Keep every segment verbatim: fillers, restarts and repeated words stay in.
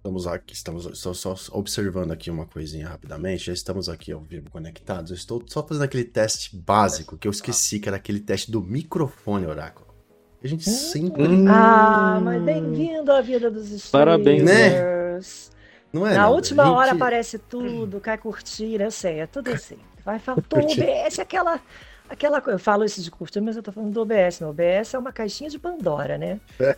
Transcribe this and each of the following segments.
Estamos aqui, estamos estou só observando aqui uma coisinha rapidamente. Já estamos aqui ao vivo conectados. Eu estou só fazendo aquele teste básico que eu esqueci, que era aquele teste do microfone, Oráculo. A gente Hum, sempre. Ah, mas bem-vindo à vida dos streamers. Parabéns, né? Não é? Na Nada. última gente... hora aparece tudo, cai curtir, eu sei, é tudo assim. Vai faltou o O B S, aquela, aquela coisa. Eu falo isso de curtir, mas eu tô falando do O B S. O O B S é uma caixinha de Pandora, né? É,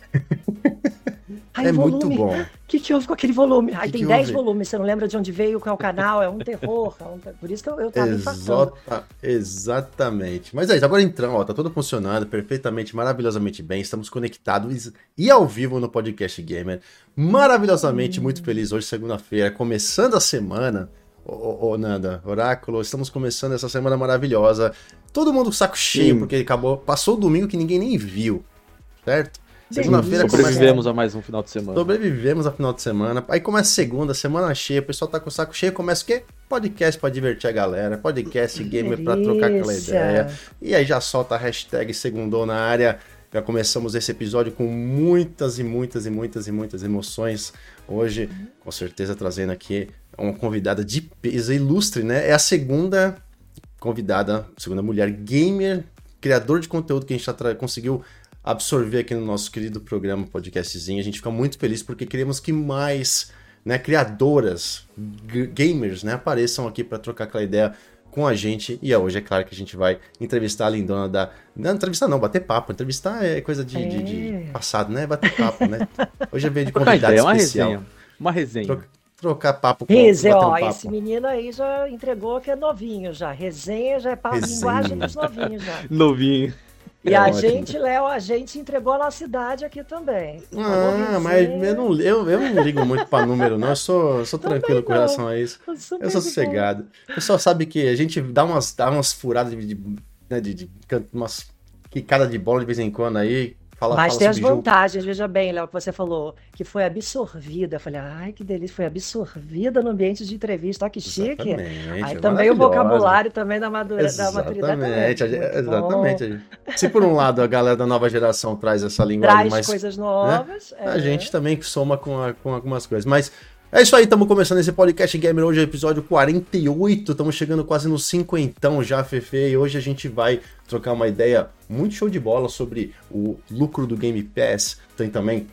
Ai, é volume. muito bom. O que, que houve com aquele volume? Aí que tem que dez houve? volumes, você não lembra de onde veio, qual é o canal, é um terror. É um... Por isso que eu, eu tava infartando. Exata, exatamente. Mas é isso, agora entramos, ó, tá tudo funcionando perfeitamente, maravilhosamente bem. Estamos conectados e ao vivo no Podcast Gamer. Maravilhosamente, hum. muito feliz hoje, segunda-feira, começando a semana. Ô, ô, ô, Nanda, Oráculo, estamos começando essa semana maravilhosa. Todo mundo com saco cheio, Sim. porque acabou, passou o domingo que ninguém nem viu, certo? Segunda-feira sobrevivemos começa... a mais um final de semana. Sobrevivemos a final de semana. Aí começa segunda, semana cheia, o pessoal tá com o saco cheio, começa o quê? Podcast pra divertir a galera, podcast gamer pra trocar aquela ideia. E aí já solta a hashtag segundou na área. Já começamos esse episódio com muitas e muitas e muitas e muitas emoções. Hoje, com certeza, trazendo aqui uma convidada de peso ilustre, né? É a segunda convidada, segunda mulher gamer, criador de conteúdo que a gente tá tra... conseguiu absorver aqui no nosso querido programa podcastzinho. A gente fica muito feliz porque queremos que mais, né, criadoras, g- gamers, né, apareçam aqui para trocar aquela ideia com a gente. E hoje é claro que a gente vai entrevistar a lindona da... Não, entrevistar não, bater papo. Entrevistar é coisa de, é. de, de passado, né? Bater papo, né? Hoje é veio de convidado ideia, especial. Uma resenha. Uma resenha. Troca, trocar papo com Resenha, ó, um papo. Esse menino aí já entregou que é novinho já. Resenha já é para a linguagem dos novinhos já. Novinho. E é a ótimo. gente, Léo, a gente entregou a nossa cidade aqui também. Ah, mas eu não, eu, eu não ligo muito pra número, não. Eu sou, eu sou tranquilo com relação a isso. Eu, eu sou sossegado. O pessoal sabe que a gente dá umas, dá umas furadas de, de, de, de, de umas quicada de bola de vez em quando aí. Fala, Mas fala tem as jogo. vantagens, veja bem, Léo, que você falou, que foi absorvida. Eu falei, ai, que delícia, foi absorvida no ambiente de entrevista, olha que chique. Exatamente, aí é também o vocabulário também da, madura, da maturidade. Exatamente, exatamente. Se por um lado a galera da nova geração traz essa linguagem traz mais... coisas novas. Né? É. A gente também soma com, a, com algumas coisas, mas... É isso aí, estamos começando esse podcast gamer hoje, episódio quarenta e oito, estamos chegando quase no cinquentão já, Fefe, e hoje a gente vai trocar uma ideia muito show de bola sobre o lucro do Game Pass, tem também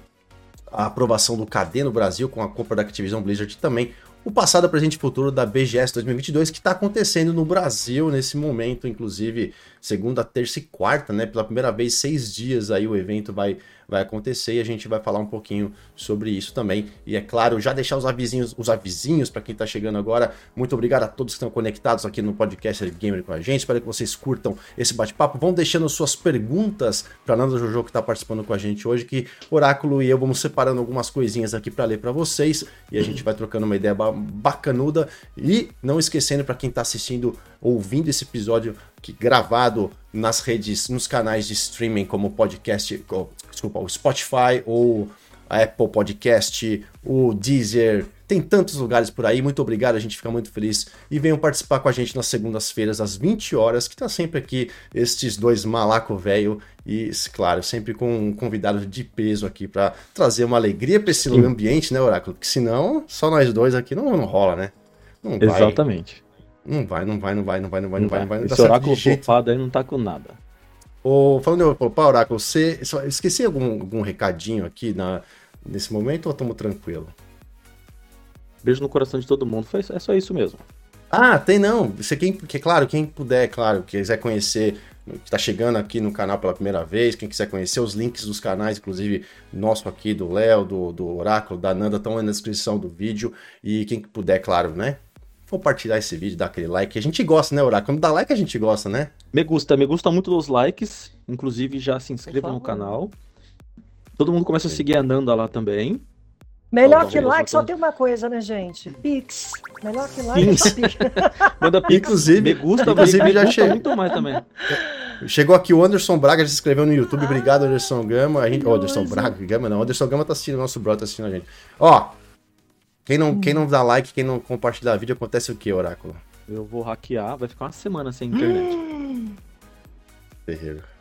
a aprovação do C A D no Brasil com a compra da Activision Blizzard, também o passado, presente e futuro da B G S dois mil e vinte e dois, que está acontecendo no Brasil nesse momento, inclusive segunda, terça e quarta, né? Pela primeira vez, seis dias aí o evento vai, vai acontecer e a gente vai falar um pouquinho sobre isso também. E é claro, já deixar os avisinhos, os avisinhos para quem está chegando agora. Muito obrigado a todos que estão conectados aqui no podcast Gamer com a gente. Espero que vocês curtam esse bate-papo. Vão deixando suas perguntas para a Nanda Jojo que está participando com a gente hoje, que Oráculo e eu vamos separando algumas coisinhas aqui para ler para vocês e a gente vai trocando uma ideia bacanuda. E não esquecendo, para quem está assistindo, ouvindo esse episódio que gravado nas redes, nos canais de streaming como podcast, oh, desculpa, o Spotify ou a Apple Podcast, o Deezer, tem tantos lugares por aí. Muito obrigado, a gente fica muito feliz e venham participar com a gente nas segundas-feiras às vinte horas, que tá sempre aqui estes dois malaco velho e, claro, sempre com um convidado de peso aqui para trazer uma alegria para esse Sim. ambiente, né, Oráculo? Porque senão só nós dois aqui não, não rola, né? Não vai. Exatamente. Não vai, não vai, não vai, não vai, não vai, não vai, não vai. Não Esse Oráculo flopado aí não tá com nada. Ô, falando em flopar, Oráculo, você esqueci algum, algum recadinho aqui na, nesse momento ou estamos tranquilo? Beijo no coração de todo mundo, foi, é só isso mesmo. Ah, tem não. Você quem, que, claro, quem puder, claro, quiser conhecer, que tá chegando aqui no canal pela primeira vez, quem quiser conhecer os links dos canais, inclusive nosso aqui, do Léo, do, do Oráculo, da Nanda, estão aí na descrição do vídeo. E quem puder, claro, né? Compartilhar esse vídeo, dar aquele like. A gente gosta, né, Oráculo? Quando dá like, a gente gosta, né? Me gusta, me gusta muito dos likes. Inclusive, já se inscrevam no canal. Todo mundo começa a seguir a Nanda lá também. Melhor que like, só tem uma coisa, né, gente? Pix. Melhor que like é só Pix. Manda Pix. Inclusive, me gusta, inclusive me já gusta chegou. muito mais também. Chegou aqui o Anderson Braga, já se inscreveu no YouTube. Obrigado, Anderson Gama. A gente... Oh, Anderson Braga, Gama não. Anderson Gama tá assistindo, nosso brother tá assistindo a gente. Ó, quem não, hum. quem não dá like, quem não compartilhar vídeo, acontece o que, Oráculo? Eu vou hackear, vai ficar uma semana sem internet. Terreiro.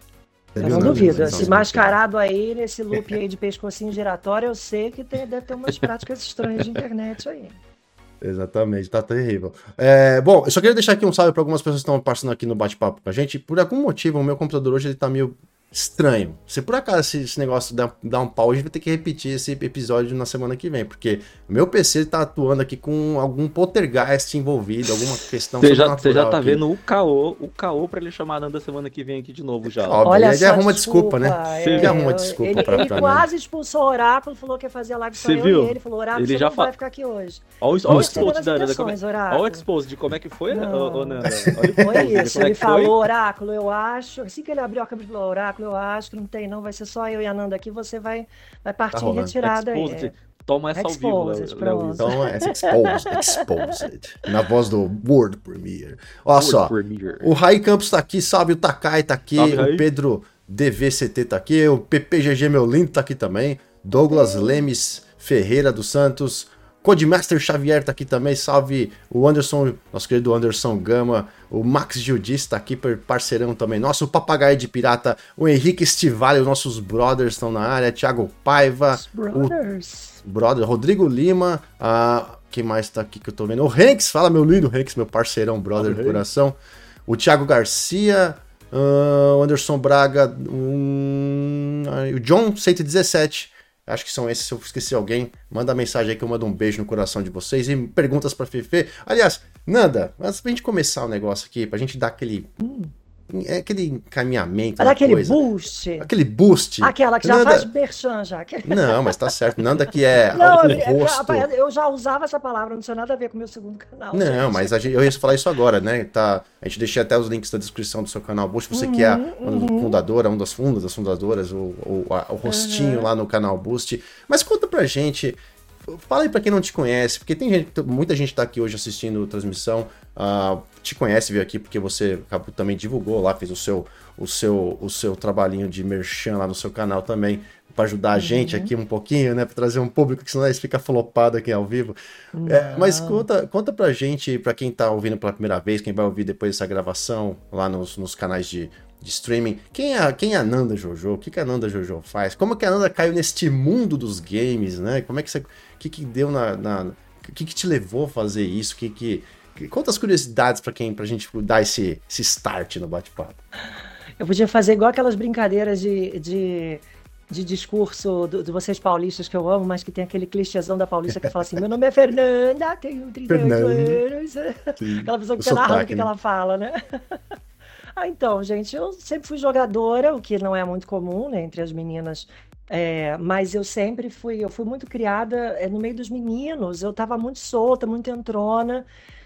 Eu não duvido. Se mascarado aí nesse loop aí de pescocinho giratório, eu sei que tem, deve ter umas práticas estranhas de internet aí. Exatamente, tá terrível. É, bom, eu só queria deixar aqui um salve para algumas pessoas que estão passando aqui no bate-papo com a gente. Por algum motivo, o meu computador hoje ele tá meio estranho. Se por acaso esse, esse negócio dá, dá um pau, a gente vai ter que repetir esse episódio na semana que vem, porque o meu P C tá atuando aqui com algum poltergeist envolvido, alguma questão Você já, você já tá aqui. vendo o caô, o caô pra ele chamar a Nanda semana que vem aqui de novo já. Óbvio, Olha ele só, arruma desculpa, desculpa, né? É, ele arruma desculpa ele, pra, ele pra quase expulsou o Oráculo, falou que ia fazer a live só Você eu viu? e ele. Falou, Oráculo, Ele você já não fa... vai ficar aqui hoje. Olha o, olha o expose da Nanda. Como... Olha o expose de como é que foi, ô, ô, Nanda. Olha o Foi isso, como ele é que falou, foi. Oráculo, eu acho. Assim que ele abriu a câmera, ele falou, Oráculo, eu acho que não tem, não, vai ser só eu e a Nanda aqui, você vai, vai partir Tá em retirada aí. Exposed. Toma essa ao vivo, Léo. Léo. Então, essa exposed, exposed. Na voz do World Premiere. Olha World só, Premiere. o Raí Campos tá aqui, salve, o Takai tá aqui, Salve, o Raí. Pedro D V C T tá aqui, o P P G G meu lindo tá aqui também, Douglas Lemes Ferreira dos Santos, Codemaster Xavier tá aqui também, salve o Anderson, nosso querido Anderson Gama, o Max Giudice tá aqui, parceirão também, nosso Papagaio de Pirata, o Henrique Stivale, os nossos brothers estão na área, Thiago Paiva, Os brothers. o brother Rodrigo Lima, ah, quem mais tá aqui que eu tô vendo? O Hanks, fala meu lindo Hanks, meu parceirão, brother do coração, o Thiago Garcia, ah, o Anderson Braga, um, o John cento e dezessete. Acho que são esses, se eu esqueci alguém, manda mensagem aí que eu mando um beijo no coração de vocês e perguntas pra Fefe. Aliás, Nanda, antes pra gente começar o negócio aqui, pra gente dar aquele... Hum. É aquele encaminhamento. Para aquele coisa. boost. Aquele boost. Aquela que já Nanda... faz merchan já. Não, mas tá certo. Nanda que é não, o eu, rosto. eu já usava essa palavra, não tinha nada a ver com o meu segundo canal. Não, gente. mas a gente, eu ia falar isso agora, né? Tá, a gente deixa até os links na descrição do seu canal Boost. Você uhum, que é uhum. fundadora, uma das fundas, das fundadoras, o, o, a, o rostinho uhum. lá no canal Boost. Mas conta pra gente... Fala aí pra quem não te conhece, porque tem gente, muita gente tá aqui hoje assistindo a transmissão, uh, te conhece, veio aqui porque você também divulgou lá, fez o seu, o seu, o seu trabalhinho de merchan lá no seu canal também, pra ajudar a uhum. gente aqui um pouquinho, né, pra trazer um público, que senão eles ficam flopado aqui ao vivo. É, mas conta, conta pra gente, pra quem tá ouvindo pela primeira vez, quem vai ouvir depois dessa gravação lá nos, nos canais de... de streaming, quem é, quem é a Nanda Jojo? O que, que a Nanda Jojo faz? Como que a Nanda caiu neste mundo dos games, né? Como é que você... O que que deu na... na o que que te levou a fazer isso? Que que... Quantas curiosidades pra quem... pra gente dar esse, esse start no bate-papo? Eu podia fazer igual aquelas brincadeiras de... de... de discurso de do vocês paulistas que eu amo, mas que tem aquele clichêzão da paulista que fala assim, meu nome é Fernanda, tenho trinta e oito anos. Sim. Aquela pessoa que você narra o que, né? que ela fala, né? Ah, então, gente, eu sempre fui jogadora, o que não é muito comum, né, entre as meninas, é, mas eu sempre fui, eu fui muito criada é, no meio dos meninos, eu tava muito solta, muito entrona,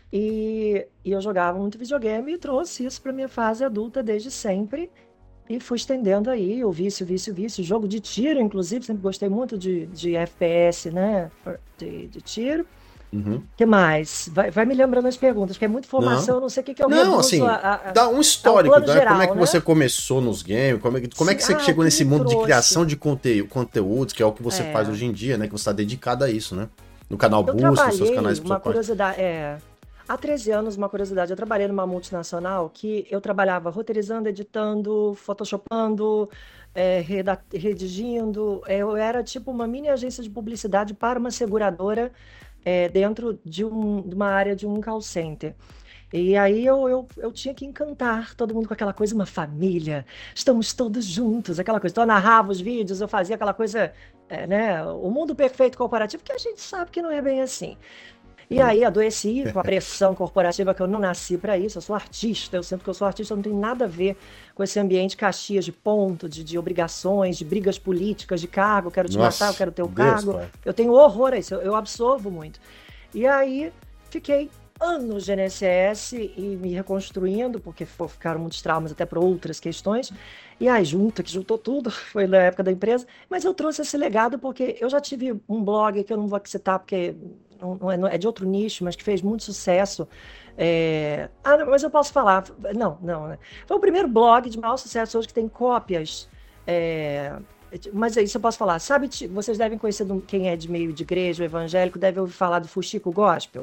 e, e eu jogava muito videogame e trouxe isso pra minha fase adulta desde sempre, e fui estendendo aí o vício, vício, vício, jogo de tiro, inclusive, sempre gostei muito de, de F P S, né, de, de tiro. O uhum. que mais? Vai, vai me lembrando as perguntas, porque é muita informação, não. eu não sei o que, que eu Não, assim, a, a, dá um histórico, né? Geral, como é que né? você começou nos games, como é que, como é que você ah, chegou nesse mundo trouxe. de criação de conteúdo, conteúdos, que é o que você é. faz hoje em dia, né? Que você está dedicado a isso, né? No canal eu Boost, nos seus canais uma curiosidade, é, há treze anos, uma curiosidade, eu trabalhei numa multinacional que eu trabalhava roteirizando, editando, photoshopando, é, redigindo, eu era tipo uma mini agência de publicidade para uma seguradora É, dentro de, um, de uma área de um call center. E aí eu, eu, eu tinha que encantar todo mundo com aquela coisa, uma família, estamos todos juntos, aquela coisa. Então eu narrava os vídeos, eu fazia aquela coisa, é, né, o mundo perfeito corporativo, que a gente sabe que não é bem assim. E aí adoeci com a pressão corporativa, que eu não nasci para isso, eu sou artista, eu sinto que eu sou artista, eu não tenho nada a ver com esse ambiente Caxias de ponto, de, de obrigações, de brigas políticas, de cargo, eu quero te Nossa, matar, eu quero ter o Deus, cargo, pai. Eu tenho horror a isso, eu, eu absorvo muito. E aí fiquei anos de N S S e me reconstruindo, porque pô, ficaram muitos traumas até por outras questões, e aí junta, que juntou tudo, foi na época da empresa, mas eu trouxe esse legado porque eu já tive um blog que eu não vou citar porque não, não é, não é de outro nicho, mas que fez muito sucesso. É... Ah, mas eu posso falar, não, não, né? Foi o primeiro blog de maior sucesso hoje que tem cópias, é... mas isso eu posso falar, sabe, vocês devem conhecer quem é de meio de igreja, evangélico, deve ouvir falar do Fuxico Gospel.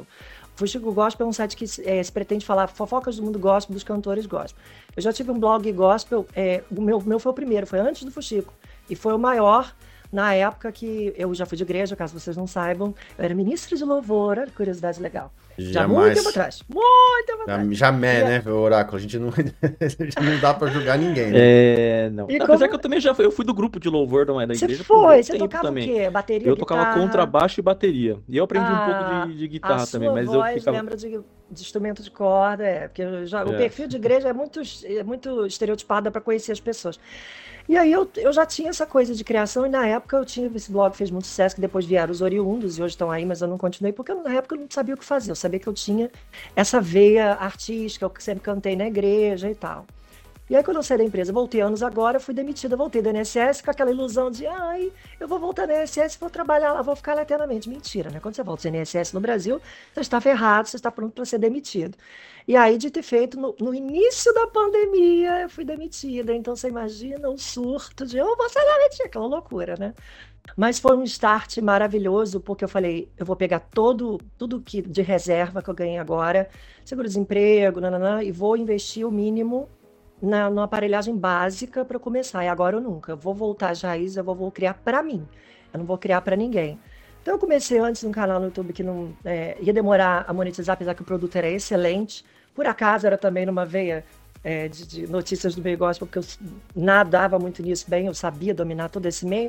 Fuxico Gospel é um site que é, se pretende falar fofocas do mundo gospel, dos cantores gospel. Eu já tive um blog gospel, é, o meu, meu foi o primeiro, foi antes do Fuxico. E foi o maior na época que eu já fui de igreja, caso vocês não saibam. Eu era ministra de louvor, olha que curiosidade legal. Já muito tempo atrás. Muito tempo atrás. Jamais, né, o Oráculo? A gente não, não dá pra julgar ninguém, né? É, não. E Apesar como- que eu também já fui, eu fui do grupo de louvor da da Você igreja por foi, muito você tempo tocava também. o quê? Bateria, Eu tocava guitarra? contrabaixo e bateria. E eu aprendi um pouco Ah, de, de a guitarra sua também, mas eu voz ficava. lembra de, de instrumento de corda, é, porque eu já, o É. perfil de igreja é muito, é muito estereotipado para conhecer as pessoas. E aí eu, eu já tinha essa coisa de criação, e na época eu tinha esse blog, fez muito sucesso, que depois vieram os oriundos, e hoje estão aí, mas eu não continuei, porque eu, na época eu não sabia o que fazer, eu sabia que eu tinha essa veia artística, eu sempre cantei na igreja e tal. E aí, quando eu saí da empresa, voltei anos agora, fui demitida, voltei da I N S S com aquela ilusão de, ai, eu vou voltar na I N S S, vou trabalhar lá, vou ficar lá eternamente. Mentira, né? Quando você volta do I N S S no Brasil, você está ferrado, você está pronto para ser demitido. E aí, de ter feito, no, no início da pandemia, eu fui demitida. Então, você imagina o surto de, eu vou ser demitida, aquela loucura, né? Mas foi um start maravilhoso, porque eu falei, eu vou pegar todo, tudo que de reserva que eu ganhei agora, seguro-desemprego, nananã, e vou investir o mínimo na, numa aparelhagem básica para começar. E agora ou nunca. Eu vou voltar às raízes, eu vou, vou criar para mim. Eu não vou criar para ninguém. Então eu comecei antes num canal no YouTube que não é, ia demorar a monetizar, apesar que o produto era excelente. Por acaso era também numa veia é, de, de notícias do meio gospel, porque eu nadava muito nisso bem, eu sabia dominar todo esse meio.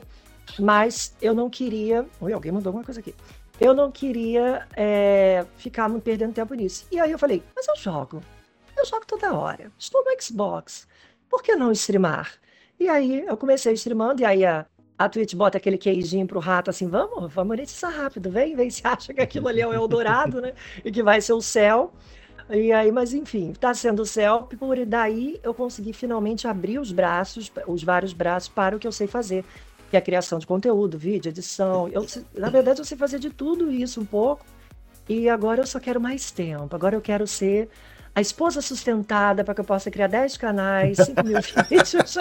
Mas eu não queria... Oi, alguém mandou alguma coisa aqui. Eu não queria é, ficar me perdendo tempo nisso. E aí eu falei, mas eu jogo. Eu jogo toda hora. Estou no Xbox. Por que não streamar? E aí eu comecei streamando, e aí a, a Twitch bota aquele queijinho pro rato assim, vamos, vamos monetizar rápido, vem, vem, você acha que aquilo ali é o Eldorado, né? E que vai ser o céu. E aí, mas enfim, tá sendo o céu, por daí eu consegui finalmente abrir os braços, os vários braços para o que eu sei fazer, que é a criação de conteúdo, vídeo, edição. Eu, na verdade, eu sei fazer de tudo isso um pouco, e agora eu só quero mais tempo. Agora eu quero ser a esposa sustentada para que eu possa criar dez canais, cinco mil vídeos.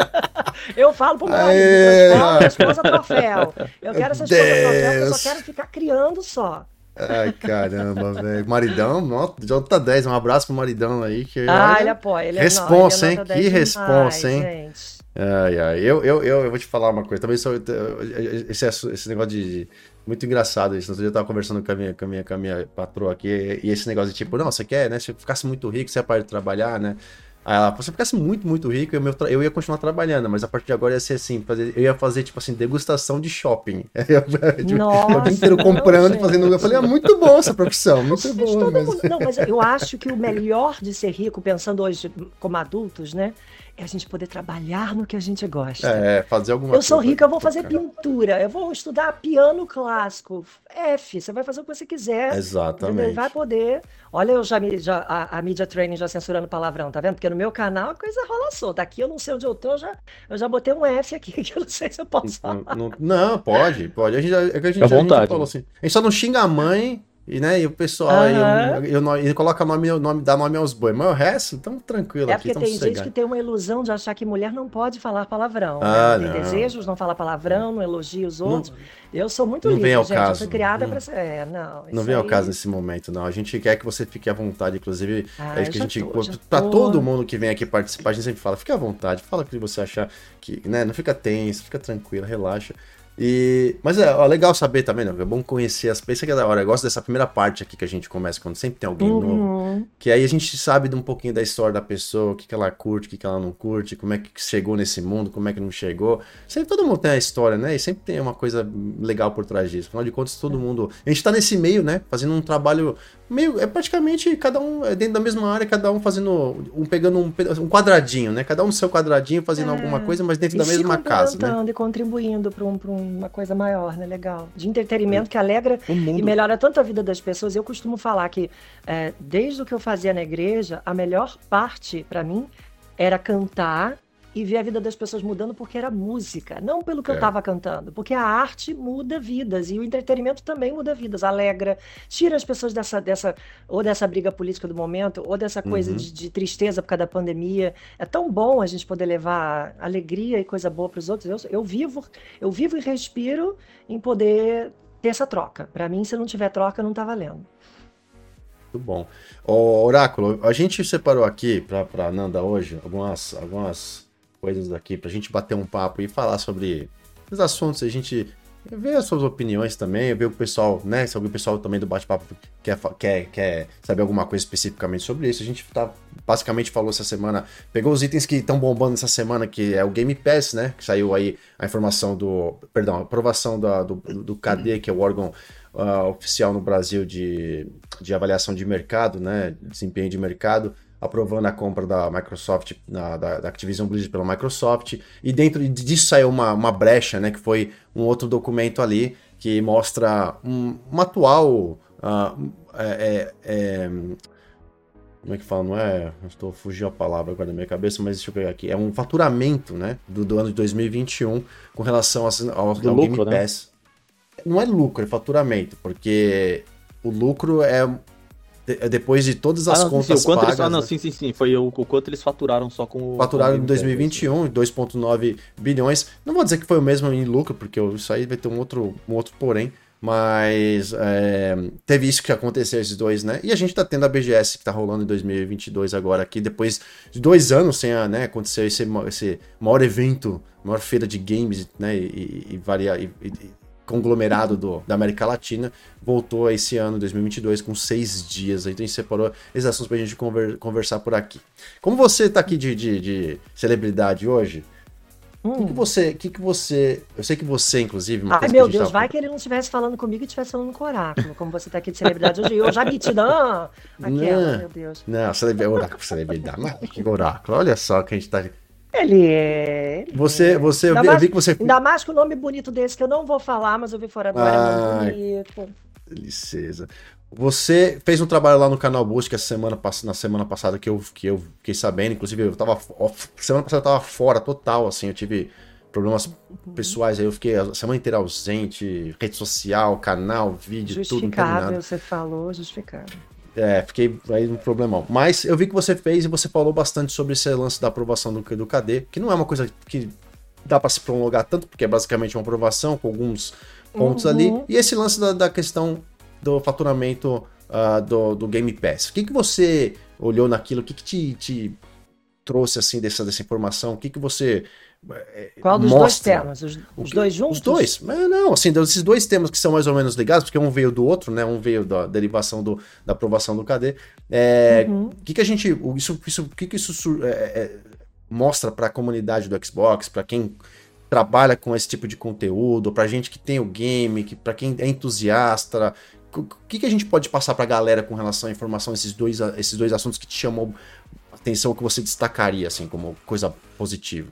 Eu falo pro meu marido, Aê! eu falo, esposa troféu. Eu quero essa esposa troféu, porque eu Deus. só quero ficar criando só. Ai, caramba, velho. Maridão, nota, nota dez. Um abraço pro maridão aí. Que, Ah, olha, ele apoia. Ele é, responsa, não, ele é hein? nota Que dez responsa, hein? demais, gente. Ai, ai. Eu, eu, eu, eu vou te falar uma coisa. Também sou. Esse, esse negócio de. Muito engraçado isso. No outro dia eu tava conversando com a minha, com a minha, com a minha patroa aqui. E esse negócio de tipo, não, você quer, né? Se eu ficasse muito rico, você ia parar de trabalhar, né? Aí ela, se eu ficasse muito, muito rico, eu, meu tra- eu ia continuar trabalhando, mas a partir de agora ia ser assim, fazer, eu ia fazer, tipo assim, degustação de shopping. Eu, tipo, Nossa, o dia inteiro não, comprando e gente. fazendo. Eu falei, é muito bom essa profissão, muito Mas boa, todo mas... mundo- Não, mas eu acho que o melhor de ser rico, pensando hoje como adultos, né? É a gente poder trabalhar no que a gente gosta. É, fazer alguma Eu sou coisa. rica, eu vou fazer Cara. pintura, eu vou estudar piano clássico. F, você vai fazer o que você quiser. Exatamente. Vai poder. Olha, eu já, me, já a, a Media Training já censurando palavrão, tá vendo? Porque no meu canal a coisa rola solta. Aqui eu não sei onde eu tô, eu já, eu já botei um F aqui, que eu não sei se eu posso Não, falar. não, não, pode, pode. A gente, já- é que a gente, À a gente já vontade. falou assim. A gente só não xinga a mãe e, né, e o pessoal Aham. aí, eu, eu, eu, coloca nome, nome, dá nome aos bois. Mas o resto, tão tranquilo É aqui, porque tão tem gente sossegado. que tem uma ilusão de achar que mulher não pode falar palavrão, né? Ah, Não tem não. desejos, não fala palavrão, não elogia os outros. Eu sou muito não livre, vem ao gente. Eu caso. fui criada Não- pra ser. É, não. Não isso vem ao aí- caso nesse momento, não. A gente quer que você fique à vontade, inclusive. Ah, é isso que a eu já gente. tô, já Pra tô. todo mundo que vem aqui participar, a gente sempre fala, fica à vontade, fala o que você achar que, né? Não fica tenso, fica tranquilo, relaxa. E, mas é ó, legal saber também, né? É bom conhecer as pessoas, que é da hora. Eu gosto dessa primeira parte aqui que a gente começa, quando sempre tem alguém novo. Uhum. Que aí a gente sabe de um pouquinho da história da pessoa, o que, que ela curte, o que, que ela não curte, como é que chegou nesse mundo, como é que não chegou. Sempre todo mundo tem a história, né? E sempre tem uma coisa legal por trás disso. Afinal de contas, todo mundo. A gente tá nesse meio, né? Fazendo um trabalho meio. É praticamente cada um é dentro da mesma área, cada um fazendo. Um, pegando um, peda- um quadradinho, né? Cada um no seu quadradinho fazendo É. alguma coisa, mas dentro E da se mesma casa, né? complementando e contribuindo para um, pra uma coisa maior, né? Legal. De entretenimento que alegra O mundo. e melhora tanto a vida das pessoas. Eu costumo falar que, é, desde o que eu fazia na igreja, a melhor parte para mim era cantar e ver a vida das pessoas mudando, porque era música, não pelo que eu É. estava cantando, porque a arte muda vidas e o entretenimento também muda vidas, alegra, tira as pessoas dessa, dessa ou dessa briga política do momento, ou dessa coisa Uhum. de, de tristeza por causa da pandemia. É tão bom a gente poder levar alegria e coisa boa para os outros. Eu, eu vivo, eu vivo e respiro em poder ter essa troca. Para mim, se não tiver troca, não tá valendo. Muito bom. Ô, Oráculo, a gente separou aqui pra, pra Nanda hoje algumas, algumas coisas aqui pra gente bater um papo e falar sobre os assuntos, a gente ver as suas opiniões também, ver o pessoal, né, se algum pessoal também do bate-papo quer, quer, quer saber alguma coisa especificamente sobre isso. A gente tá, basicamente falou essa semana, pegou os itens que estão bombando essa semana, que é o Game Pass, né, que saiu aí a informação do, perdão, a aprovação da, do, do C A D, que é o órgão uh, oficial no Brasil de, de avaliação de mercado, né, desempenho de mercado, aprovando a compra da Microsoft, na, da, da Activision Blizzard pela Microsoft, e dentro disso saiu uma, uma brecha, né, que foi um outro documento ali, que mostra um, uma atual, uh, é, é, como é que fala, não é, estou fugindo a palavra agora da minha cabeça, mas deixa eu pegar aqui, é um faturamento, né, do, do ano de dois mil e vinte e um, com relação ao, ao, ao lucro, Game Pass. Né? Não é lucro, é faturamento, porque o lucro é... depois de todas as ah, não, contas sim, o pagas... Eles, ah, não, né? sim, sim, sim, foi o, o quanto eles faturaram só com o... Faturaram com em dois mil e vinte e um, dois vírgula nove bilhões. Não vou dizer que foi o mesmo em lucro, porque isso aí vai ter um outro, um outro porém, mas é, teve isso que aconteceu, esses dois, né? E a gente tá tendo a B G S que tá rolando em dois mil e vinte e dois agora aqui, depois de dois anos sem a, né, acontecer esse, esse maior evento, maior feira de games, né, e, e, varia, e, e conglomerado do, da América Latina, voltou esse ano, dois mil e vinte e dois, com seis dias. Então a gente separou esses assuntos pra gente conver, conversar por aqui. Como você tá aqui de, de, de celebridade hoje, o hum. que, que você... Que que você eu sei que você, inclusive... Ai, meu Deus, tava... vai que ele não estivesse falando comigo e estivesse falando com o Oráculo, como você tá aqui de celebridade hoje. Eu já me te dando... Aquela, não, meu Deus. Não, celebridade, Oráculo, celebridade. Mas que Oráculo, olha só que a gente tá... Ele é. Ele você, é. você, eu vi, mais, eu vi que você. Ainda mais com o nome bonito desse que eu não vou falar, mas eu vi fora do ar, é muito bonito. Licença. Você fez um trabalho lá no canal Boost essa semana, na semana passada que eu, que eu fiquei sabendo, inclusive eu tava. Semana passada eu tava fora total, assim, eu tive problemas uhum. pessoais, aí eu fiquei a semana inteira ausente, rede social, canal, vídeo, tudo. Justificável, você falou, justificável. É, fiquei aí no problemão. Mas eu vi que você fez e você falou bastante sobre esse lance da aprovação do, do C A D, que não é uma coisa que dá para se prolongar tanto, porque é basicamente uma aprovação com alguns pontos uhum. ali. E esse lance da, da questão do faturamento uh, do, do Game Pass. O que, que você olhou naquilo? O que, que te, te trouxe assim dessa, dessa informação? O que, que você... Qual dos mostra? dois temas? Os, os que, dois juntos? Os dois. Mas não, assim, esses dois temas que são mais ou menos ligados, porque um veio do outro, né? Um veio da derivação do, da aprovação do C A D. É, uhum. que que a gente... Isso, isso, que que isso é, é, mostra para a comunidade do Xbox, para quem trabalha com esse tipo de conteúdo, pra gente que tem o game, que, para quem é entusiasta... O que, que a gente pode passar pra galera com relação à informação, esses dois, esses dois assuntos que te chamam atenção, que você destacaria, assim, como coisa positiva?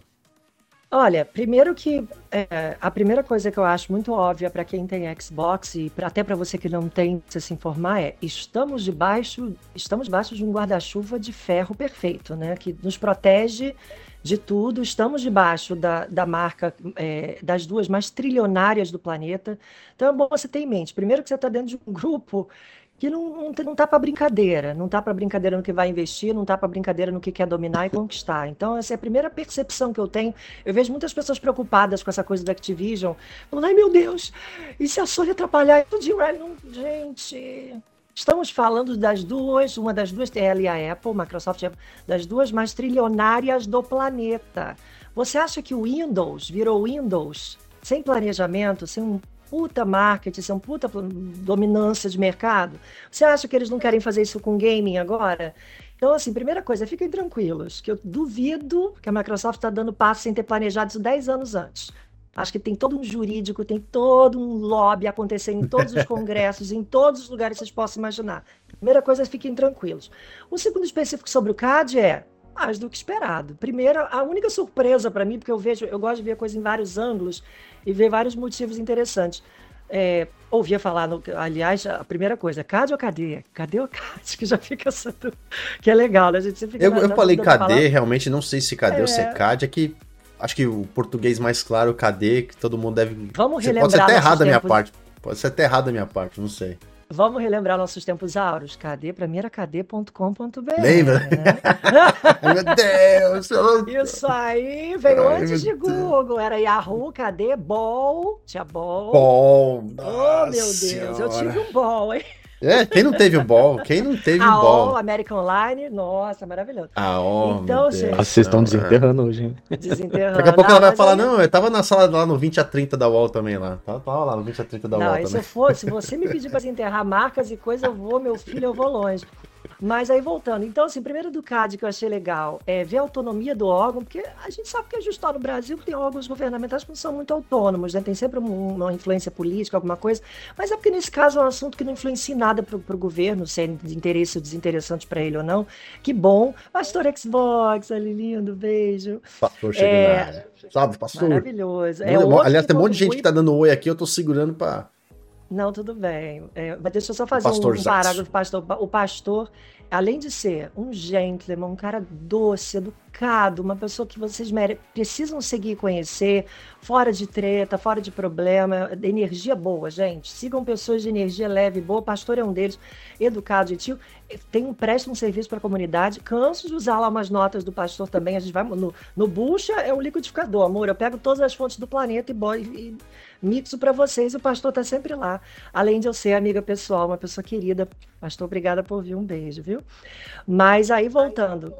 Olha, primeiro que é, a primeira coisa que eu acho muito óbvia para quem tem Xbox e pra, até para você que não tem, você se informar é, estamos debaixo, estamos debaixo de um guarda-chuva de ferro perfeito, né? Que nos protege de tudo, estamos debaixo da, da marca é, das duas mais trilionárias do planeta. Então é bom você ter em mente, primeiro que você está dentro de um grupo que não, não, não tá para brincadeira, não tá para brincadeira no que vai investir, não tá para brincadeira no que quer dominar e conquistar. Então essa é a primeira percepção que eu tenho. Eu vejo muitas pessoas preocupadas com essa coisa da Activision, falando, ai meu Deus, e se a Sony atrapalhar tudo? Não, gente, estamos falando das duas, uma das duas, ela e a Apple, Microsoft, das duas mais trilionárias do planeta. Você acha que o Windows virou Windows sem planejamento, sem um puta marketing, sem uma puta dominância de mercado? Você acha que eles não querem fazer isso com gaming agora? Então, assim, primeira coisa, fiquem tranquilos, que eu duvido que a Microsoft está dando passo sem ter planejado isso dez anos antes. Acho que tem todo um jurídico, tem todo um lobby acontecendo em todos os congressos, em todos os lugares que vocês possam imaginar. Primeira coisa, fiquem tranquilos. O segundo específico sobre o C A D é mais do que esperado. Primeiro, a única surpresa para mim, porque eu vejo, eu gosto de ver a coisa em vários ângulos e ver vários motivos interessantes. É, ouvia falar, no, aliás, a primeira coisa, C A D ou C A D? Cadê o C A D? Que já fica essa... que é legal, né? A gente sempre fica eu, na, eu na falei C A D, falar. Realmente não sei se C A D é... ou se é C A D, é que acho que o português mais claro, C A D, que todo mundo deve... Vamos relembrar. Pode ser até errado da minha tempos... parte, pode ser até errado da minha parte, não sei. Vamos relembrar nossos tempos áureos? C A D, pra mim era C A D ponto com ponto B R. Lembra? Né? Meu Deus! Eu... Isso aí veio Ai, antes de Google. Deus. Era Yahoo, C A D, Ball. Tinha Ball. Ball. Oh, meu Deus. Eu tive um Ball, hein? É, quem não teve o ball? Quem não teve A o ball? All, American Online, nossa, maravilhoso. A All, Então, meu gente- Deus. Vocês estão Não, desenterrando hoje, hein? Desenterrando. Daqui a pouco Ah, ela vai mas falar, aí- não, eu tava na sala lá no vinte a trinta da Wall também lá. Tava, tava lá no vinte a trinta da Não, Wall aí se também. eu for, se você me pedir para desenterrar marcas e coisas, eu vou, meu filho, eu vou longe. Mas aí voltando, então assim, primeiro do C A D que eu achei legal é ver a autonomia do órgão, porque a gente sabe que a Justal no Brasil tem órgãos governamentais que não são muito autônomos, né? Tem sempre um- uma influência política, alguma coisa, mas é porque nesse caso é um assunto que não influencia em nada para o governo, se é de interesse ou desinteressante para ele ou não. Que bom. Pastor Xbox, ali lindo, beijo. Pastor chegando É, na área. Salve, pastor. Maravilhoso. É Aliás, outro tem um monte de gente contribui- que tá dando oi aqui, eu tô segurando pra... Não, tudo bem. É, mas deixa eu só fazer um, pastor um Zaxo. parágrafo. Pastor. O pastor, além de ser um gentleman, um cara doce, educado, uma pessoa que vocês mere- precisam seguir e conhecer, fora de treta, fora de problema, energia boa, gente. Sigam pessoas de energia leve e boa. O pastor é um deles, educado, gentil. Tem um, presta um serviço para a comunidade. Canso de usar lá umas notas do pastor também. A gente vai no, no bucha, é um liquidificador, amor. Eu pego todas as fontes do planeta e, bo- e mixo para vocês. O pastor tá sempre lá. Além de eu ser amiga pessoal, uma pessoa querida. Pastor, obrigada por vir. Um beijo, viu? Mas aí, voltando.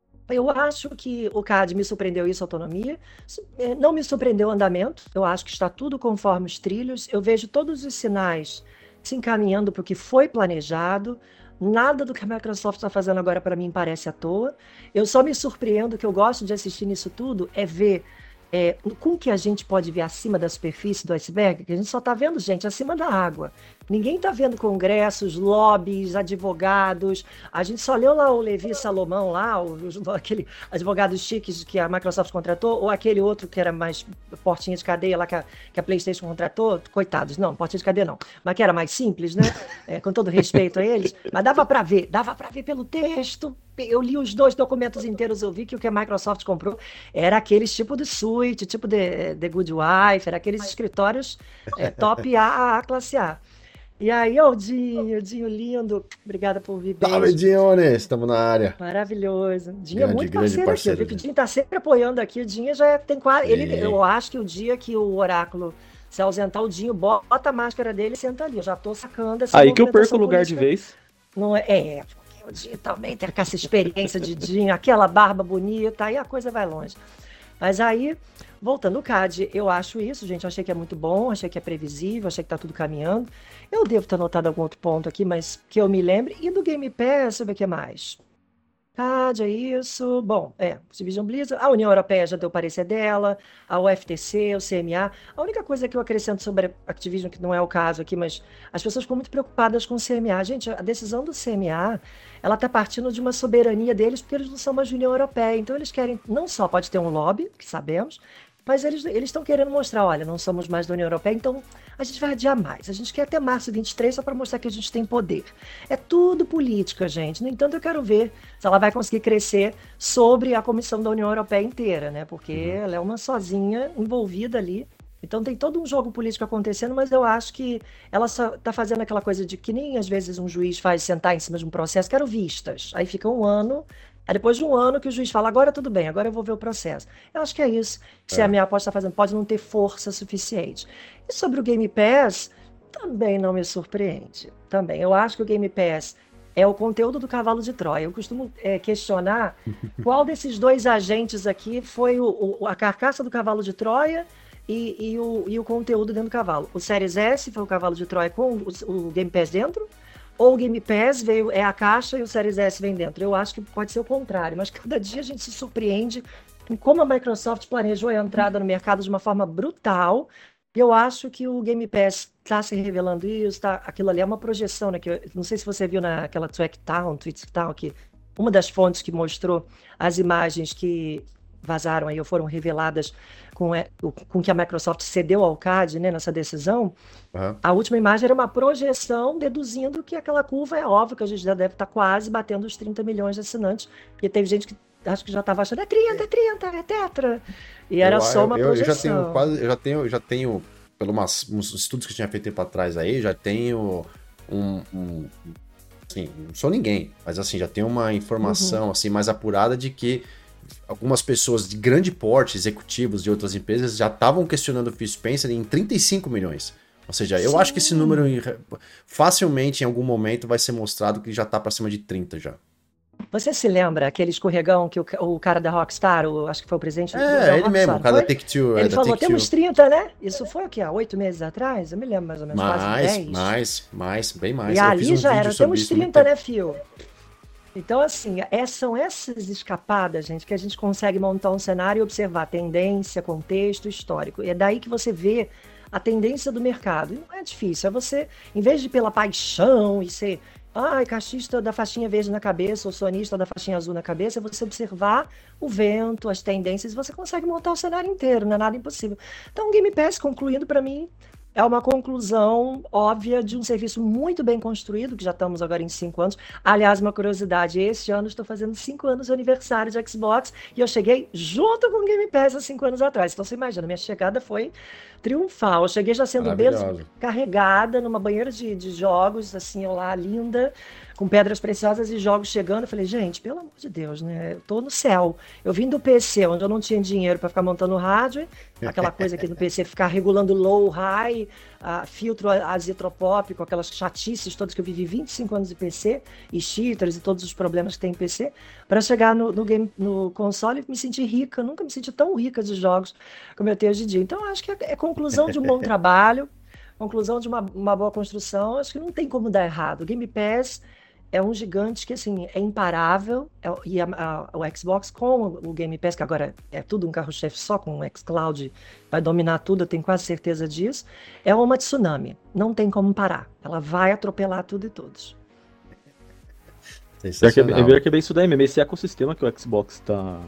Eu acho que o C A D me surpreendeu isso, a autonomia. Eh, Não me surpreendeu o andamento. Eu acho que está tudo conforme os trilhos. Eu vejo todos os sinais se encaminhando para o que foi planejado. Nada do que a Microsoft está fazendo agora para mim parece à toa. Eu só me surpreendo, que eu gosto de assistir nisso tudo, é ver é, com que a gente pode ver acima da superfície do iceberg, que a gente só está vendo gente acima da água. Ninguém está vendo congressos, lobbies, advogados. A gente só leu lá o Levi Salomão, lá, o, o- aquele advogado chique que a Microsoft contratou, ou aquele outro que era mais portinha de cadeia lá que a, que a PlayStation contratou. Coitados, não, portinha de cadeia não. Mas que era mais simples, né? É, com todo respeito a eles. Mas dava para ver, dava para ver pelo texto. Eu li os dois documentos inteiros, eu vi que o que a Microsoft comprou era aqueles tipo de suite, tipo de, de Good Wife, era aqueles escritórios é, top A, A, classe A. E aí, ô Dinho, Dinho lindo, obrigada por vir, Salve, beijo. Diones, estamos na área. Maravilhoso. Dinho é Grande, muito grande parceiro, parceiro, aqui. Eu vi que o Dinho. Dinho tá sempre apoiando aqui. O Dinho já é- tem quase. Ele, Sim. eu acho que o dia que o oráculo se ausentar, o Dinho bota a máscara dele e senta ali. Eu já tô sacando essa Aí que eu perco o movimentação lugar de política. vez. Não é, é, porque o Dinho também tem essa experiência de Dinho, aquela barba bonita, aí a coisa vai longe. Mas aí, voltando ao C A D, eu acho isso, gente. Eu achei que é muito bom, achei que é previsível, achei que tá tudo caminhando. Eu devo ter anotado algum outro ponto aqui, mas que eu me lembre. E do Game Pass, deixa eu ver o que mais. C A D, é isso. Bom, é, Activision Blizzard, a União Europeia já deu o parecer dela, a U F T C, o C M A. A única coisa que eu acrescento sobre a Activision, que não é o caso aqui, mas as pessoas ficam muito preocupadas com o C M A. Gente, a decisão do C M A, ela está partindo de uma soberania deles, porque eles não são mais União Europeia. Então eles querem, não só pode ter um lobby, que sabemos, mas eles eles estão querendo mostrar, olha, não somos mais da União Europeia, então a gente vai adiar mais. A gente quer até março vinte e três só para mostrar que a gente tem poder. É tudo política, gente. No entanto, eu quero ver se ela vai conseguir crescer sobre a Comissão da União Europeia inteira, né? Porque ela é uma sozinha envolvida ali. Então tem todo um jogo político acontecendo, mas eu acho que ela só está fazendo aquela coisa de que nem às vezes um juiz faz sentar em cima de um processo, quero vistas. Aí fica um ano, aí depois de um ano que o juiz fala, agora tudo bem, agora eu vou ver o processo. Eu acho que é isso que É. a minha aposta está fazendo, pode não ter força suficiente. E sobre o Game Pass, também não me surpreende. Também, eu acho que o Game Pass é o conteúdo do cavalo de Troia. Eu costumo é, questionar qual desses dois agentes aqui foi o, o- a carcaça do cavalo de Troia e, e o, e o conteúdo dentro do cavalo. O Series S foi o cavalo de Troia com o, o Game Pass dentro? Ou o Game Pass veio, é a caixa e o Series S vem dentro? Eu acho que pode ser o contrário, mas cada dia a gente se surpreende em como a Microsoft planejou a entrada no mercado de uma forma brutal. E eu acho que o Game Pass está se revelando isso, tá, aquilo ali é uma projeção, né? Que eu, não sei se você viu naquela Tracktown, Tweettown, que uma das fontes que mostrou as imagens que vazaram aí ou foram reveladas com, é, o- com que a Microsoft cedeu ao C A D, né, nessa decisão. Aham. A última imagem era uma projeção deduzindo que aquela curva é óbvio que a gente já deve estar quase batendo os trinta milhões de assinantes, porque teve gente que acho que já estava achando é trinta, é trinta, é tetra. E era Eu- só uma eu, eu já projeção. tenho quase, eu já tenho, eu já tenho, pelo umas, uns estudos que eu tinha feito tempo atrás aí, já tenho um, um assim, não sou ninguém, mas assim, já tenho uma informação Uhum. assim mais apurada de que algumas pessoas de grande porte, executivos de outras empresas, já estavam questionando o Phil Spencer em trinta e cinco milhões. Ou seja, eu Sim. acho que esse número facilmente em algum momento vai ser mostrado que já tá pra cima de trinta já. Você se lembra aquele escorregão que o, o cara da Rockstar, o, acho que foi o presidente do É, da ele Rockstar, mesmo, o não cara da foi? Take-Two. É, Ele da falou, Take-Two. temos trinta, né? Isso foi o quê? Há oito meses atrás? Eu me lembro mais ou menos, quase Mais, dez. mais, mais, bem mais. E Eu fiz ali um já vídeo era, sobre temos isso há muito trinta, tempo. né, Fio? Então, assim, é, são essas escapadas, gente, que a gente consegue montar um cenário e observar tendência, contexto, histórico. E é daí que você vê a tendência do mercado. E não é difícil, é você, em vez de ir pela paixão e ser, ai, caixista da faixinha verde na cabeça ou sonista da faixinha azul na cabeça, é você observar o vento, as tendências, e você consegue montar o cenário inteiro, não é nada impossível. Então, o Game Pass, concluindo, para mim, é uma conclusão óbvia de um serviço muito bem construído, que já estamos agora em cinco anos. Aliás, uma curiosidade, esse ano estou fazendo cinco anos de aniversário de Xbox e eu cheguei junto com o Game Pass há cinco anos atrás. Então você imagina, minha chegada foi triunfal. Eu cheguei já sendo Maravilhoso. carregada numa banheira de, de jogos, assim, eu lá, linda, com pedras preciosas e jogos chegando. Eu falei, gente, pelo amor de Deus, né? Eu tô no céu. Eu vim do P C, onde eu não tinha dinheiro para ficar montando hardware, aquela coisa aqui no P C, ficar regulando low, high, uh, filtro azitropop, com aquelas chatices todas que eu vivi vinte e cinco anos de P C, e cheaters e todos os problemas que tem em P C, para chegar no, no, game, no console e me sentir rica. Eu nunca me senti tão rica de jogos como eu tenho hoje em dia. Então, eu acho que é, é conclusão de um bom trabalho, conclusão de uma, uma boa construção. Acho que não tem como dar errado. O Game Pass é um gigante que, assim, é imparável, é, e a, a, o Xbox com o Game Pass, que agora é tudo um carro-chefe só com o xCloud, vai dominar tudo, eu tenho quase certeza disso, é uma tsunami, não tem como parar, ela vai atropelar tudo e todos. É que é, é, que é bem isso daí mesmo, esse ecossistema que o Xbox tá,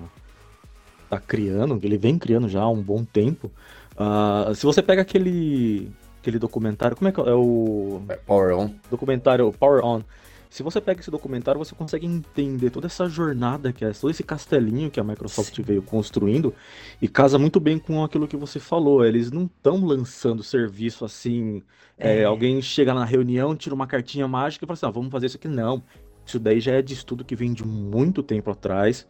tá criando, ele vem criando já há um bom tempo. Uh, se você pega aquele, aquele documentário, como é que é o... Power On. Documentário Power On. Se você pega esse documentário, você consegue entender toda essa jornada que é, todo esse castelinho que a Microsoft Sim. veio construindo, e casa muito bem com aquilo que você falou. Eles não estão lançando serviço assim, é. É, alguém chega na reunião, tira uma cartinha mágica e fala assim, ah, vamos fazer isso aqui. Não, isso daí já é de estudo que vem de muito tempo atrás.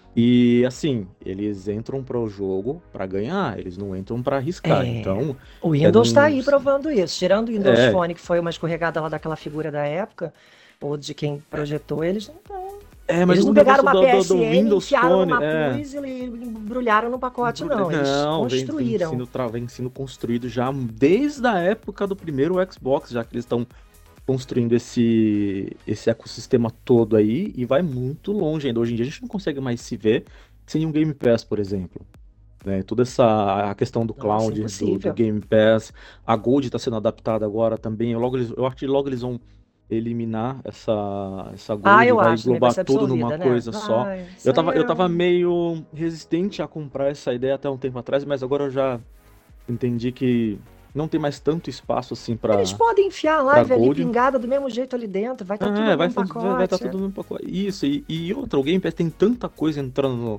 E assim, eles entram para o jogo para ganhar, eles não entram para arriscar. É. Então, o Windows está é aí provando isso. Tirando o Windows é. Phone, que foi uma escorregada lá daquela figura da época, ou de quem projetou, eles não estão. É, mas eles não pegaram uma do, P S N, do, do Windows enfiaram Phone, numa é. cruz e embrulharam no pacote, não. Eles não, construíram. Vem, vem, sendo, vem sendo construído já desde a época do primeiro Xbox, já que eles estão construindo esse, esse ecossistema todo aí, e vai muito longe ainda. Hoje em dia a gente não consegue mais se ver sem um Game Pass, por exemplo. Né? Toda essa a questão do cloud, Nossa, do, do Game Pass, a Gold está sendo adaptada agora também. Eu, logo, eu acho que logo eles vão eliminar essa, essa Gold, ah, eu vai acho, englobar tudo numa né? coisa Ai, só. Eu tava, eu tava meio resistente a comprar essa ideia até um tempo atrás, mas agora eu já entendi que não tem mais tanto espaço assim pra... Eles podem enfiar a live ali pingada do mesmo jeito ali dentro, vai estar tá é, tudo no vai, mesmo pacote. Vai estar tá tudo no pacote. Isso, e, e outra, o Game Pass tem tanta coisa entrando no,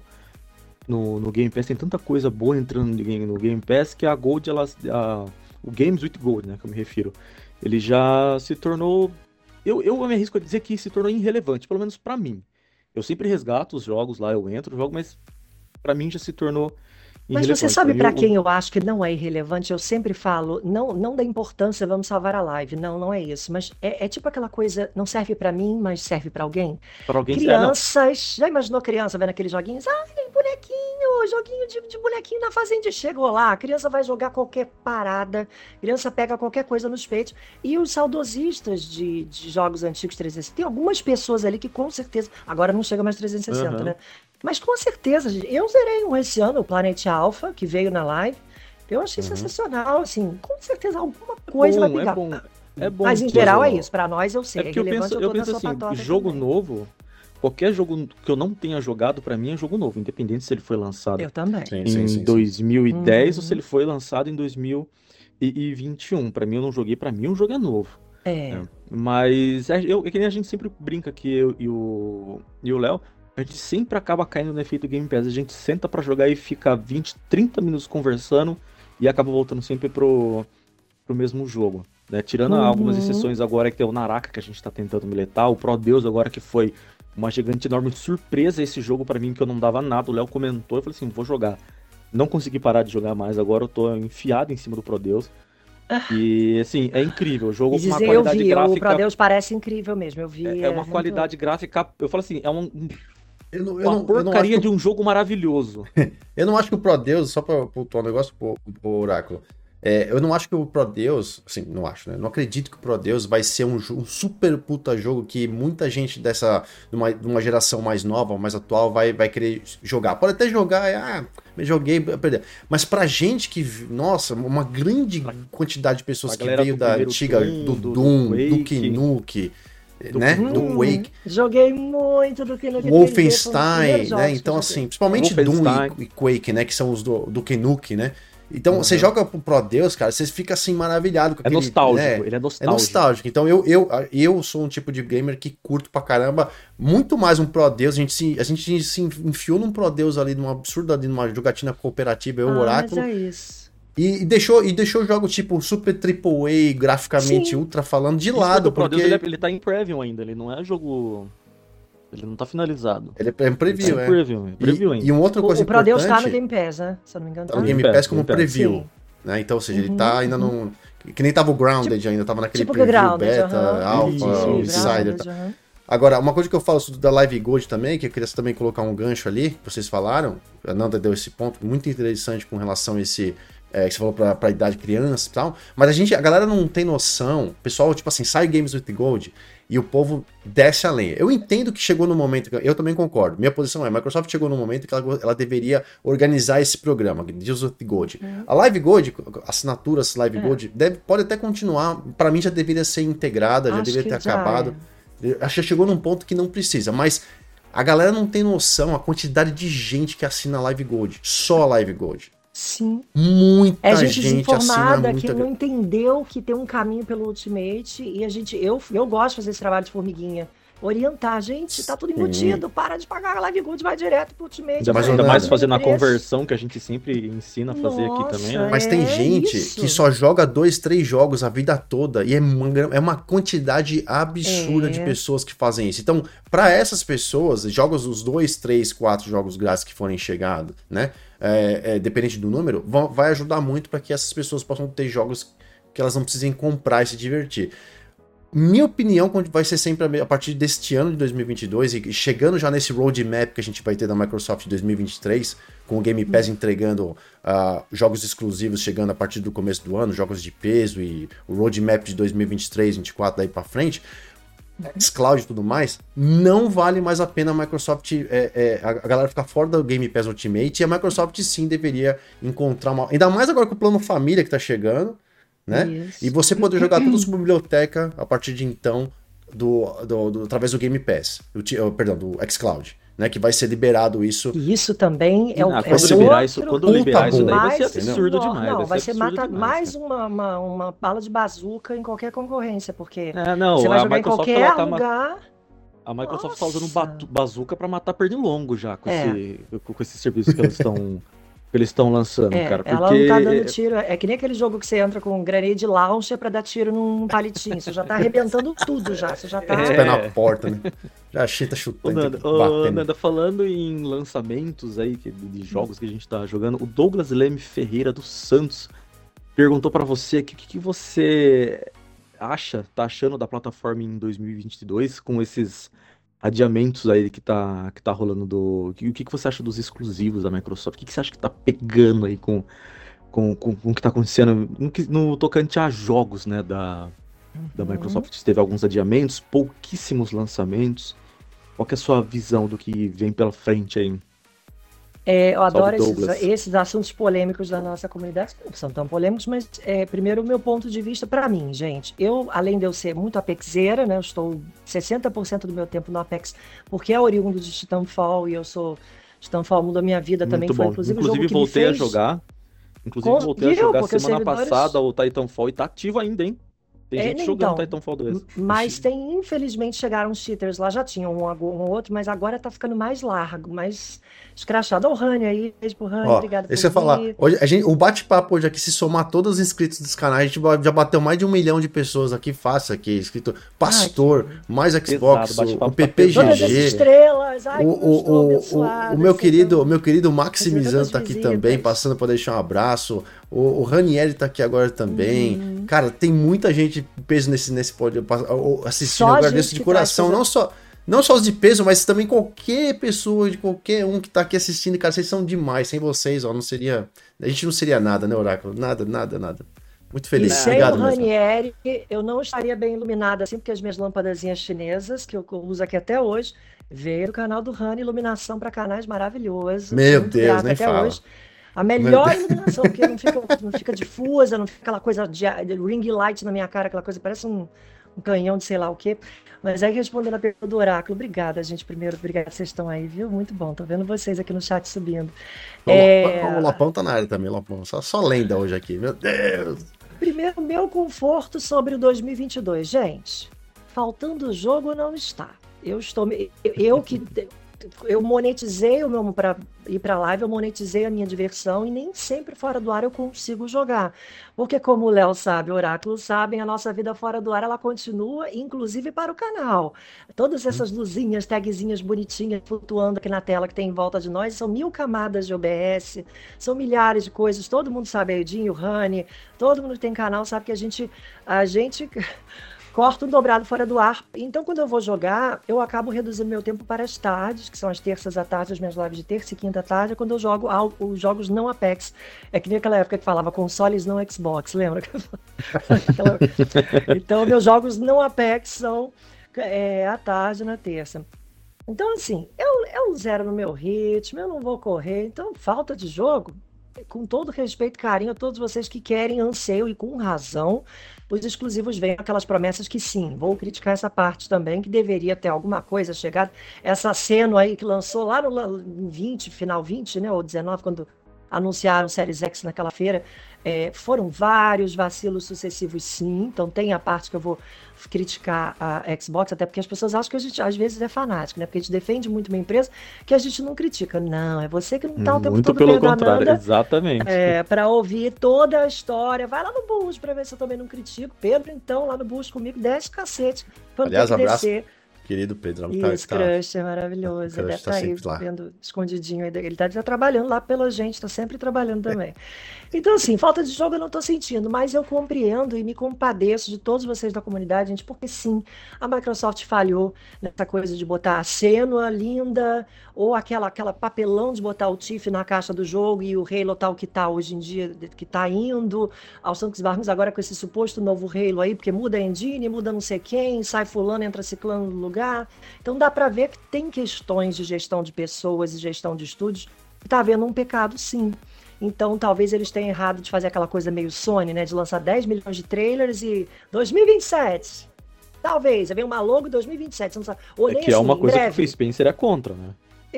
no, no Game Pass, tem tanta coisa boa entrando no Game Pass que a Gold, ela, a, o Games with Gold, né, que eu me refiro, ele já se tornou... Eu, eu me arrisco a dizer que se tornou irrelevante, pelo menos pra mim. Eu sempre resgato os jogos lá, eu entro, jogo, mas pra mim já se tornou Mas irrelevante. você sabe Pra para mim, quem eu acho que não é irrelevante? Eu sempre falo, não, não da importância, vamos salvar a live. Não, não é isso. Mas é, é tipo aquela coisa, não serve para mim, mas serve para alguém. Pra alguém Crianças, já imaginou criança vendo aqueles joguinhos? Ai, bonequinho, joguinho de, de bonequinho na fazenda. Chegou lá, a criança vai jogar qualquer parada, a criança pega qualquer coisa nos peitos. E os saudosistas de, de jogos antigos trezentos e sessenta, tem algumas pessoas ali que com certeza, agora não chega mais trezentos e sessenta, uhum. né? Mas com certeza, eu zerei um esse ano, o Planet Alpha, que veio na live. Eu achei uhum. sensacional, assim, com certeza alguma coisa é bom, vai pegar. É bom, é bom. Mas em geral é isso, pra nós eu sei, é, é eu relevante, penso, eu tô eu penso na sua assim, patota jogo também. novo, qualquer jogo que eu não tenha jogado, pra mim é jogo novo, independente se ele foi lançado eu também. Sim, em sim, sim, dois mil e dez uhum. ou se ele foi lançado em dois mil e vinte e um. Pra mim eu não joguei, pra mim o jogo é novo. É. É. Mas é, eu, é que nem a gente sempre brinca aqui, eu e o e o Léo, a gente sempre acaba caindo no efeito Game Pass. A gente senta pra jogar e fica vinte, trinta minutos conversando e acaba voltando sempre pro, pro mesmo jogo. Né? Tirando Uhum. algumas exceções agora, que tem o Naraka, que a gente tá tentando miletar, o Pro Deus agora, que foi uma gigante enorme surpresa esse jogo pra mim, que eu não dava nada. O Léo comentou, eu falei assim, vou jogar. Não consegui parar de jogar mais, agora eu tô enfiado em cima do Pro Deus. E, assim, é incrível. O jogo E com uma dizer, eu qualidade vi, o gráfica. Prodeus parece incrível mesmo. Eu vi. É é É uma muito. qualidade gráfica. Eu falo assim, é um- Eu não, eu uma não, eu não acho porcaria que, de um jogo maravilhoso. eu não acho que o Prodeus, só pra pontuar um negócio pro, pro Oráculo, é, eu não acho que o Prodeus, assim, não acho, né? Não acredito que o Prodeus vai ser um, jo- um super puta jogo que muita gente dessa, de uma, de uma geração mais nova, mais atual, vai, vai querer jogar. Pode até jogar, é, ah, me joguei, perder. Mas pra gente que, vi- nossa, uma grande quantidade de pessoas A que galera veio do da primeiro antiga, Doom, do do, do Doom, do Quake, Nuke, do né? Do Quake, Hum, Quake. joguei muito do que no três D, foi um dos primeiros Wolfenstein, né? jogos que eu Então, joguei. assim, principalmente Doom Wolfenstein. e, e Quake, né? Que são os do, do Nukem, né? Então, você Uhum. joga pro Pro Deus, cara, você fica assim maravilhado com É aquele. nostálgico, né? ele é É nostálgico. nostálgico. Então, eu, eu, eu sou um tipo de gamer que curto pra caramba muito mais um Pro Deus. A gente se, a gente se enfiou num Pro Deus ali, num absurdo ali, numa jogatina cooperativa, eu, o Ah, mas Oráculo. é isso. E, e deixou, e deixou jogos tipo Super Triple A, graficamente Sim. ultra falando de Isso porque lado, o Pro porque Deus, ele, é- ele tá em preview ainda, ele não é jogo... Ele não tá finalizado. ele é um Ele tá preview, em é. preview, é preview E, ainda. e uma outra O, coisa o Prodeus tá no importante, Game Pass, né? Se eu não me engano, tá tá. no Game Game Pass Pass, como Game Pass. preview. Sim. Né? Então, ou seja, ele Uhum, tá ainda uhum. num. Que nem tava o Grounded ainda, tava naquele Tipo que preview, Grounded, beta, aham. alpha, Isso, Entendi, isso. insider. Grounded, Tá. aham. Agora, uma coisa que eu falo sobre da Live Gold também, que eu queria também colocar um gancho ali, que vocês falaram, a Nanda deu esse ponto muito interessante com relação a esse. É, que você falou pra, pra idade criança e tal, mas a gente, a galera não tem noção, o pessoal, tipo assim, sai Games with Gold e o povo desce a lenha. Eu entendo que chegou no momento, eu também concordo, minha posição é, a Microsoft chegou no momento que ela, ela deveria organizar esse programa, Games with Gold. Uhum. A Live Gold, assinaturas Live É. Gold, deve, pode até continuar, pra mim já deveria ser integrada, já Acho deveria ter que já acabado. é. Acho que chegou num ponto que não precisa, mas a galera não tem noção a quantidade de gente que assina a Live Gold, só a Live Gold. Sim. Muita É gente gente assina desinformada que muita. não entendeu que tem um caminho pelo Ultimate e a gente, eu, eu gosto de fazer esse trabalho de formiguinha. Orientar, gente, tá tudo Sim. embutido, para de pagar a Live Gold, vai direto pro Ultimate. Ainda, Mas, mais, ainda Nanda, mais fazendo a preço. conversão que a gente sempre ensina a fazer aqui também, né? Nossa, Mas tem É gente isso. que só joga dois, três jogos a vida toda e é uma, é uma quantidade absurda É. de pessoas que fazem isso. Então, para essas pessoas, jogos os dois, três, quatro jogos grátis que forem chegados, né? É, é, dependente do número, vão, vai ajudar muito para que essas pessoas possam ter jogos que elas não precisem comprar e se divertir. Minha opinião vai ser sempre a partir deste ano de dois mil e vinte e dois e chegando já nesse roadmap que a gente vai ter da Microsoft em dois mil e vinte e três, com o Game Pass entregando uh, jogos exclusivos chegando a partir do começo do ano, jogos de peso e o roadmap de dois mil e vinte e três, vinte e quatro daí para frente, xCloud e tudo mais, não vale mais a pena a Microsoft, é, é, a galera ficar fora do Game Pass Ultimate e a Microsoft sim deveria encontrar uma... Ainda mais agora com o plano família que tá chegando, né? Isso. E você poder jogar toda a sua biblioteca a partir de então, do, do, do- através do Game Pass, do, ti- oh, perdão, do xCloud, né? Que vai ser liberado isso. E isso também é, o, Ah, é quando ser liberar outro isso, quando puta liberar isso daí vai ser mais- absurdo não, demais. Não, vai ser absurdo mata, demais, mais cara. uma, uma, uma bala de bazuca em qualquer concorrência, porque É, não, você vai a jogar em Microsoft, qualquer ela tá ma- lugar. a Microsoft tá usando Nossa. batu- bazuca pra matar pernilongo já com, É. esse, com, com esse serviço que eles estão que eles estão lançando, É, cara. ela Porque não tá dando tiro. É que nem aquele jogo que você entra com um grenade launcher pra dar tiro num palitinho. Você já tá arrebentando tudo já. Você já tá. Os É. pés na porta, né? Já chita Ô, chutando, Nanda, tá ô, batendo. Nanda, falando em lançamentos aí que- de jogos que a gente tá jogando, o Douglas Leme Ferreira dos Santos perguntou pra você o que, que você acha, tá achando da plataforma em dois mil e vinte e dois com esses adiamentos aí que tá, que tá rolando do... O que, que você acha dos exclusivos da Microsoft? O que, que você acha que tá pegando aí com, com, com, com o que tá acontecendo no, que- no tocante a jogos, né, da, da Uhum. Microsoft? Teve alguns adiamentos, pouquíssimos lançamentos. Qual que é a sua visão do que vem pela frente aí? É, eu adoro esses, Douglas. esses assuntos polêmicos da nossa comunidade. Não são tão polêmicos, mas é, primeiro o meu ponto de vista para mim, gente. Eu, além de eu ser muito apexeira, né? Eu estou sessenta por cento do meu tempo no Apex, porque é oriundo de Titanfall e eu sou. Titanfall mudou a minha vida também. Muito Foi bom. inclusive, Inclusive, o jogo que me voltei fez... a jogar. Inclusive, voltei a Conseguiu, jogar porque os semana servidores- passada o Titanfall e tá ativo ainda, hein? Tem É, gente nem- jogando então, Titanfall dois. mas tem, infelizmente, chegaram os cheaters lá, já tinham um, ago- um outro, mas agora tá ficando mais largo, mais escrachado. Ó, o Rani aí, beijo pro Rani, Ó, obrigada isso por eu ia falar. vir. Hoje, a gente, o bate-papo hoje aqui, se somar todos os inscritos dos canais, a gente ba- já bateu mais de um milhão de pessoas aqui, fácil aqui, inscrito. Pastor, mais Xbox, Pesado, o, bate-papo o tá Todas as pesado. P P G G. estrelas, ai, O, como eu estou o, o, o, abençoada. o meu Vocês querido, são- o meu querido receber Maximizando tantas tá aqui visitas. também, passando para deixar um abraço. O, o Ranieri tá aqui agora também. Uhum. Cara, tem muita gente de peso nesse, nesse pod, assistindo. Só Eu agradeço gente de que coração. traz Não só, não só os de peso, mas também qualquer pessoa, de qualquer um que tá aqui assistindo. Cara, vocês são demais. Sem vocês, ó, não seria. A gente não seria nada, né, Oráculo? Nada, nada, nada. Muito E feliz. sem Obrigado o mesmo. Ranieri, eu não estaria bem iluminada assim, porque as minhas lâmpadazinhas chinesas, que eu uso aqui até hoje, veio do canal do Rani, iluminação para canais maravilhoso. Meu Muito Deus, grata nem até fala. hoje. A Meu melhor Deus. iluminação, porque não fica, não fica difusa, não fica aquela coisa de, de ring light na minha cara, aquela coisa, parece um, um canhão de sei lá o quê. Mas aí respondendo a pergunta do Oráculo, obrigada, gente. Primeiro, obrigada, vocês estão aí, viu? Muito bom, tô vendo vocês aqui no chat subindo. O É, Lopão, o Lopão tá na área também, Lopão. Só, só lenda hoje aqui. Meu Deus. Primeiro, meu conforto sobre o dois mil e vinte e dois. Gente, faltando jogo não está. Eu estou. me- Eu, eu que. Eu monetizei o meu. Para ir para live, eu monetizei a minha diversão e nem sempre fora do ar eu consigo jogar. Porque, como o Léo sabe, o Oráculo sabem, a nossa vida fora do ar ela continua, inclusive para o canal. Todas essas luzinhas, tagzinhas bonitinhas flutuando aqui na tela que tem em volta de nós, são mil camadas de O B S, são milhares de coisas. Todo mundo sabe, a Edinho, o Rani, todo mundo que tem canal sabe que a gente, a gente corta um dobrado fora do ar. Então, quando eu vou jogar, eu acabo reduzindo meu tempo para as tardes, que são as terças à tarde, as minhas lives de terça e quinta à tarde, é quando eu jogo al- os jogos não Apex. É que nem aquela época que falava consoles não Xbox, lembra? Aquela- Então, meus jogos não Apex são é, à tarde na terça. Então, assim, eu, eu zero no meu ritmo, eu não vou correr. Então, falta de jogo, com todo respeito e carinho a todos vocês que querem, anseiam e com razão, os exclusivos vêm com aquelas promessas que sim, vou criticar essa parte também, que deveria ter alguma coisa chegado. Essa cena aí que lançou lá no la- em vinte, final vinte, né, ou dezenove, quando anunciaram o Series X naquela feira, é, foram vários vacilos sucessivos, sim. Então tem a parte que eu vou criticar a Xbox, até porque as pessoas acham que a gente às vezes é fanático, né? Porque a gente defende muito uma empresa que a gente não critica. Não, é você que não tá o tempo Muito todo pelo perdendo contrário, nada exatamente. é, para ouvir toda a história. Vai lá no Bus para ver se eu também não critico. Pedro, então, lá no Bus comigo, desce o cacete. Quando Aliás, tem que abraço. descer. Querido Pedro. E tá, esse tá- crush é maravilhoso. Crush Ele deve tá estar aí sempre lá. vendo escondidinho aí. Ele está trabalhando lá pela gente, está sempre trabalhando também. Então, assim, falta de jogo eu não estou sentindo, mas eu compreendo e me compadeço de todos vocês da comunidade, gente, porque sim, a Microsoft falhou nessa coisa de botar a Senua linda, ou aquela, aquela papelão de botar o Tiff na caixa do jogo e o Halo tal que tá hoje em dia, que tá indo aos Santos Barros agora com esse suposto novo Halo aí, porque muda a engine, muda não sei quem, sai fulano, entra ciclano no lugar. Então dá para ver que tem questões de gestão de pessoas e gestão de estúdios que tá havendo um pecado, sim. Então talvez eles tenham errado de fazer aquela coisa meio Sony, né, de lançar dez milhões de trailers e dois mil e vinte e sete. Talvez, vem uma logo em dois mil e vinte e sete, você não sabe. Ou É nem que é assim, uma em coisa que o breve. Phil Spencer é contra, né?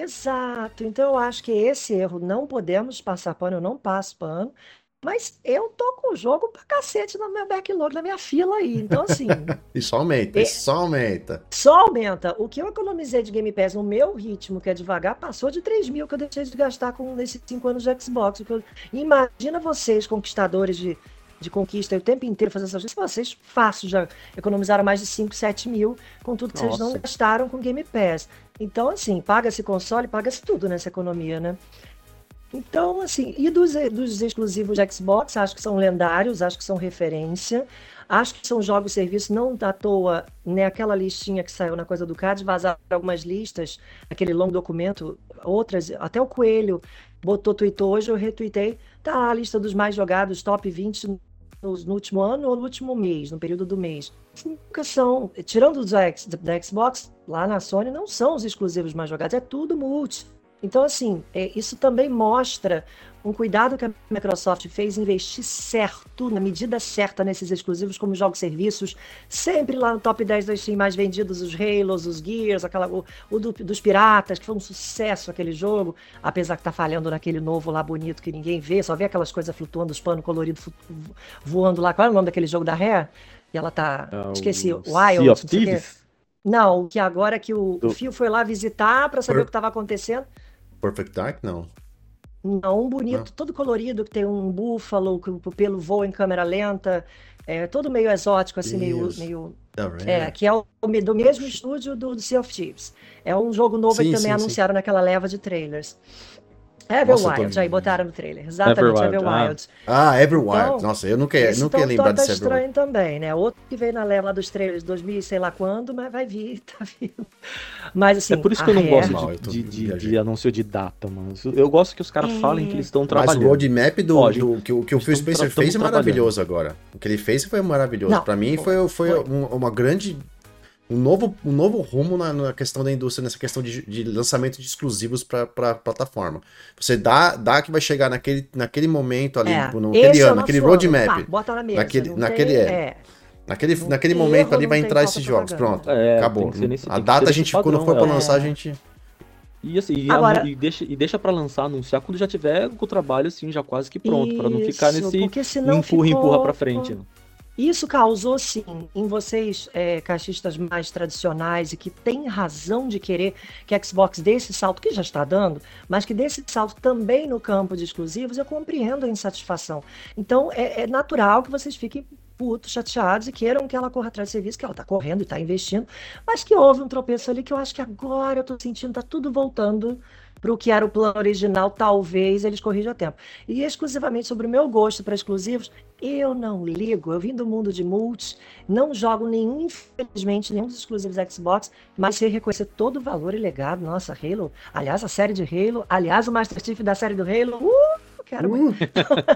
Exato. Então eu acho que esse erro não podemos passar pano, eu não passo pano, mas eu tô com o jogo pra cacete no meu backlog, na minha fila aí. Então, assim, E só aumenta, É. e só aumenta. só aumenta. O que eu economizei de Game Pass no meu ritmo, que é devagar, passou de três mil que eu deixei de gastar com nesses cinco anos de Xbox. O que eu- Imagina vocês, conquistadores de, de conquista, o tempo inteiro fazendo essas coisas. Vocês fácil já economizaram mais de cinco, sete mil com tudo que vocês não Nossa. gastaram com Game Pass. Então, assim, paga-se console, paga-se tudo nessa economia, né? Então, assim, e dos, dos exclusivos de Xbox, acho que são lendários, acho que são referência, acho que são jogos serviço, não à toa, né, aquela listinha que saiu na coisa do C A D, vazaram algumas listas, aquele longo documento, outras, até o Coelho botou, tweetou hoje, eu retuitei, tá lá a lista dos mais jogados, top vinte no, no último ano ou no último mês, no período do mês. Nunca são, tirando os da, X- da Xbox, lá na Sony, não são os exclusivos mais jogados, é tudo multi. Então, assim, é, isso também mostra um cuidado que a Microsoft fez em investir certo, na medida certa, nesses exclusivos como jogos e serviços, sempre lá no top dez da Steam mais vendidos, os Halos, os Gears, aquela, o, o do- dos Piratas, que foi um sucesso aquele jogo, apesar que tá falhando naquele novo lá bonito que ninguém vê, só vê aquelas coisas flutuando, os panos coloridos fu- voando lá. Qual é o nome daquele jogo da Rare? E ela tá, Ah, esqueci, o Wild, Sea of não sei o quê. Thieves? Não, que agora que o, o Do- Phil foi lá visitar pra saber Per- o que estava acontecendo. Perfect Dark, não. Não, um Não. bonito, todo colorido, que tem um búfalo, que o pelo voa em câmera lenta, é todo meio exótico, assim, meio, Isso. meio, Da é, Rare. que é o, do mesmo estúdio do, do Sea of Thieves. É um jogo novo que Sim, também sim, sim. anunciaram naquela leva de trailers. Nossa, eu tô- Everwild, aí botaram no trailer. Exatamente, Everwild, ah. Everwild. Ah, Everwild. Então, Nossa, eu nunca ia, esse nunca ia então lembrar tá desse Everwild. estranho também, né? Outro que veio na leva lá dos trailers de dois mil e sei lá quando, mas vai vir, tá vindo. Mas assim, É por isso a que eu não Rare- gosto Mal, eu tô de, de, de, viajando. de anúncio de data, mano. Eu gosto que os caras É. falem que eles estão Mas o trabalhando. roadmap do, Ó, do que, o- que o eles Phil tão Spencer tra- tamo fez é trabalhando. maravilhoso agora. O que ele fez foi maravilhoso. Não, Pra mim foi, foi, foi. um- uma grande. Um novo, um novo rumo na, na questão da indústria, nessa questão de, de lançamento de exclusivos para plataforma. Você dá, dá que vai chegar naquele, naquele momento ali, É, tipo, naquele esse é o ano, nosso naquele ano. roadmap. Pá, bota na mesa. naquele- não naquele- tem- é. é. Naquele, Não naquele tem momento erro, ali não vai tem entrar falta esses de jogos. propaganda. Pronto, É, acabou. tem que ser nesse- A tem que data ser a nesse gente, quando padrão, for pra é. lançar, a gente. E assim, e, Agora- anu- e deixa, e deixa pra lançar, anunciar quando já tiver com o trabalho assim, já quase que pronto, pra não ficar Isso, nesse porque senão empurra, ficou- empurra pra frente. né? Isso causou, sim, em vocês, é, caixistas mais tradicionais e que têm razão de querer que a Xbox dê esse salto, que já está dando, mas que dê esse salto também no campo de exclusivos, eu compreendo a insatisfação. Então, é, é natural que vocês fiquem putos, chateados e queiram que ela corra atrás do serviço, que ela está correndo e está investindo, mas que houve um tropeço ali que eu acho que agora eu estou sentindo, está tudo voltando para o que era o plano original, talvez eles corrijam a tempo. E exclusivamente sobre o meu gosto para exclusivos, eu não ligo. Eu vim do mundo de multi, não jogo nenhum, infelizmente, nenhum dos exclusivos Xbox, mas sei reconhecer todo o valor e legado. Nossa, Halo, aliás, a série de Halo, aliás, o Master Chief da série do Halo, uh, quero muito. Uh,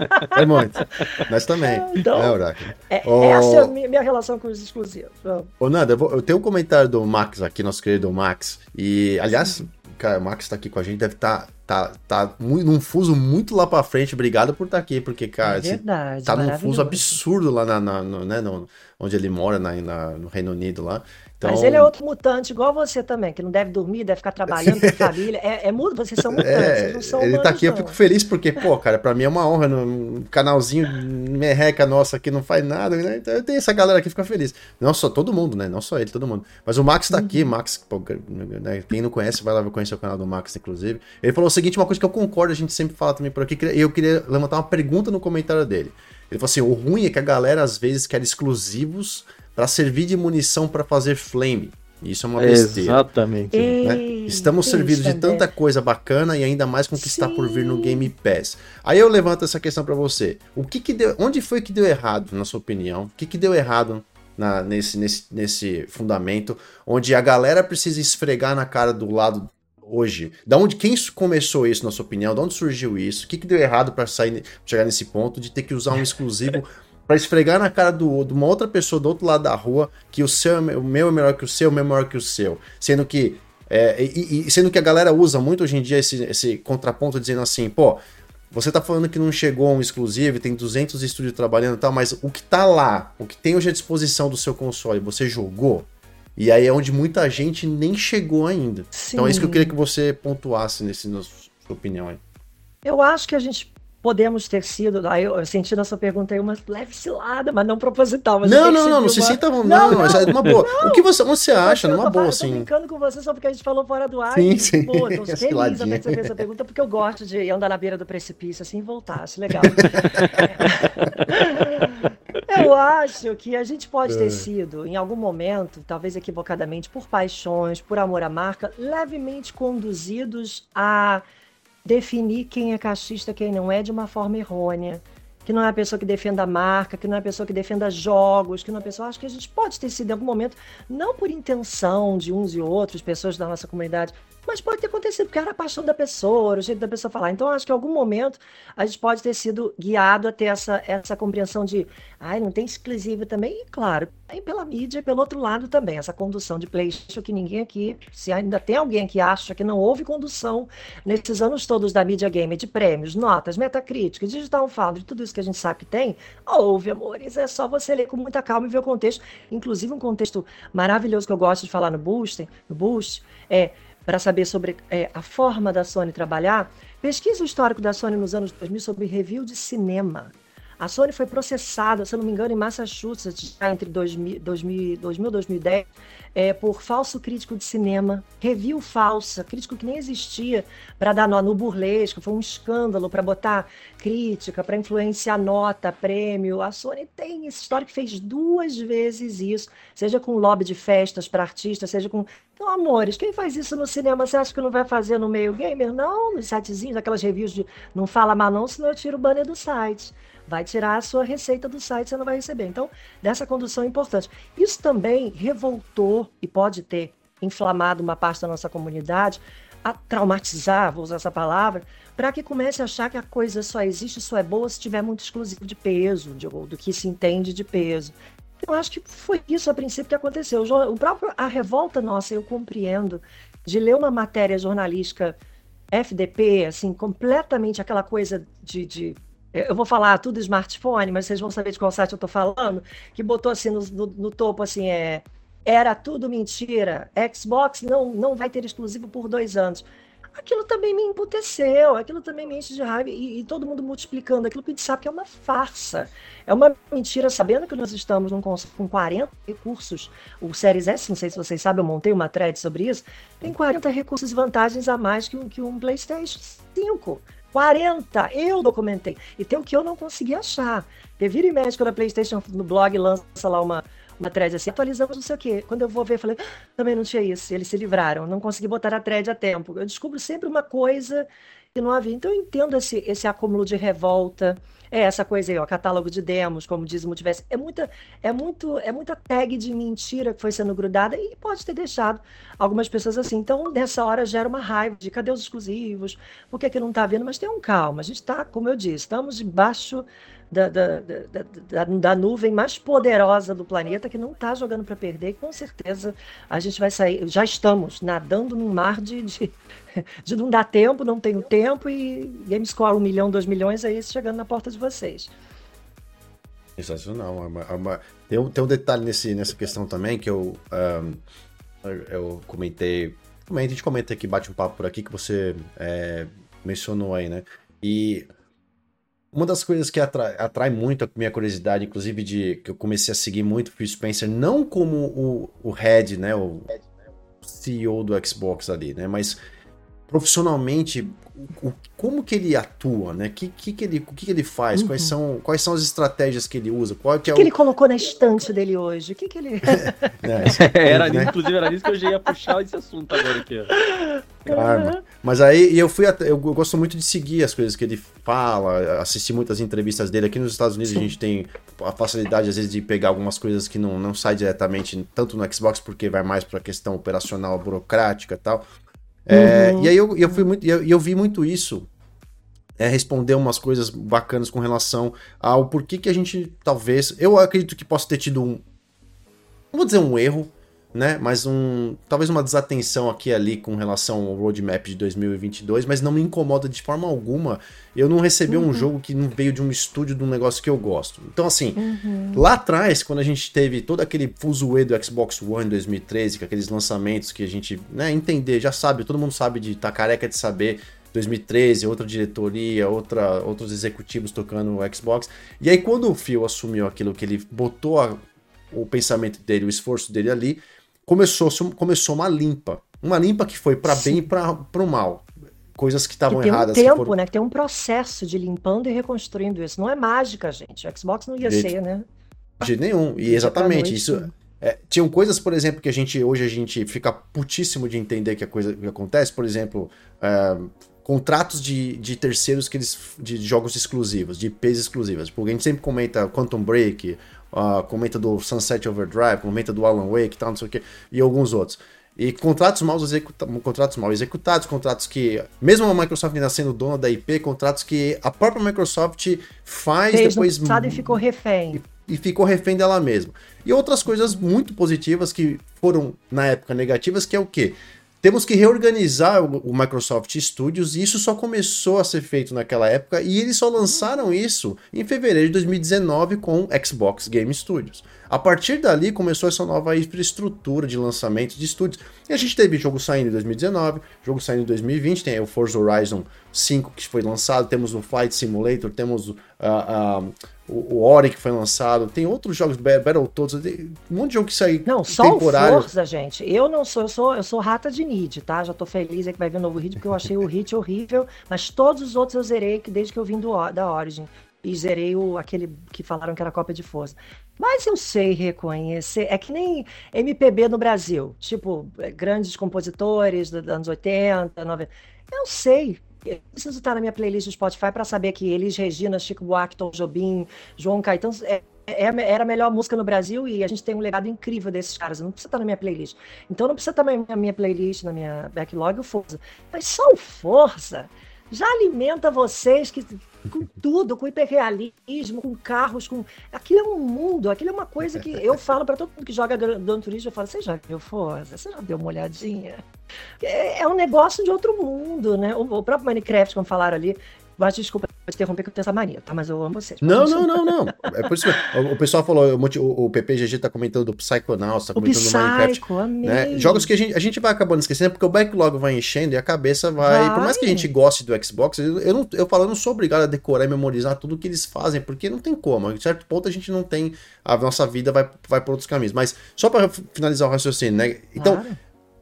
é muito. Nós também. Então, é, Oráculo. É, Ô- Essa é a minha, minha relação com os exclusivos. Vamos. Ô, Nanda, eu, vou- eu tenho um comentário do Max aqui, nosso querido Max. E, aliás, cara, o Max tá aqui com a gente, deve estar tá, tá, tá muito, num fuso muito lá pra frente. Obrigado por estar aqui, porque, cara, É você verdade, tá num maravilhoso. fuso absurdo lá na, na- no, né, no- onde ele mora, na, na- no Reino Unido lá. Então, Mas ele é outro mutante, igual você também, que não deve dormir, deve ficar trabalhando com a família. É, é mudo, vocês são mutantes, É, vocês não são ele tá humanos, aqui, eu não. fico feliz porque, pô, cara, pra mim é uma honra, no um canalzinho merreca nossa aqui não faz nada, né? Então eu tenho essa galera aqui que fica feliz. Não só todo mundo, né? Não só ele, todo mundo. Mas o Max tá Uhum. aqui, Max, pô, né? Quem não conhece, vai lá conhecer o canal do Max, inclusive. Ele falou o seguinte, uma coisa que eu concordo, a gente sempre fala também por aqui, e eu queria levantar uma pergunta no comentário dele. Ele falou assim, o ruim é que a galera às vezes quer exclusivos pra servir de munição pra fazer flame. Isso é uma besteira. Exatamente. E- Né? Estamos tem servidos isso de também. tanta coisa bacana e ainda mais com o que está por vir no Sim. Game Pass. Aí eu levanto essa questão pra você. O que que deu, onde foi que deu errado, na sua opinião? O que que deu errado na- nesse, nesse, nesse fundamento, onde a galera precisa esfregar na cara do lado hoje? Da onde, quem começou isso, na sua opinião? De onde surgiu isso? O que que deu errado pra sair, chegar nesse ponto de ter que usar um exclusivo pra esfregar na cara do, de uma outra pessoa do outro lado da rua que o seu, é me- o meu é melhor que o seu, o meu é melhor que o seu, sendo que é, e, e sendo que a galera usa muito hoje em dia esse, esse contraponto dizendo assim, pô, você tá falando que não chegou um exclusivo, tem duzentos estúdios trabalhando e tal, mas o que tá lá, o que tem hoje à disposição do seu console, você jogou? E aí é onde muita gente nem chegou ainda. Então é isso que eu queria que você pontuasse nesse, na sua opinião aí. Eu acho que a gente podemos ter sido, aí eu, eu senti na sua pergunta aí uma leve cilada, mas não proposital. Mas eu Não, tenho que não, não, não seguir se uma- sinta. Não, não, mas é uma boa. O que você, você acha, Eu tô numa boa, falando- Eu tô assim. brincando com você só porque a gente falou fora do ar. Sim, e, sim. Pô, tô Essa feliz ciladinha. até que você fez essa pergunta, porque eu gosto de andar na beira do precipício assim e voltar, acho legal. Eu acho que a gente pode É. ter sido, em algum momento, talvez equivocadamente, por paixões, por amor à marca, levemente conduzidos a definir quem é caixista e quem não é de uma forma errônea. Que não é a pessoa que defenda a marca, que não é a pessoa que defenda jogos, que não é a pessoa... Acho que a gente pode ter sido em algum momento, não por intenção de uns e outros, pessoas da nossa comunidade, mas pode ter acontecido, porque era a paixão da pessoa, era o jeito da pessoa falar. Então, acho que em algum momento a gente pode ter sido guiado a ter essa, essa compreensão de ai, não tem exclusivo também. E, claro, tem pela mídia e pelo outro lado também, essa condução de PlayStation que ninguém aqui, se ainda tem alguém que acha que não houve condução nesses anos todos da mídia game, de prêmios, notas, Metacritic, Digital Foundry, tudo isso que a gente sabe que tem, houve, amores. É só você ler com muita calma e ver o contexto. Inclusive, um contexto maravilhoso que eu gosto de falar no Boost, no Boost é... para saber sobre é, a forma da Sony trabalhar, pesquisa o histórico da Sony nos anos dois mil sobre review de cinema. A Sony foi processada, se eu não me engano, em Massachusetts, já entre dois mil, dois mil, dois mil e dois mil e dez, é, por falso crítico de cinema, review falsa, crítico que nem existia, para dar nó no burlesco, foi um escândalo para botar crítica, para influenciar nota, prêmio. A Sony tem essa história que fez duas vezes isso, seja com lobby de festas para artistas, seja com... Então, amores, quem faz isso no cinema, você acha que não vai fazer no meio gamer? Não, nos sitezinhos, aquelas reviews de não fala mal não, senão eu tiro o banner do site. Vai tirar a sua receita do site, você não vai receber. Então, dessa condução é importante. Isso também revoltou e pode ter inflamado uma parte da nossa comunidade, a traumatizar, vou usar essa palavra, para que comece a achar que a coisa só existe, só é boa se tiver muito exclusivo de peso, de, do que se entende de peso. Eu acho que foi isso a princípio que aconteceu. O próprio, a revolta nossa, eu compreendo, de ler uma matéria jornalística F D P, assim, completamente aquela coisa de... de eu vou falar tudo smartphone, mas vocês vão saber de qual site eu estou falando, que botou assim no, no, no topo, assim, é, era tudo mentira, Xbox não, não vai ter exclusivo por dois anos. Aquilo também me emputeceu, aquilo também me enche de raiva, e, e todo mundo multiplicando aquilo que a gente sabe que é uma farsa, é uma mentira, sabendo que nós estamos num console com quarenta recursos, o Series S, não sei se vocês sabem, eu montei uma thread sobre isso, tem quarenta recursos e vantagens a mais que um, que um PlayStation cinco. quarenta, eu documentei. E tem o que eu não consegui achar. Porque vira e mexe quando a PlayStation no blog lança lá uma, uma thread assim, atualizamos não sei o quê. Quando eu vou ver, eu falei, ah, também não tinha isso. Eles se livraram, não consegui botar a thread a tempo. Eu descubro sempre uma coisa que não havia. Então eu entendo esse, esse acúmulo de revolta. É essa coisa aí, ó, catálogo de demos, como diz o Multiverso. É muita, é, muito, é muita tag de mentira que foi sendo grudada e pode ter deixado algumas pessoas assim. Então, nessa hora, gera uma raiva de cadê os exclusivos? Por que, que não está vendo? Mas tenham calma, a gente está, como eu disse, estamos debaixo da, da, da, da, da nuvem mais poderosa do planeta, que não está jogando para perder, e com certeza a gente vai sair, já estamos nadando num mar de... de de não dar tempo, não tenho tempo, e GameScore um milhão, dois milhões, aí chegando na porta de vocês. Sensacional. Tem um, tem um detalhe nesse, nessa questão também, que eu, um, eu comentei, a gente comenta aqui, bate um papo por aqui, que você é, mencionou aí, né? E uma das coisas que atrai, atrai muito a minha curiosidade, inclusive de que eu comecei a seguir muito o Phil Spencer, não como o, o head, né, o C E O do Xbox ali, né, mas profissionalmente, o, como que ele atua, né? Que, que que ele, o que, que ele faz? Uhum. Quais são, quais são as estratégias que ele usa? Qual que é o que, o... que ele colocou na estante dele hoje? O que, que ele... é, era, né? Inclusive, era nisso que eu já ia puxar esse assunto agora aqui. Claro, mas aí eu fui até, eu gosto muito de seguir as coisas que ele fala, assistir muitas entrevistas dele. Aqui nos Estados Unidos Sim. a gente tem a facilidade às vezes de pegar algumas coisas que não, não sai diretamente tanto no Xbox, porque vai mais para a questão operacional, burocrática e tal. É, uhum. E aí eu, eu, fui muito, eu, eu vi muito isso, é, responder umas coisas bacanas com relação ao porquê que a gente talvez, eu acredito que possa ter tido um, não vou dizer um erro, né, mas um, talvez uma desatenção aqui e ali com relação ao roadmap de dois mil e vinte e dois, mas não me incomoda de forma alguma eu não receber uhum. um jogo que não veio de um estúdio de um negócio que eu gosto. Então assim, uhum. lá atrás, quando a gente teve todo aquele fuzuê do Xbox One em dois mil e treze, com aqueles lançamentos que a gente, né, entender, já sabe, todo mundo sabe de, tá careca de saber, dois mil e treze, outra diretoria, outra, outros executivos tocando o Xbox, e aí quando o Phil assumiu aquilo que ele botou a, o pensamento dele, o esforço dele ali, Começou, começou uma limpa. Uma limpa que foi para bem e para o mal. Coisas que estavam erradas. Tem um tempo, foram... né? Tem um processo de limpando e reconstruindo isso. Não é mágica, gente. O Xbox não ia de ser, né? De jeito nenhum. E exatamente. Noite, isso. É, tinham coisas, por exemplo, que a gente hoje a gente fica putíssimo de entender que a coisa que acontece. Por exemplo, é, contratos de, de terceiros que eles, de jogos exclusivos, de I Ps exclusivas. Porque a gente sempre comenta Quantum Break, Uh, comenta do Sunset Overdrive, comenta do Alan Wake e tal, não sei o que, e alguns outros. E contratos mal, executa contratos mal executados, contratos que, mesmo a Microsoft ainda sendo dona da I P, contratos que a própria Microsoft faz Fez depois... no passado e ficou refém. E, e ficou refém dela mesma. E outras coisas muito positivas que foram, na época, negativas, que é o quê? Temos que reorganizar o, o Microsoft Studios, e isso só começou a ser feito naquela época, e eles só lançaram isso em fevereiro de dois mil e dezenove com o Xbox Game Studios. A partir dali começou essa nova infraestrutura de lançamento de estúdios. E a gente teve jogo saindo em dois mil e dezenove, jogo saindo em dois mil e vinte, tem o Forza Horizon cinco que foi lançado, temos o Flight Simulator, temos uh, uh, o, o Ori que foi lançado, tem outros jogos, Battletoads, um monte de jogo que saiu não, só o Forza, gente. Eu não sou, eu sou, eu sou rata de Nid, tá? Já tô feliz aí que vai vir um novo hit, porque eu achei o hit horrível, mas todos os outros eu zerei desde que eu vim do, da Origin. E zerei o, aquele que falaram que era cópia de Forza. Mas eu sei reconhecer, é que nem M P B no Brasil, tipo, grandes compositores dos anos oitenta, noventa. Eu sei, eu preciso estar na minha playlist do Spotify para saber que Elis Regina, Chico Buarque, Tom Jobim, João Caetano, é, é, era a melhor música no Brasil e a gente tem um legado incrível desses caras, não precisa estar na minha playlist. Então não precisa estar na minha playlist, na minha backlog, o Forza. Mas só o Forza já alimenta vocês que... com tudo, com hiperrealismo, com carros, com... Aquilo é um mundo, aquilo é uma coisa que eu falo para todo mundo que joga Gran Turismo, eu falo, você já viu Forza? Você já deu uma olhadinha? É, é um negócio de outro mundo, né? O, o próprio Minecraft, como falaram ali, mas desculpa interromper que eu tenho essa mania, tá? Mas eu amo vocês. Não, não, não, não. É por isso que o, o pessoal falou, o, o P P G G tá comentando do Psychonauts, tá comentando do Minecraft. Amei. Né? Jogos que a gente, a gente vai acabando esquecendo, porque o backlog vai enchendo e a cabeça vai... vai. Por mais que a gente goste do Xbox, eu, eu, não, eu falo, eu não sou obrigado a decorar e memorizar tudo que eles fazem, porque não tem como. A certo ponto a gente não tem... A nossa vida vai, vai por outros caminhos. Mas só para finalizar o raciocínio, né? Então... Claro.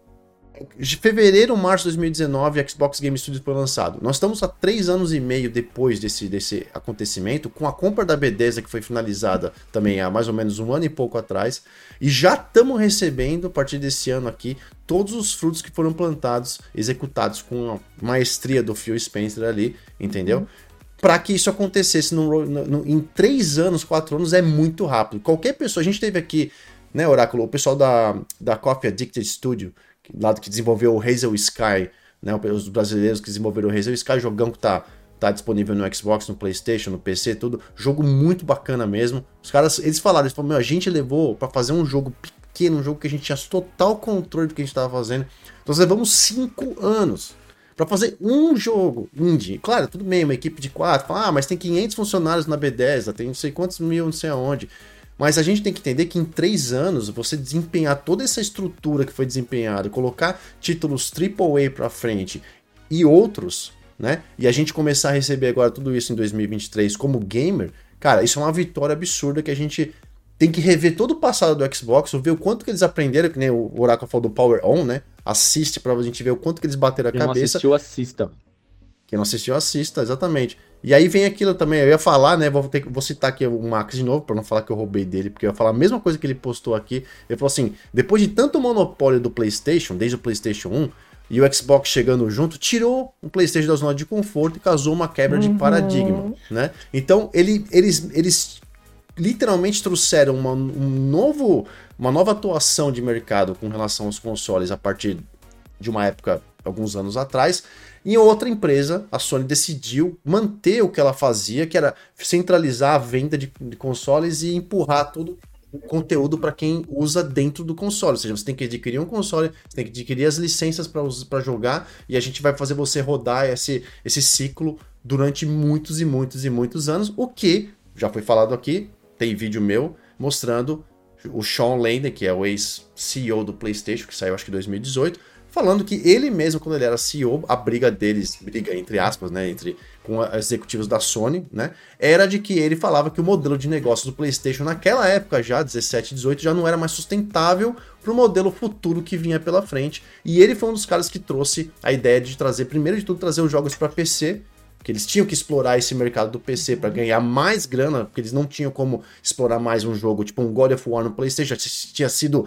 De fevereiro, março de dois mil e dezenove, a Xbox Game Studios foi lançado. Nós estamos há três anos e meio depois desse, desse acontecimento, com a compra da Bethesda, que foi finalizada também há mais ou menos um ano e pouco atrás, e já estamos recebendo, a partir desse ano aqui, todos os frutos que foram plantados, executados com a maestria do Phil Spencer ali, entendeu? Uhum. Para que isso acontecesse no, no, no, em três anos, quatro anos, é muito rápido. Qualquer pessoa, a gente teve aqui, né, Oráculo, o pessoal da, da Coffee Addicted Studio, lá que desenvolveu o Hazel Sky, né, os brasileiros que desenvolveram o Hazel Sky, jogão que tá, tá disponível no Xbox, no PlayStation, no P C, tudo, jogo muito bacana mesmo. Os caras, eles falaram, eles falaram, meu, a gente levou para fazer um jogo pequeno, um jogo que a gente tinha total controle do que a gente tava fazendo, então nós levamos cinco anos para fazer um jogo indie. Claro, tudo bem, uma equipe de quatro, fala, ah, mas tem quinhentos funcionários na Bethesda, tem não sei quantos mil, não sei aonde. Mas a gente tem que entender que em três anos, você desempenhar toda essa estrutura que foi desempenhada, colocar títulos triplo A pra frente e outros, né? E a gente começar a receber agora tudo isso em dois mil e vinte e três como gamer, cara, isso é uma vitória absurda que a gente tem que rever todo o passado do Xbox, ver o quanto que eles aprenderam, que nem o Oráculo falou do Power On, né? Assiste pra gente ver o quanto que eles bateram a Quem cabeça. Quem não assistiu, assista. Quem não assistiu, assista, exatamente. E aí vem aquilo também, eu ia falar, né, vou, ter, vou citar aqui o Max de novo, pra não falar que eu roubei dele, porque eu ia falar a mesma coisa que ele postou aqui. Ele falou assim, depois de tanto monopólio do PlayStation, desde o PlayStation um, e o Xbox chegando junto, tirou o PlayStation da zona de conforto e causou uma quebra uhum. de paradigma, né? Então, ele, eles, eles literalmente trouxeram uma, um novo, uma nova atuação de mercado com relação aos consoles a partir de uma época, alguns anos atrás. Em outra empresa, a Sony decidiu manter o que ela fazia, que era centralizar a venda de, de consoles e empurrar todo o conteúdo para quem usa dentro do console. Ou seja, você tem que adquirir um console, você tem que adquirir as licenças para jogar e a gente vai fazer você rodar esse, esse ciclo durante muitos e muitos e muitos anos, o que, já foi falado aqui, tem vídeo meu mostrando o Sean Layden, que é o ex-C E O do PlayStation, que saiu acho que em dois mil e dezoito, falando que ele mesmo, quando ele era C E O, a briga deles, briga entre aspas, né, entre com executivos da Sony, né, era de que ele falava que o modelo de negócio do PlayStation naquela época já, dezessete, dezoito, já não era mais sustentável para o modelo futuro que vinha pela frente. E ele foi um dos caras que trouxe a ideia de trazer, primeiro de tudo, trazer os jogos para P C, que eles tinham que explorar esse mercado do P C para ganhar mais grana, porque eles não tinham como explorar mais um jogo, tipo um God of War no PlayStation, já tinha sido,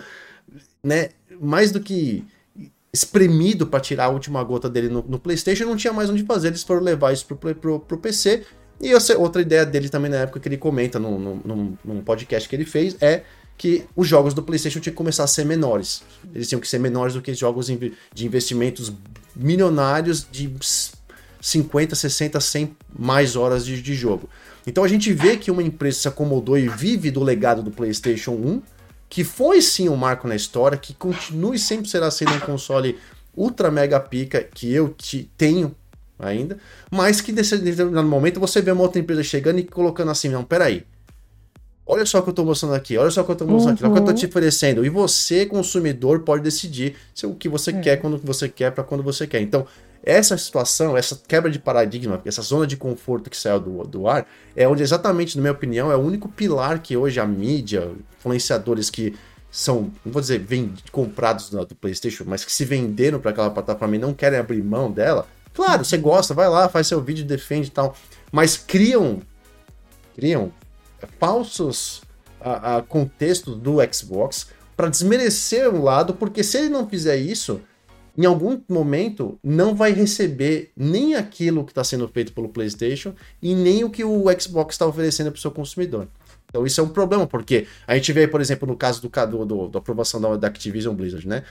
né, mais do que espremido para tirar a última gota dele no, no PlayStation, não tinha mais onde fazer, eles foram levar isso pro, pro, pro P C. E essa, outra ideia dele também na época que ele comenta no, no, num, num podcast que ele fez é que os jogos do PlayStation tinham que começar a ser menores. Eles tinham que ser menores do que jogos de investimentos milionários de cinquenta, sessenta, cem mais horas de, de jogo. Então a gente vê que uma empresa se acomodou e vive do legado do PlayStation um, que foi sim um marco na história, que continue sempre será sendo um console ultra mega pica, que eu te tenho ainda, mas que nesse determinado momento você vê uma outra empresa chegando e colocando assim, não, peraí, olha só o que eu tô mostrando aqui, olha só o que eu tô mostrando aqui, olha o que eu tô Uhum. te oferecendo. E você, consumidor, pode decidir se o que você É. quer, quando você quer, para quando você quer. Então, essa situação, essa quebra de paradigma, essa zona de conforto que saiu do, do ar, é onde exatamente, na minha opinião, é o único pilar que hoje a mídia, influenciadores que são, não vou dizer, vend... comprados do, do PlayStation, mas que se venderam para aquela plataforma e não querem abrir mão dela. Claro, você gosta, vai lá, faz seu vídeo, defende e tal, mas criam, criam falsos a, a contextos do Xbox para desmerecer um lado, porque se ele não fizer isso, em algum momento não vai receber nem aquilo que está sendo feito pelo PlayStation e nem o que o Xbox está oferecendo para o seu consumidor. Então isso é um problema, porque a gente vê, por exemplo, no caso do, do, do da aprovação da, da Activision Blizzard, né?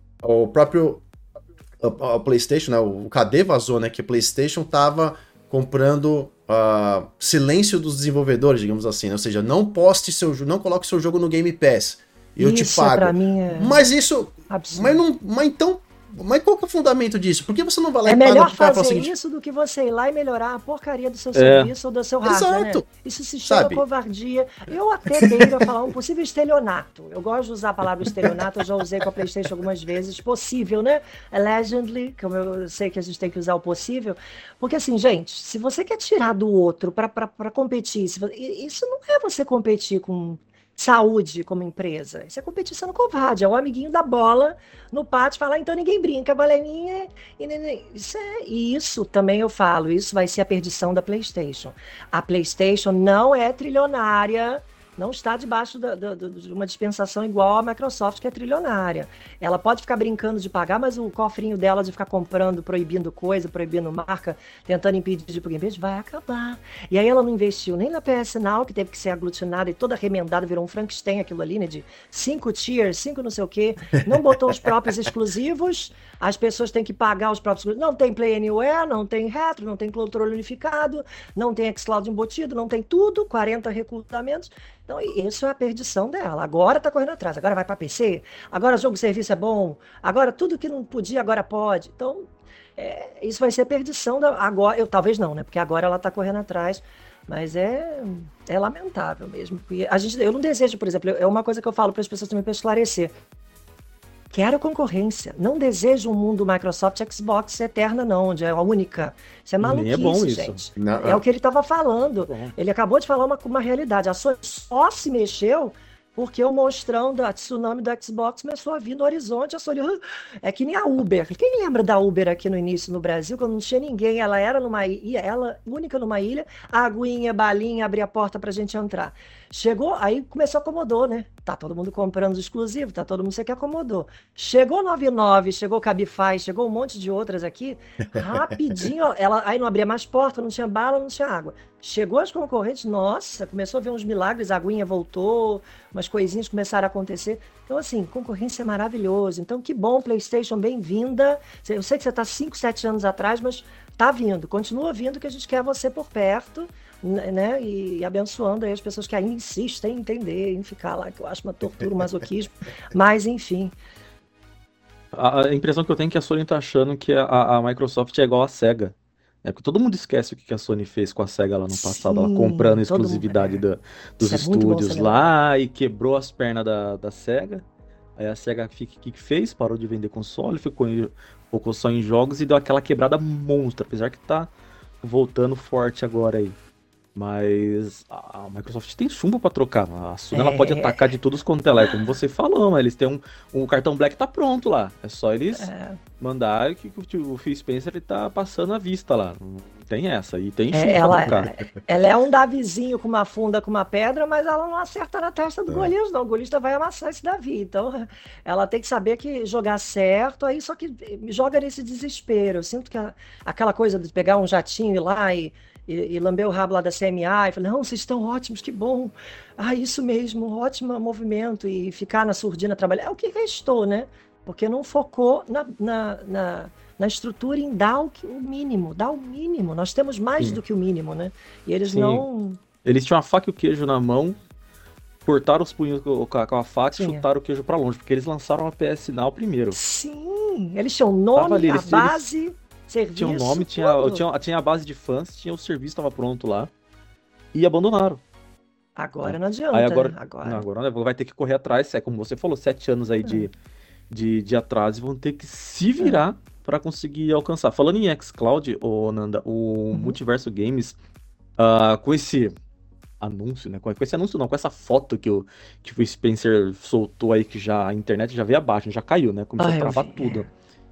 O próprio a, a PlayStation, né? O K D vazou, né? Que a PlayStation estava comprando uh, silêncio dos desenvolvedores, digamos assim, né? Ou seja, não poste seu não coloque seu jogo no Game Pass. Eu Isso, te pago. pra mim é Mas isso, absurdo. mas não, mas então, mas qual que é o fundamento disso? Por que você não vai lá É e paga melhor pro cara e fala o fazer seguinte, isso do que você ir lá e melhorar a porcaria do seu É. serviço ou do seu hardware, Exato. né? Isso se chama Sabe? covardia. Eu até beiro a falar um possível estelionato. Eu gosto de usar a palavra estelionato, eu já usei com a PlayStation algumas vezes. Possível, né? Allegedly, como eu sei que a gente tem que usar o possível. Porque assim, gente, se você quer tirar do outro para competir, se você- isso não é você competir com saúde como empresa. Isso é competir sendo covarde. É o amiguinho da bola no pátio falar, então ninguém brinca, a bola é minha. E, neném. Isso é, e isso também eu falo, isso vai ser a perdição da PlayStation. A PlayStation não é trilionária, não está debaixo da- da- da- de uma dispensação igual a Microsoft, que é trilionária. Ela pode ficar brincando de pagar, mas o cofrinho dela de ficar comprando, proibindo coisa, proibindo marca, tentando impedir por Game Pass, vai acabar. E aí ela não investiu nem na P S Now, que teve que ser aglutinada e toda remendada, virou um Frankenstein aquilo ali, né? De cinco tiers, cinco não sei o quê. Não botou os próprios exclusivos, as pessoas têm que pagar os próprios exclusivos. Não tem Play Anywhere, não tem retro, não tem controle unificado, não tem xCloud embutido, não tem tudo, quarenta recrutamentos. Então, isso é a perdição dela. Agora tá correndo atrás, agora vai para P C, agora o jogo serviço é bom, agora tudo que não podia, agora pode. Então, é, isso vai ser a perdição da. Agora, eu talvez não, né? Porque agora ela tá correndo atrás. Mas é, é lamentável mesmo. Porque a gente, eu não desejo, por exemplo, é uma coisa que eu falo para as pessoas também para esclarecer. Quero concorrência. Não desejo um mundo Microsoft Xbox eterna, não, onde é a única. Isso é Nem maluquice, é bom isso. gente. Não, É o que ele estava falando. Bom. Ele acabou de falar uma, uma realidade. A Sony só se mexeu porque o monstrão da tsunami do Xbox começou a vir no horizonte. A Sony, "Ah", é que nem a Uber. Quem lembra da Uber aqui no início no Brasil, quando não tinha ninguém? Ela era numa ilha, ela única numa ilha, a aguinha, balinha, abria a porta pra gente entrar. Chegou, aí começou, acomodou, né? Tá todo mundo comprando exclusivo, tá todo mundo, você que acomodou. Chegou noventa e nove, chegou Cabify, chegou um monte de outras aqui, rapidinho, ó, ela aí não abria mais porta, não tinha bala, não tinha água. Chegou as concorrentes, nossa, começou a ver uns milagres, a aguinha voltou, umas coisinhas começaram a acontecer. Então, assim, concorrência é maravilhoso. Então, que bom, PlayStation, bem-vinda. Eu sei que você está cinco, sete anos atrás, mas tá vindo, continua vindo, que a gente quer você por perto, né? E abençoando aí as pessoas que ainda insistem em entender, em ficar lá, que eu acho uma tortura, um masoquismo. Mas, enfim. A a impressão que eu tenho é que a Sony tá achando que a, a Microsoft é igual a SEGA. É porque todo mundo esquece o que que a Sony fez com a SEGA lá no passado, ela Sim, comprando a todo mundo- exclusividade é. da- dos Isso é muito bom estúdios você lá e quebrou as pernas da, da SEGA. Aí a SEGA o que, que que fez? Parou de vender console, ficou em- focou só em jogos e deu aquela quebrada monstra, apesar que tá voltando forte agora aí. Mas a a Microsoft tem chumbo pra trocar. A Sony ela pode É. atacar de todos quanto ela é, como você falou, mas eles têm um, um cartão Black tá pronto lá. É só eles É. mandar que que o o Phil Spencer ele tá passando a vista lá. Não tem essa. E tem chumbo É, ela, pra trocar. ela é um Davizinho com uma funda com uma pedra, mas ela não acerta na testa do É. goleiro, não. O golista vai amassar esse Davi. Então, ela tem que saber que jogar certo, aí só que joga nesse desespero. Eu sinto que a- aquela coisa de pegar um jatinho e ir lá e, e, e lamber o rabo lá da C M A e falar, não, vocês estão ótimos, que bom. Ah, isso mesmo, ótimo movimento. E ficar na surdina trabalhar. É o que restou, né? Porque não focou na, na, na, na estrutura em dar o, que- o mínimo, dar o mínimo. Nós temos mais Sim. do que o mínimo, né? E eles Sim. não. Eles tinham a faca e o queijo na mão, cortaram os punhos com com a, com a faca e Tinha. chutaram o queijo pra longe, porque eles lançaram a P S Now primeiro. Sim, eles tinham Tava nome, ali, a eles- base, serviço. Tinha um nome, tinha, tudo. tinha, tinha a base de fãs, tinha o serviço, tava pronto lá. E abandonaram. Agora não adianta, Aí agora, né? Agora. não, agora não, vai ter que correr atrás, é como você falou, sete anos aí de, de, de atraso, e vão ter que se virar para conseguir alcançar. Falando em xCloud, ô Nanda, o Uhum. Multiverso Games, ah, com esse anúncio, né? Com com esse anúncio não, com essa foto que o, que o Spencer soltou aí, que já a internet já veio abaixo, já caiu, né? Começou Ah, a eu travar vi, tudo.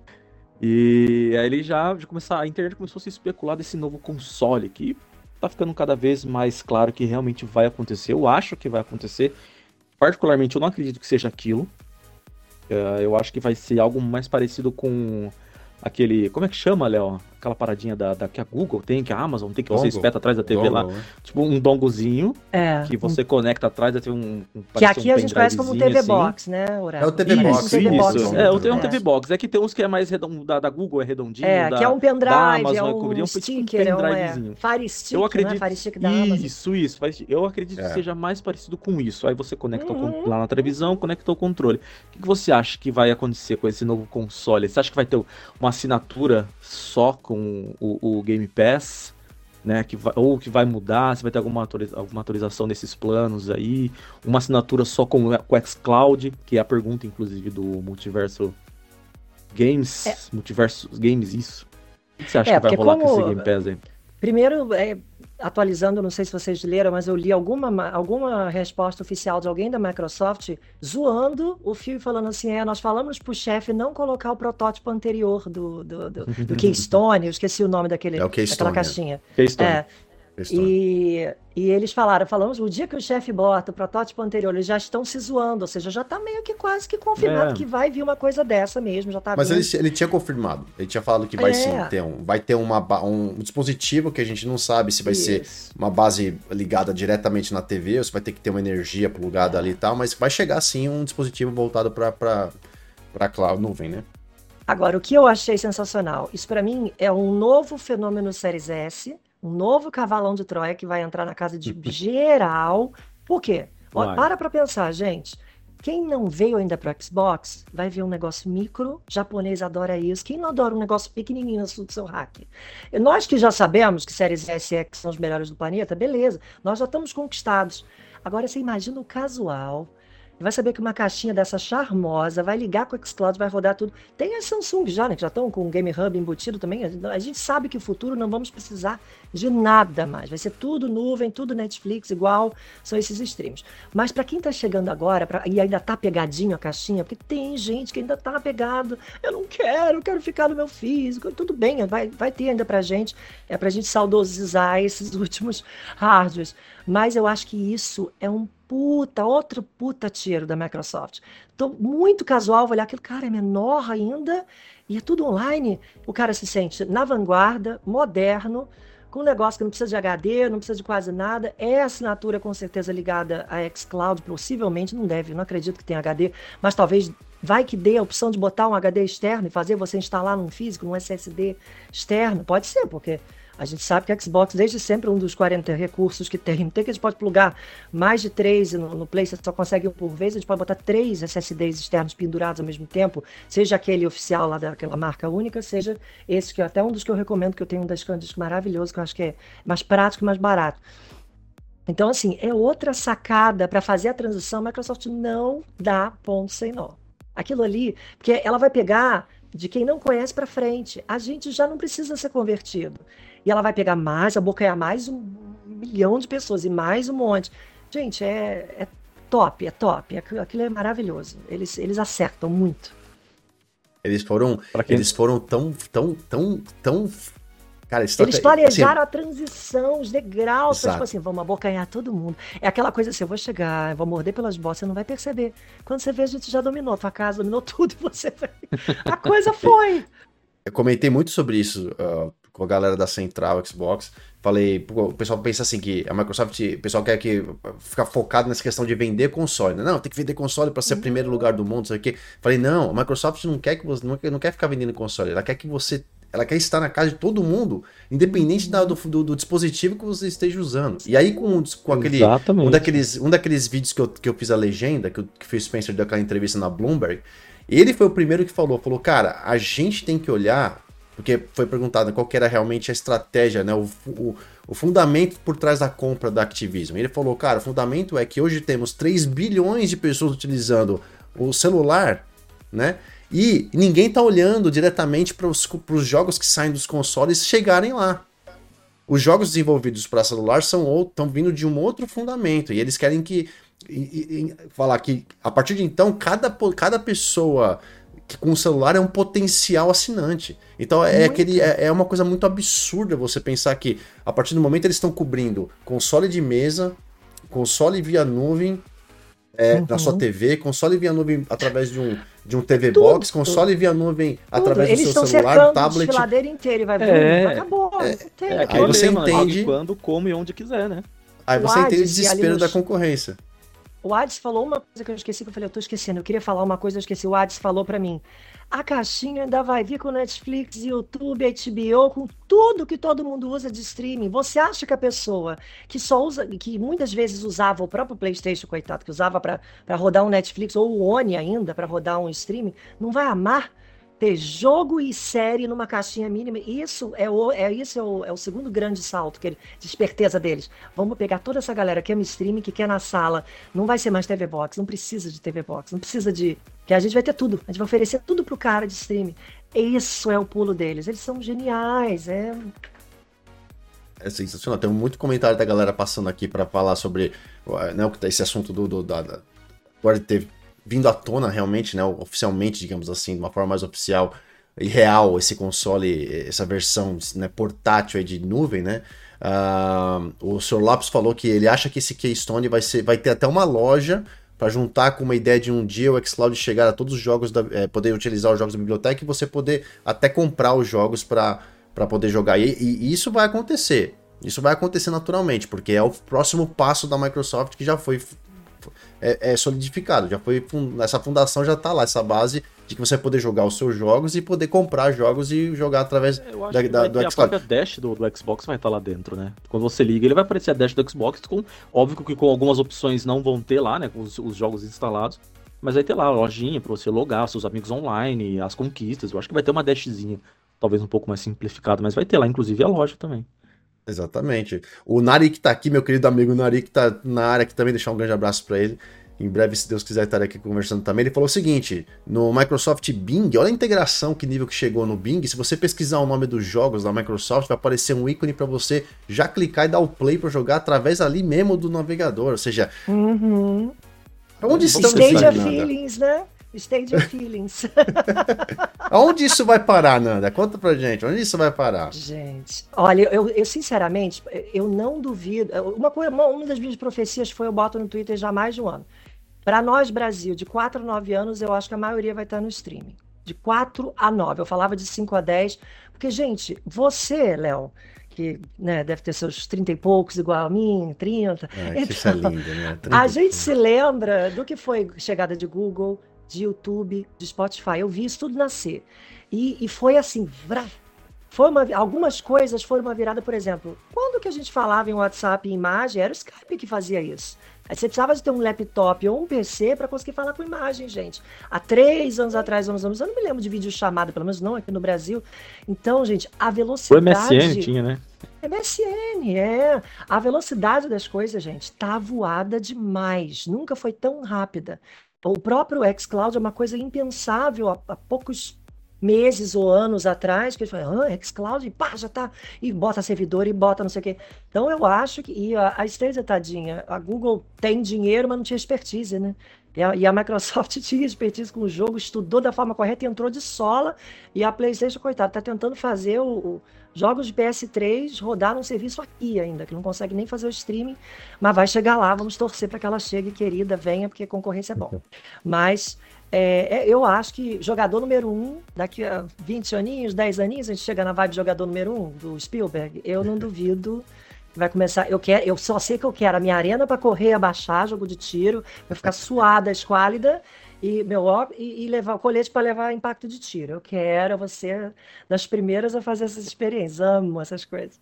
E aí ele já, já começou, a internet começou a se especular desse novo console, que tá ficando cada vez mais claro que realmente vai acontecer. Eu acho que vai acontecer. Particularmente, eu não acredito que seja aquilo. Eh, eu acho que vai ser algo mais parecido com aquele... Como é que chama, Léo? Aquela paradinha da, da- que a Google tem, que a Amazon tem, que você Dongle. espeta atrás da T V lá. Dongle, né? Tipo um donglezinho É. que você conecta atrás, vai ter um... um Que parece aqui um a gente conhece como pendrivezinho T V assim. Box, né, Oráculo? É o T V Parece Box, um Isso, T V Box isso. Dongle, É, mesmo. o- tem um T V T V Box. É que tem uns que é mais redondo, da, da Google é redondinho, É, da, que é um da pendrive, é Amazon é um compridinho, foi tipo um sticker, é um é, pendrivezinho. Fire Eu Stick, não é? acredito. Fire Stick da Amazon. Isso, isso. faz- Eu acredito que É. seja mais parecido com isso. Aí você conecta o con- Uhum. lá na televisão, conecta o controle. O que que você acha que vai acontecer com esse novo console? Você acha que vai ter uma assinatura só com o, o Game Pass? Né, que vai- ou que vai mudar? Se vai ter alguma, atualiza- alguma atualização nesses planos aí? Uma assinatura só com, o- com o xCloud, que é a pergunta, inclusive, do Multiverso Games. É. Multiverso Games, isso. O que você acha É, que vai porque rolar com esse como- Game Pass aí? Primeiro, é, atualizando, não sei se vocês leram, mas eu li alguma, ma- alguma resposta oficial de alguém da Microsoft zoando o Phil e falando assim, é, nós falamos pro chefe não colocar o protótipo anterior do, do, do, do Keystone, eu esqueci o nome daquele, É o Keystone, daquela é. caixinha. Keystone. É, e, e eles falaram, falamos, o dia que o chefe bota o protótipo anterior, eles já estão se zoando, ou seja, já está meio que quase que confirmado É. que vai vir uma coisa dessa mesmo, já está Mas vindo. ele, ele tinha confirmado. Ele tinha falado que vai É. sim ter um. Vai ter uma, ba- um dispositivo que a gente não sabe se vai ser Isso. uma base ligada diretamente na T V ou se vai ter que ter uma energia plugada ali e tal, mas vai chegar sim um dispositivo voltado para para cloud, nuvem, né? Agora, o que eu achei sensacional, isso para mim é um novo fenômeno Series S, um novo cavalão de Troia que vai entrar na casa de geral. Por quê? Ó, Vai. para pra pensar, gente. Quem não veio ainda pro Xbox vai ver um negócio micro, japonês adora isso. Quem não adora um negócio pequenininho no seu hack? E nós que já sabemos que Series S e X são os melhores do planeta, beleza, nós já estamos conquistados. Agora você imagina o casual, vai saber que uma caixinha dessa charmosa vai ligar com o xCloud, vai rodar tudo. Tem a Samsung já, né, que já estão com o Game Hub embutido também. A gente sabe que o futuro não vamos precisar de nada mais. Vai ser tudo nuvem, tudo Netflix, igual são esses streams. Mas para quem está chegando agora pra, e ainda tá pegadinho a caixinha, porque tem gente que ainda tá pegado, eu não quero, eu quero ficar no meu físico, tudo bem, vai, vai ter ainda pra gente, é pra gente saudosizar esses últimos hardwares. Mas eu acho que isso é um puta, outro puta tiro da Microsoft. Tô muito casual, vou olhar aquilo, cara, é menor ainda, e é tudo online. O cara se sente na vanguarda, moderno, com um negócio que não precisa de H D, não precisa de quase nada. É assinatura com certeza ligada a xCloud, possivelmente, não deve, não acredito que tenha H D, mas talvez vai que dê a opção de botar um H D externo e fazer você instalar num físico, num S S D externo. Pode ser, porque a gente sabe que a Xbox, desde sempre, um dos quarenta recursos que tem, tem que a gente pode plugar mais de três no, no Play, você só consegue um por vez, a gente pode botar três S S Ds externos pendurados ao mesmo tempo, seja aquele oficial lá daquela marca única, seja esse, que é até um dos que eu recomendo, que eu tenho um da SanDisk maravilhoso, que eu acho que é mais prático e mais barato. Então, assim, é outra sacada para fazer a transição. A Microsoft não dá ponto sem nó. Aquilo ali, porque ela vai pegar de quem não conhece para frente. A gente já não precisa ser convertido. E ela vai pegar mais, abocanhar mais um milhão de pessoas e mais um monte. Gente, é, é top, é top. Aquilo, aquilo é maravilhoso. Eles, eles acertam muito. Eles foram, Pra quem- eles foram tão, tão, tão, tão. Cara, Eles estrate- planejaram a transição, os degraus, pra, Exato. tipo assim, vamos abocanhar todo mundo. É aquela coisa assim, eu vou chegar, eu vou morder pelas botas, você não vai perceber. Quando você vê, a gente já dominou, tua casa dominou tudo e você vai... A coisa foi. Eu comentei muito sobre isso uh, com a galera da Central Xbox. Falei, pô, o pessoal pensa assim que a Microsoft, o pessoal quer que ficar focado nessa questão de vender console, né? Não, tem que vender console para ser o primeiro lugar do mundo, não sei o quê. Falei, não, a Microsoft não quer que você não quer, não quer ficar vendendo console, ela quer que você, ela quer estar na casa de todo mundo, independente da- do, do, do dispositivo que você esteja usando. E aí com, com aquele Exatamente. um daqueles, um daqueles vídeos que eu, que eu fiz a legenda, que, eu, que o Phil Spencer deu aquela entrevista na Bloomberg, ele foi o primeiro que falou, falou, cara, a gente tem que olhar porque foi perguntado qual que era realmente a estratégia, né, o, o, o fundamento por trás da compra da Activision. Ele falou, cara, o fundamento é que hoje temos três bilhões de pessoas utilizando o celular, né, e ninguém tá olhando diretamente para os jogos que saem dos consoles chegarem lá. Os jogos desenvolvidos para celular estão vindo de um outro fundamento, e eles querem que e, e, falar que a partir de então cada, cada pessoa que com o celular é um potencial assinante. Então é, aquele, é, é uma coisa muito absurda você pensar que a partir do momento eles estão cobrindo console de mesa, console via nuvem, é, uhum. na sua T V, console via nuvem através de um, de um T V Tudo. Box, console via nuvem Tudo. Através do eles seu celular, tablet. Eles estão inteira e vai ver, é, acabou. É, tem, é, aí você entende quando, como e onde quiser, né? Aí você o entende o desespero da concorrência. O Ades falou uma coisa que eu esqueci, que eu falei, eu tô esquecendo, eu queria falar uma coisa, eu esqueci. O Ades falou pra mim, a caixinha ainda vai vir com Netflix, YouTube, H B O, com tudo que todo mundo usa de streaming. Você acha que a pessoa que só usa, que muitas vezes usava o próprio PlayStation, coitado, que usava pra, pra rodar um Netflix, ou o Oni ainda, pra rodar um streaming, não vai amar ter jogo e série numa caixinha mínima? Isso é o, é, isso é o, é o segundo grande salto que ele, de esperteza deles. Vamos pegar toda essa galera que ama streaming, que quer na sala. Não vai ser mais T V Box, não precisa de T V Box, não precisa de... Que a gente vai ter tudo, a gente vai oferecer tudo pro cara de streaming. Isso é o pulo deles, eles são geniais, é... É sensacional, tem muito comentário da galera passando aqui para falar sobre, né, esse assunto do... do da, da, agora teve... vindo à tona realmente, né, oficialmente, digamos assim, de uma forma mais oficial e real, esse console, essa versão, né, portátil aí de nuvem, né, uh, o senhor Lopes falou que ele acha que esse Keystone vai, ser, vai ter até uma loja para juntar com uma ideia de um dia o xCloud chegar a todos os jogos, da, é, poder utilizar os jogos da biblioteca e você poder até comprar os jogos para poder jogar, e, e isso vai acontecer, isso vai acontecer naturalmente, porque é o próximo passo da Microsoft que já foi É, é solidificado, já foi, essa fundação já tá lá, essa base de que você vai poder jogar os seus jogos e poder comprar jogos e jogar através da, da, do xCloud. A própria dash do, do Xbox vai estar lá dentro, né? Quando você liga, ele vai aparecer a dash do Xbox, com, óbvio que com algumas opções não vão ter lá, né, com os, os jogos instalados, mas vai ter lá a lojinha para você logar seus amigos online, as conquistas. Eu acho que vai ter uma dashzinha, talvez um pouco mais simplificada, mas vai ter lá, inclusive, a loja também. Exatamente. O Nari que tá aqui, meu querido amigo Nari, que tá na área aqui também, deixar um grande abraço para ele. Em breve, se Deus quiser, estar aqui conversando também. Ele falou o seguinte, no Microsoft Bing, olha a integração, que nível que chegou no Bing. Se você pesquisar o nome dos jogos da Microsoft, vai aparecer um ícone para você já clicar e dar o play para jogar através ali mesmo do navegador. Ou seja, uhum. onde estamos? Stage of Feelings, né? Stage of Feelings. Aonde isso vai parar, Nanda? Conta pra gente, onde isso vai parar? Gente, olha, eu, eu sinceramente, eu não duvido. Uma, coisa, uma, uma das minhas profecias foi, eu boto no Twitter já há mais de um ano. Para nós, Brasil, de quatro a nove anos, eu acho que a maioria vai estar no streaming. De quatro a nove. Eu falava de cinco a dez. Porque, gente, você, Léo, que, né, deve ter seus trinta e poucos, igual a mim, trinta. É, então, isso é lindo, né? A gente se lembra do que foi chegada de Google, de YouTube, de Spotify. Eu vi isso tudo nascer. E, e foi assim, vrá. Foi uma, algumas coisas foram uma virada, por exemplo, quando que a gente falava em WhatsApp e imagem, era o Skype que fazia isso. Aí você precisava de ter um laptop ou um P C para conseguir falar com imagem, gente. Há três anos atrás, anos, anos, eu não me lembro de videochamada, pelo menos não aqui no Brasil. Então, gente, a velocidade... O M S N tinha, né? M S N, é. A velocidade das coisas, gente, tá voada demais. Nunca foi tão rápida. O próprio xCloud é uma coisa impensável há, há poucos meses ou anos atrás, que eles falam, ah, xCloud, e pá, já tá, e bota servidor, e bota não sei o quê. Então eu acho que, e a, a Stadia, tadinha, a Google tem dinheiro, mas não tinha expertise, né? E a, e a Microsoft tinha expertise com o jogo, estudou da forma correta e entrou de sola, e a PlayStation, coitada, tá tentando fazer o, o jogos de P S três rodar num serviço aqui ainda, que não consegue nem fazer o streaming, mas vai chegar lá, vamos torcer para que ela chegue, querida, venha, porque concorrência é bom. Mas é, eu acho que jogador número um, daqui a vinte aninhos, dez aninhos, a gente chega na vibe de jogador número um, do Spielberg, eu não duvido que vai começar, eu, quero, eu só sei que eu quero a minha arena para correr, abaixar, jogo de tiro, vai ficar suada, esquálida, e, meu, e, e levar o colete para levar impacto de tiro. Eu quero você das primeiras a fazer essas experiências. Amo essas coisas.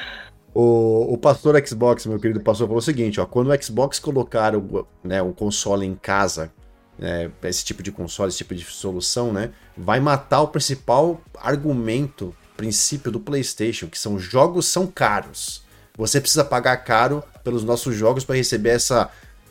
O, o pastor Xbox, meu querido pastor, falou o seguinte, ó, quando o Xbox colocar o, né, um console em casa, né, esse tipo de console, esse tipo de solução, né, vai matar o principal argumento princípio do PlayStation, que são jogos são caros. Você precisa pagar caro pelos nossos jogos para receber essa...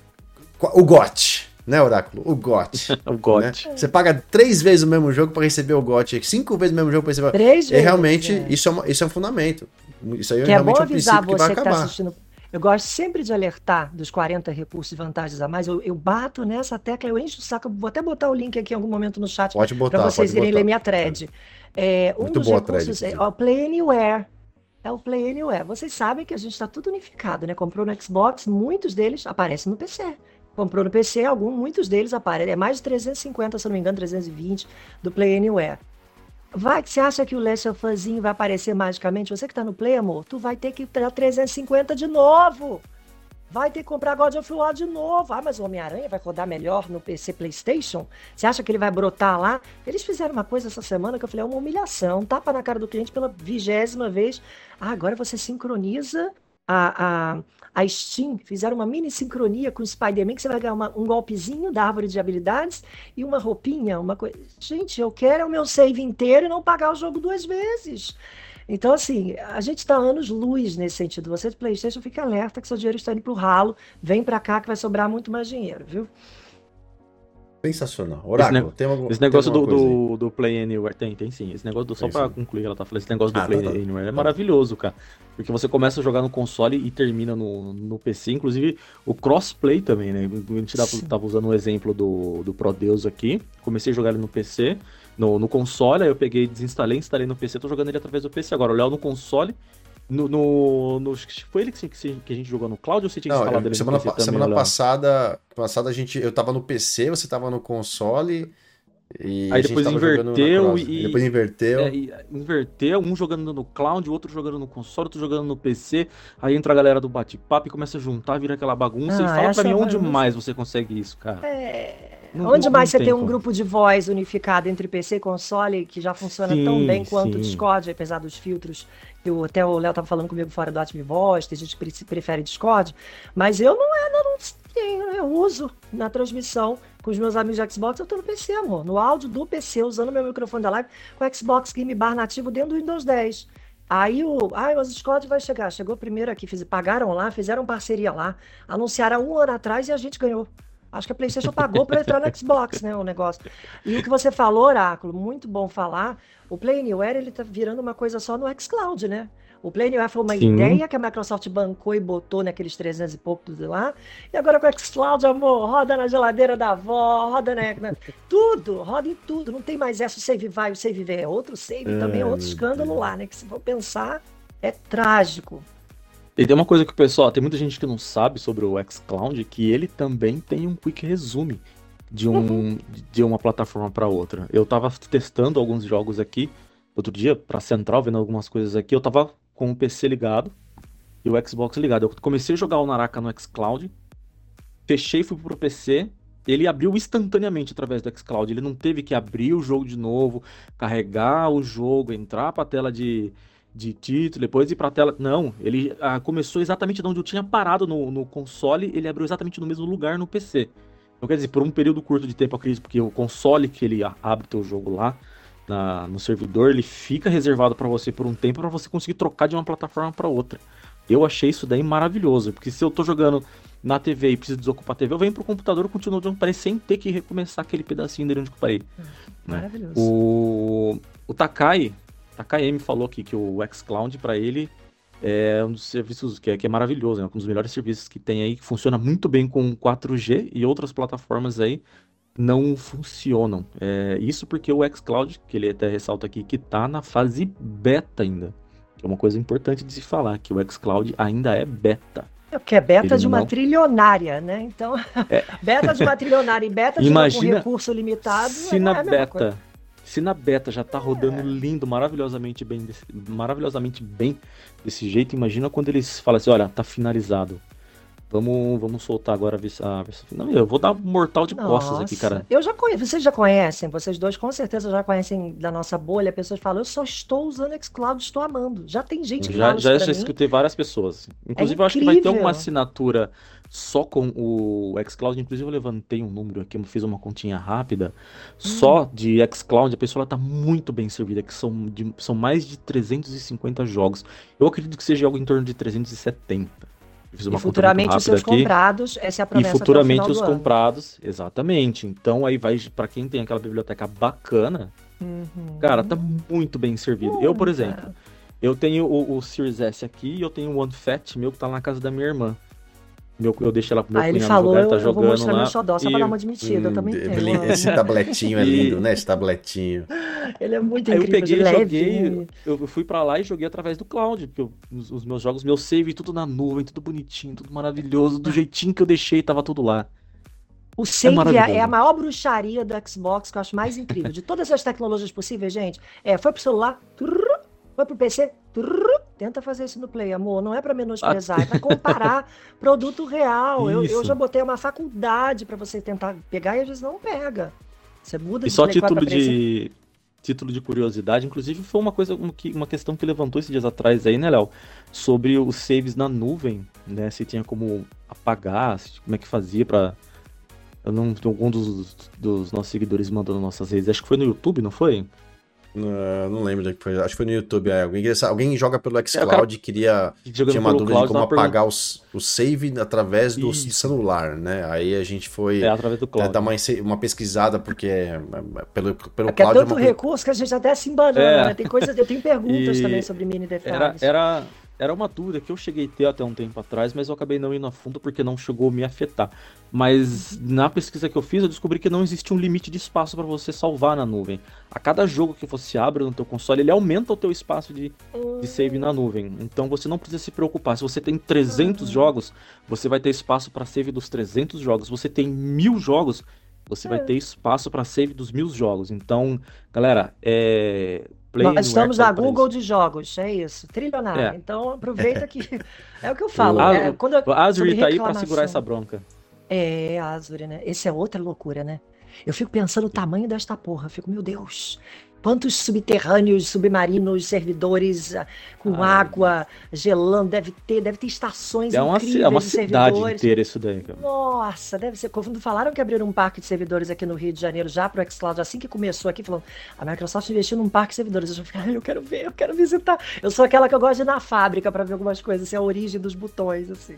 O G O T, né, Oráculo? O G O T. O G O T. Né? Você paga três vezes o mesmo jogo para receber o G O T, cinco vezes o mesmo jogo para receber... Três e vezes, realmente, é. isso, é uma, isso é um fundamento. Isso aí Que é realmente bom é um avisar princípio que vai você que está acabar. assistindo. Eu gosto sempre de alertar dos quarenta recursos e vantagens a mais. Eu, eu bato nessa tecla, eu encho o saco. Eu vou até botar o link aqui em algum momento no chat Pode botar, para vocês pode irem botar. ler minha thread. É, um Muito dos boa a recursos thread, é o Play Anywhere. É o Play Anywhere. Vocês sabem que a gente está tudo unificado, né? Comprou no Xbox, muitos deles aparecem no P C. Comprou no P C, algum, muitos deles aparecem. É mais de trezentos e cinquenta, se não me engano, trezentos e vinte do Play Anywhere. Vai que você acha que o Last of Usinho vai aparecer magicamente? Você que tá no Play, amor, tu vai ter que ir pra trezentos e cinquenta de novo. Vai ter que comprar God of War de novo. Ah, mas o Homem-Aranha vai rodar melhor no P C PlayStation? Você acha que ele vai brotar lá? Eles fizeram uma coisa essa semana que eu falei, é uma humilhação, um tapa na cara do cliente pela vigésima vez. Ah, agora você sincroniza a, a, a Steam, fizeram uma mini sincronia com o Spider-Man, que você vai ganhar uma, um golpezinho da árvore de habilidades e uma roupinha, uma coisa. Gente, eu quero o meu save inteiro e não pagar o jogo duas vezes. Então, assim, a gente está anos-luz nesse sentido. Você de PlayStation, fica alerta que seu dinheiro está indo pro ralo. Vem para cá que vai sobrar muito mais dinheiro, viu? Sensacional. Oráculo, esse, ne tem algum, esse negócio tem do, do, do Play Anywhere, tem, tem sim. Esse negócio do, só Tem, pra sim. concluir, ela tá falando, esse negócio do Ah, Play tá, tá. Anywhere é Tá. maravilhoso, cara. Porque você começa a jogar no console e termina no, no P C, inclusive o crossplay também, né? A gente tava, tava usando o exemplo do, do Prodeus aqui, comecei a jogar ele no P C, no, no console, aí eu peguei, desinstalei, instalei no P C, tô jogando ele através do P C. Agora, o Léo no console, no, no, no- foi ele que, que, que a gente jogou no cloud ou você tinha Não, instalado eu- ele semana, no P C pa- também, semana Léo? passada, passada a gente, eu tava no P C, você tava no console e a Aí gente depois tava jogando na inverteu cross. e- E depois inverteu. É, e inverteu, um jogando no cloud, o outro jogando no console, outro jogando no P C. Aí entra a galera do bate-papo e começa a juntar, vira aquela bagunça. Ah, e fala essa pra mim onde bagunça- mais você consegue isso, cara. É... Não- Onde não- mais não você tem um como. grupo de voz unificado entre P C e console que já funciona tão Sim, bem quanto o sim. Discord, apesar dos filtros que o, até o Léo estava falando comigo fora do Ative Voz, tem gente que pre- prefere Discord, mas eu não, é, não, não tenho, eu uso na transmissão com os meus amigos de Xbox, eu tô no P C, amor, no áudio do P C, usando meu microfone da live com o Xbox Game Bar nativo dentro do Windows dez. Aí o, ah, o Discord vai chegar, chegou primeiro aqui, fiz, pagaram lá, fizeram parceria lá, anunciaram um ano atrás e a gente ganhou. Acho que a PlayStation pagou para entrar no Xbox, né, o negócio. E o que você falou, Oráculo, muito bom falar, o Play Anywhere, ele tá virando uma coisa só no xCloud, né? O Play Anywhere foi uma Sim. ideia que a Microsoft bancou e botou naqueles trezentos e pouco tudo lá. E agora com o xCloud, amor, roda na geladeira da avó, roda na, na- tudo, roda em tudo. Não tem mais essa, o save vai, o save vem. É outro save também, é Ai, outro meu escândalo Deus. lá, né? Que se for pensar, é trágico. E tem uma coisa que o pessoal, tem muita gente que não sabe sobre o xCloud, que ele também tem um quick resume de, um, de uma plataforma para outra. Eu tava testando alguns jogos aqui, outro dia, pra Central, vendo algumas coisas aqui, eu tava com o P C ligado e o Xbox ligado. Eu comecei a jogar o Naraka no xCloud, fechei e fui pro P C, ele abriu instantaneamente através do xCloud, ele não teve que abrir o jogo de novo, carregar o jogo, entrar pra tela de, de título, depois ir pra tela... Não, ele ah, começou exatamente de onde eu tinha parado no, no console, ele abriu exatamente no mesmo lugar no P C. Então quer dizer, por um período curto de tempo, eu acredito, porque o console que ele a- abre teu jogo lá, na- no servidor, ele fica reservado pra você por um tempo pra você conseguir trocar de uma plataforma pra outra. Eu achei isso daí maravilhoso, porque se eu tô jogando na T V e preciso desocupar a T V, eu venho pro computador e continuo de onde parei sem ter que recomeçar aquele pedacinho dele onde eu parei. né? Maravilhoso. O, o Takai, Takai M falou aqui que o xCloud pra ele é um dos serviços que é, que é maravilhoso, é um dos melhores serviços que tem aí, que funciona muito bem com quatro G e outras plataformas aí não funcionam. É, isso porque o xCloud, que ele até ressalta aqui, que tá na fase beta ainda. Que é uma coisa importante de se falar, que o xCloud ainda é beta. É porque é beta Ele de uma não- trilionária, né? Então, beta de uma trilionária e beta de uma com Imagina recurso limitado Se é, na é a mesma coisa. beta, se na beta já tá rodando lindo, maravilhosamente bem, desse, maravilhosamente bem desse jeito, imagina quando eles falam assim, olha, tá finalizado. Vamos, vamos soltar agora a versão. Não, eu vou dar um mortal de costas aqui, Nossa, cara. eu já conheço, vocês já conhecem, vocês dois com certeza já conhecem da nossa bolha, pessoas falam, eu só estou usando xCloud, estou amando. Já tem gente que Já, fala isso já, pra já mim, escutei várias pessoas. é Inclusive, eu acho que vai ter uma incrível. assinatura só com o xCloud. Inclusive, eu levantei um número aqui, eu fiz uma continha rápida. Só Hum, de xCloud, a pessoa está muito bem servida, que são, de- são mais de trezentos e cinquenta jogos. Eu acredito que seja algo em torno de trezentos e setenta. Eu fiz E uma conta muito futuramente os rápida seus aqui. comprados, essa é a E promessa até o final futuramente os do ano. comprados, exatamente. Então aí vai, para quem tem aquela biblioteca bacana, cara, tá Uhum. muito bem servido. Eu, por Hum, exemplo, cara. eu tenho o, o Series S aqui e eu tenho o One Fat meu que tá lá na casa da minha irmã. Meu, eu deixei ela pro meu Aí ele cunhado falou, jogar, ele eu, tá eu vou jogando mostrar meu lá. xodó, só pra dar E, uma admitida, eu Hum, também de- tenho, li- amo. esse tabletinho é lindo, e né? Esse tabletinho. Ele é muito aí eu incrível, de peguei e joguei, levinho. eu fui pra lá e joguei através do cloud, porque eu- os, os meus jogos, meu save, tudo na nuvem, tudo bonitinho, tudo maravilhoso, do jeitinho que eu deixei, tava tudo lá. O É save é, é a maravilhoso. maior bruxaria do Xbox, que eu acho mais incrível. De todas as tecnologias possíveis, gente, é, foi pro celular, turru, foi pro P C, turru, tenta fazer isso no Play, amor. Não é pra menosprezar, é pra comparar produto real. Eu, eu já Isso. botei uma faculdade pra você tentar pegar e às vezes não pega. Você muda E de só Play quatro título pra Play cinco. de título de curiosidade, inclusive foi uma coisa um que uma questão que levantou esses dias atrás aí, né, Léo? Sobre os saves na nuvem, né? Se tinha como apagar, se- como é que fazia pra. Eu não, algum dos, dos nossos seguidores mandou nas nossas redes. Acho que foi no YouTube, não foi? Não, não lembro do que foi. Acho que foi no YouTube. É. Alguém, queria sa- alguém joga pelo É, o cara xCloud e queria. jogando Tinha uma pelo dúvida de cloud como tava perguntando. apagar os, o save através do Isso, celular, né? Aí a gente é foi através do é, cloud. dar uma, ense- uma pesquisada, porque é, é, pelo, pelo É porque é cloud é tanto uma coisa. recurso que a gente até se embanana, né? É, Tem coisas, eu tenho perguntas também e sobre mini era, detalhes. era, era uma dúvida que eu cheguei a ter até um tempo atrás, mas eu acabei não indo a fundo porque não chegou a me afetar. Mas na pesquisa que eu fiz, eu descobri que não existe um limite de espaço para você salvar na nuvem. A cada jogo que você abre no teu console, ele aumenta o teu espaço de, de save na nuvem. Então você não precisa se preocupar. Se você tem trezentos jogos, você vai ter espaço para save dos trezentos jogos. Se você tem mil jogos, você vai ter espaço para save dos mil jogos. Então, galera, é... Play Nós Anywhere estamos tá na aí para Google isso. de jogos, é isso, trilionária. É. Então aproveita que é o que eu falo. O, É, quando eu, A sobre Azure tá aí pra segurar essa reclamação, bronca. é a Azure, né? Esse é outra loucura, né? Eu fico pensando o tamanho desta porra. Eu fico, meu Deus, quantos subterrâneos, submarinos, servidores ah, com Ah, água gelando deve ter, deve ter estações é uma, ci- é incríveis uma de cidade servidores. inteira isso daí, cara. Nossa, deve ser. Quando falaram que abriram um parque de servidores aqui no Rio de Janeiro, já para o xCloud, assim que começou aqui, falando, a Microsoft investiu num parque de servidores. Eu já fiquei, ai, eu quero ver, eu quero visitar. Eu sou aquela que eu gosto de ir na fábrica para ver algumas coisas, assim, a origem dos botões, assim.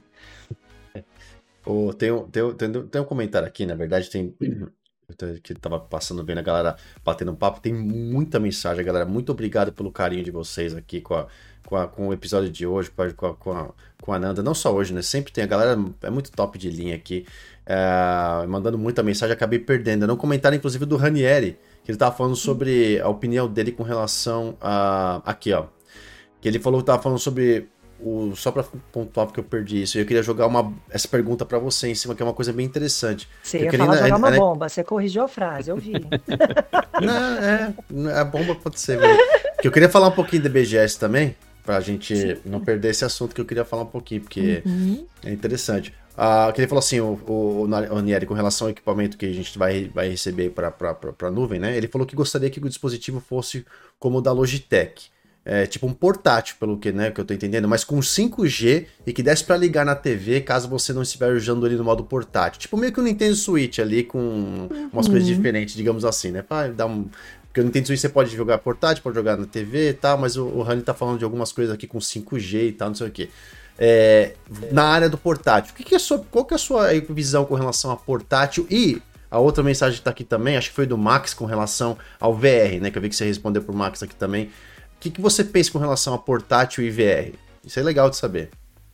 o- tem, um- tem, um- tem, um- tem um comentário aqui, na verdade, tem. Eu tô- que tava passando bem a galera batendo um papo. Tem muita mensagem, galera. Muito obrigado pelo carinho de vocês aqui com, a, com, a- com o episódio de hoje, com a, com, a, com, a, com a Nanda. Não só hoje, né? Sempre tem a galera, é muito top de linha aqui. É, mandando muita mensagem, acabei perdendo. Não comentaram, inclusive, do Ranieri, que ele tava falando sobre a opinião dele com relação a. Aqui, ó. Que ele falou que tava falando sobre. O, só pra pontuar, porque eu perdi isso. Eu queria jogar uma, essa pergunta pra você em cima, que é uma coisa bem interessante. Você Eu ia queria falar ainda- jogar uma ainda- bomba, você corrigiu a frase, eu vi. Não, é, a bomba pode ser. Mesmo. Que eu queria falar um pouquinho de B G S também, pra gente não perder esse assunto que eu queria falar um pouquinho, porque Uhum. é interessante. Ah, que ele falou assim, o, o, o Nieri, com relação ao equipamento que a gente vai, vai receber para a nuvem, né? Ele falou que gostaria que o dispositivo fosse como o da Logitech. É, tipo um portátil, pelo que, né, que eu tô entendendo, mas com cinco G e que desse pra ligar na T V caso você não estiver usando ele no modo portátil. Tipo meio que o Nintendo Switch ali com umas coisas diferentes, digamos assim, né? Pra dar um... Porque o Nintendo Switch você pode jogar portátil, pode jogar na T V e tal, mas o, o Rani tá falando de algumas coisas aqui com cinco G e tal, não sei o que. É, na área do portátil, o que que é sua, qual que é a sua visão com relação a portátil? E a outra mensagem que tá aqui também, acho que foi do Max com relação ao V R, né? Que eu vi que você respondeu pro Max aqui também. O que, que você pensa com relação a portátil e V R? Isso é legal de saber.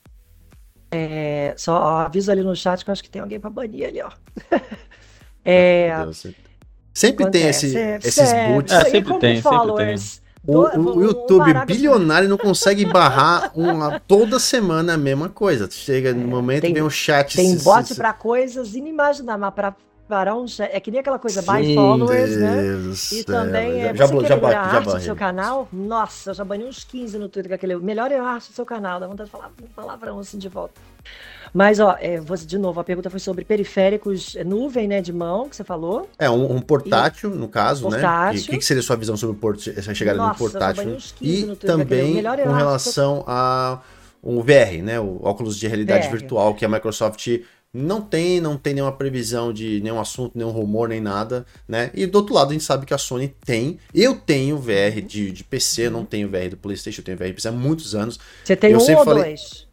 É, só ó, aviso ali no chat que eu acho que tem alguém pra banir ali, ó. É, Meu Deus. Sempre tem esse, acontece, esses é, boots. É, isso aí sempre como tem, sempre followers. O, Do- o um YouTube parágrafo- bilionário não consegue barrar uma, toda semana a mesma coisa. Chega no momento e tem- vem um chat. Tem se- bot se- para coisas inimagináveis, mas para preparar um chat. É que nem aquela coisa, buy followers, né? Deus E do também, céu. é, Já, você já, quer já, melhorar ba- a já arte do barrei. seu canal? Nossa, eu já banhei uns quinze no Twitter com aquele, melhor é a arte do seu canal, dá vontade de falar um palavrão assim de volta. Mas, ó, é, você, de novo, a pergunta foi sobre periféricos, é, nuvem, né, de mão, que você falou, É, um, um e portátil, no caso, né? O que, portátil. que seria a sua visão sobre o port essa chegada no Nossa, eu já portátil? banhei uns quinze E no Twitter com aquele, também melhor é com a arte do seu relação a o V R, né? O óculos de realidade V R. virtual que a Microsoft não tem, não tem nenhuma previsão de nenhum assunto, nenhum rumor, nem nada, né? E do outro lado a gente sabe que a Sony tem. Eu tenho V R Uhum. de, de P C, não Uhum. tenho V R do PlayStation, eu tenho V R de P C há muitos anos. Você tem Eu um sempre ou falei. dois?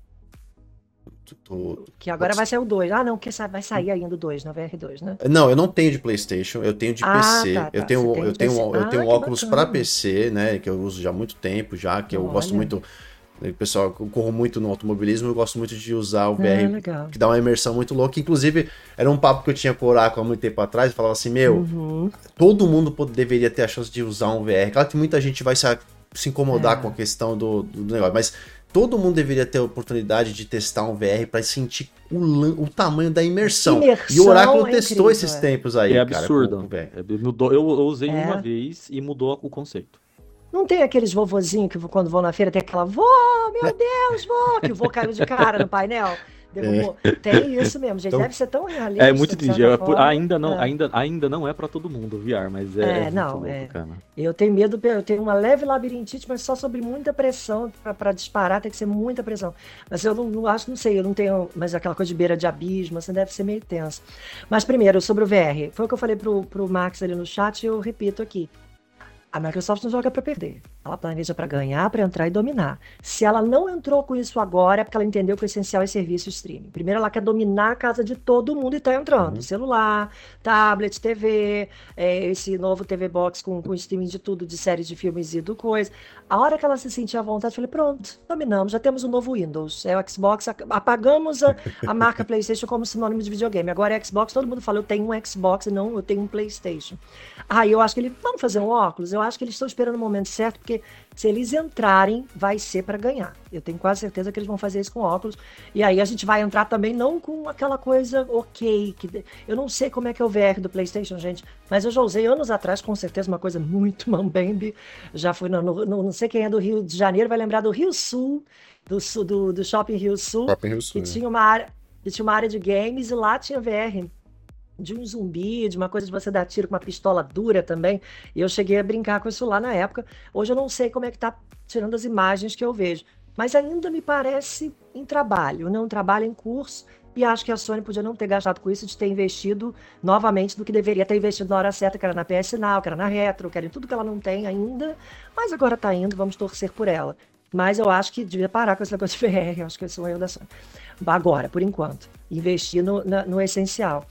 Tô- Que agora vai sair o dois. Ah, não, que sa- vai sair ainda o dois, na V R dois, né? Não, eu não tenho de PlayStation, eu tenho de Ah, P C. tá, Eu tá. Você tenho, tem eu de tenho, P C. eu tenho Ah, um que óculos para bacana. P C, né? Que eu uso já há muito tempo, já que eu gosto Olha. muito. O pessoal, eu corro muito no automobilismo, eu gosto muito de usar o Ah, V R, legal. que dá uma imersão muito louca. Inclusive, era um papo que eu tinha com o Oracle há muito tempo atrás, e falava assim, meu, Uhum. todo mundo pod- deveria ter a chance de usar um V R. Claro que muita gente vai se, a- se incomodar É. com a questão do, do negócio, mas todo mundo deveria ter a oportunidade de testar um V R para sentir o, lan- o tamanho da imersão. E o Oracle Imersão é testou incrível, esses é. tempos aí, É cara, com o absurdo. V R. É, mudou, eu, eu usei uma É. vez e mudou o conceito. Não tem aqueles vovozinhos que quando vão na feira tem aquela vô, meu Deus, vô, que o vô caiu de cara no painel, derrubou. Tem isso mesmo, gente. Então- Deve ser tão realista. É muito de triste. certa É por- forma. ainda, não, É. ainda, ainda não é pra todo mundo o V R, mas é, É, é muito não, louco, é. cara. Eu tenho medo, eu tenho uma leve labirintite, mas só sobre muita pressão para disparar, tem que ser muita pressão. Mas eu não, não acho, não sei, eu não tenho, mas aquela coisa de beira de abismo, assim, deve ser meio tenso. Mas primeiro, sobre o V R, foi o que eu falei pro, pro Max ali no chat e eu repito aqui. A Microsoft não joga para perder. Ela planeja para ganhar, para entrar e dominar. Se ela não entrou com isso agora, é porque ela entendeu que o essencial é serviço e streaming. Primeiro, ela quer dominar a casa de todo mundo e está entrando. Uhum. Celular, tablet, T V, é, esse novo T V Box com, com streaming de tudo, de séries de filmes e do coisa. A hora que ela se sentir à vontade, eu falei, pronto, dominamos, já temos um novo Windows. É o Xbox, apagamos a, a marca PlayStation como sinônimo de videogame. Agora é Xbox, todo mundo fala, eu tenho um Xbox e não, eu tenho um PlayStation. Aí eu acho que eles, vamos fazer um óculos? Eu acho que eles estão esperando o momento certo, porque se eles entrarem, vai ser para ganhar. Eu tenho quase certeza que eles vão fazer isso com óculos. E aí a gente vai entrar também não com aquela coisa ok. Que eu não sei como é que é o V R do PlayStation, gente, mas eu já usei anos atrás, com certeza, uma coisa muito mambembe. Já fui no, no, no- não sei quem é do Rio de Janeiro, vai lembrar do Rio Sul, do, sul- do, do Shopping Rio Sul, Shopping Rio Sul, que né? tinha uma área, que tinha uma área de games e lá tinha V R de um zumbi, de uma coisa de você dar tiro com uma pistola dura também. E eu cheguei a brincar com isso lá na época. Hoje eu não sei como é que tá tirando as imagens que eu vejo. Mas ainda me parece em trabalho, né? Um trabalho em curso. E acho que a Sony podia não ter gastado com isso, de ter investido novamente do que deveria ter investido na hora certa, que era na P S Now, que era na Retro, que era em tudo que ela não tem ainda. Mas agora tá indo, vamos torcer por ela. Mas eu acho que devia parar com esse negócio de V R. Eu acho que esse é o erro da Sony. Agora, por enquanto. Investir no, na- no essencial.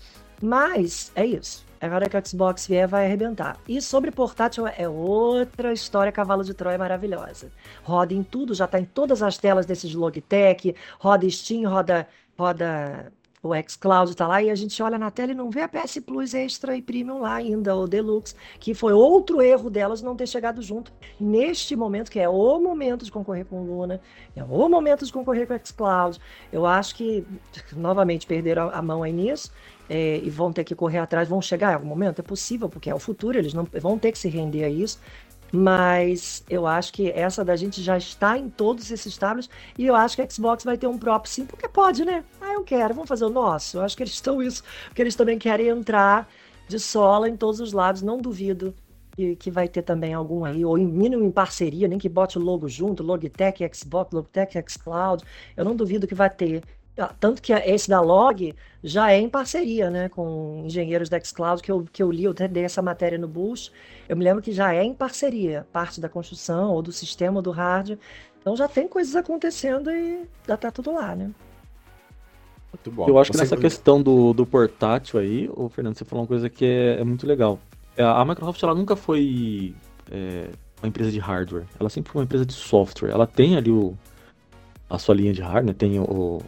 Mas é isso. Agora que o Xbox vier, vai arrebentar. E sobre portátil é outra história, cavalo de Troia maravilhosa. Roda em tudo, já está em todas as telas desses Logitech, roda Steam, roda, roda o xCloud, tá lá, e a gente olha na tela e não vê a P S Plus Extra e Premium lá ainda, o Deluxe, que foi outro erro delas não ter chegado junto neste momento, que é o momento de concorrer com o Luna, é o momento de concorrer com o xCloud. Eu acho que, novamente, perderam a mão aí nisso. É, e vão ter que correr atrás, vão chegar em algum momento, é possível, porque é o futuro, eles não vão ter que se render a isso, mas eu acho que essa da gente já está em todos esses tablets, e eu acho que a Xbox vai ter um próprio sim, porque pode, né? Ah, eu quero, vamos fazer o nosso. Eu acho que eles estão isso, porque eles também querem entrar de sola em todos os lados, não duvido que, que vai ter também algum aí, ou em mínimo em parceria, nem que bote o logo junto, Logitech, Xbox, Logitech, xCloud, eu não duvido que vai ter. Tanto que esse da Log já é em parceria, né, com engenheiros da xCloud, que eu, que eu li, eu até dei essa matéria no Boost, eu me lembro que já é em parceria, parte da construção, ou do sistema, ou do hardware, então já tem coisas acontecendo e já tá tudo lá, né. Muito bom. Eu acho que Você- nessa questão do, do portátil aí, ô Fernando, você falou uma coisa que é, é muito legal. É, A Microsoft, ela nunca foi é, uma empresa de hardware, ela sempre foi uma empresa de software. Ela tem ali o, a sua linha de hardware, tem o, o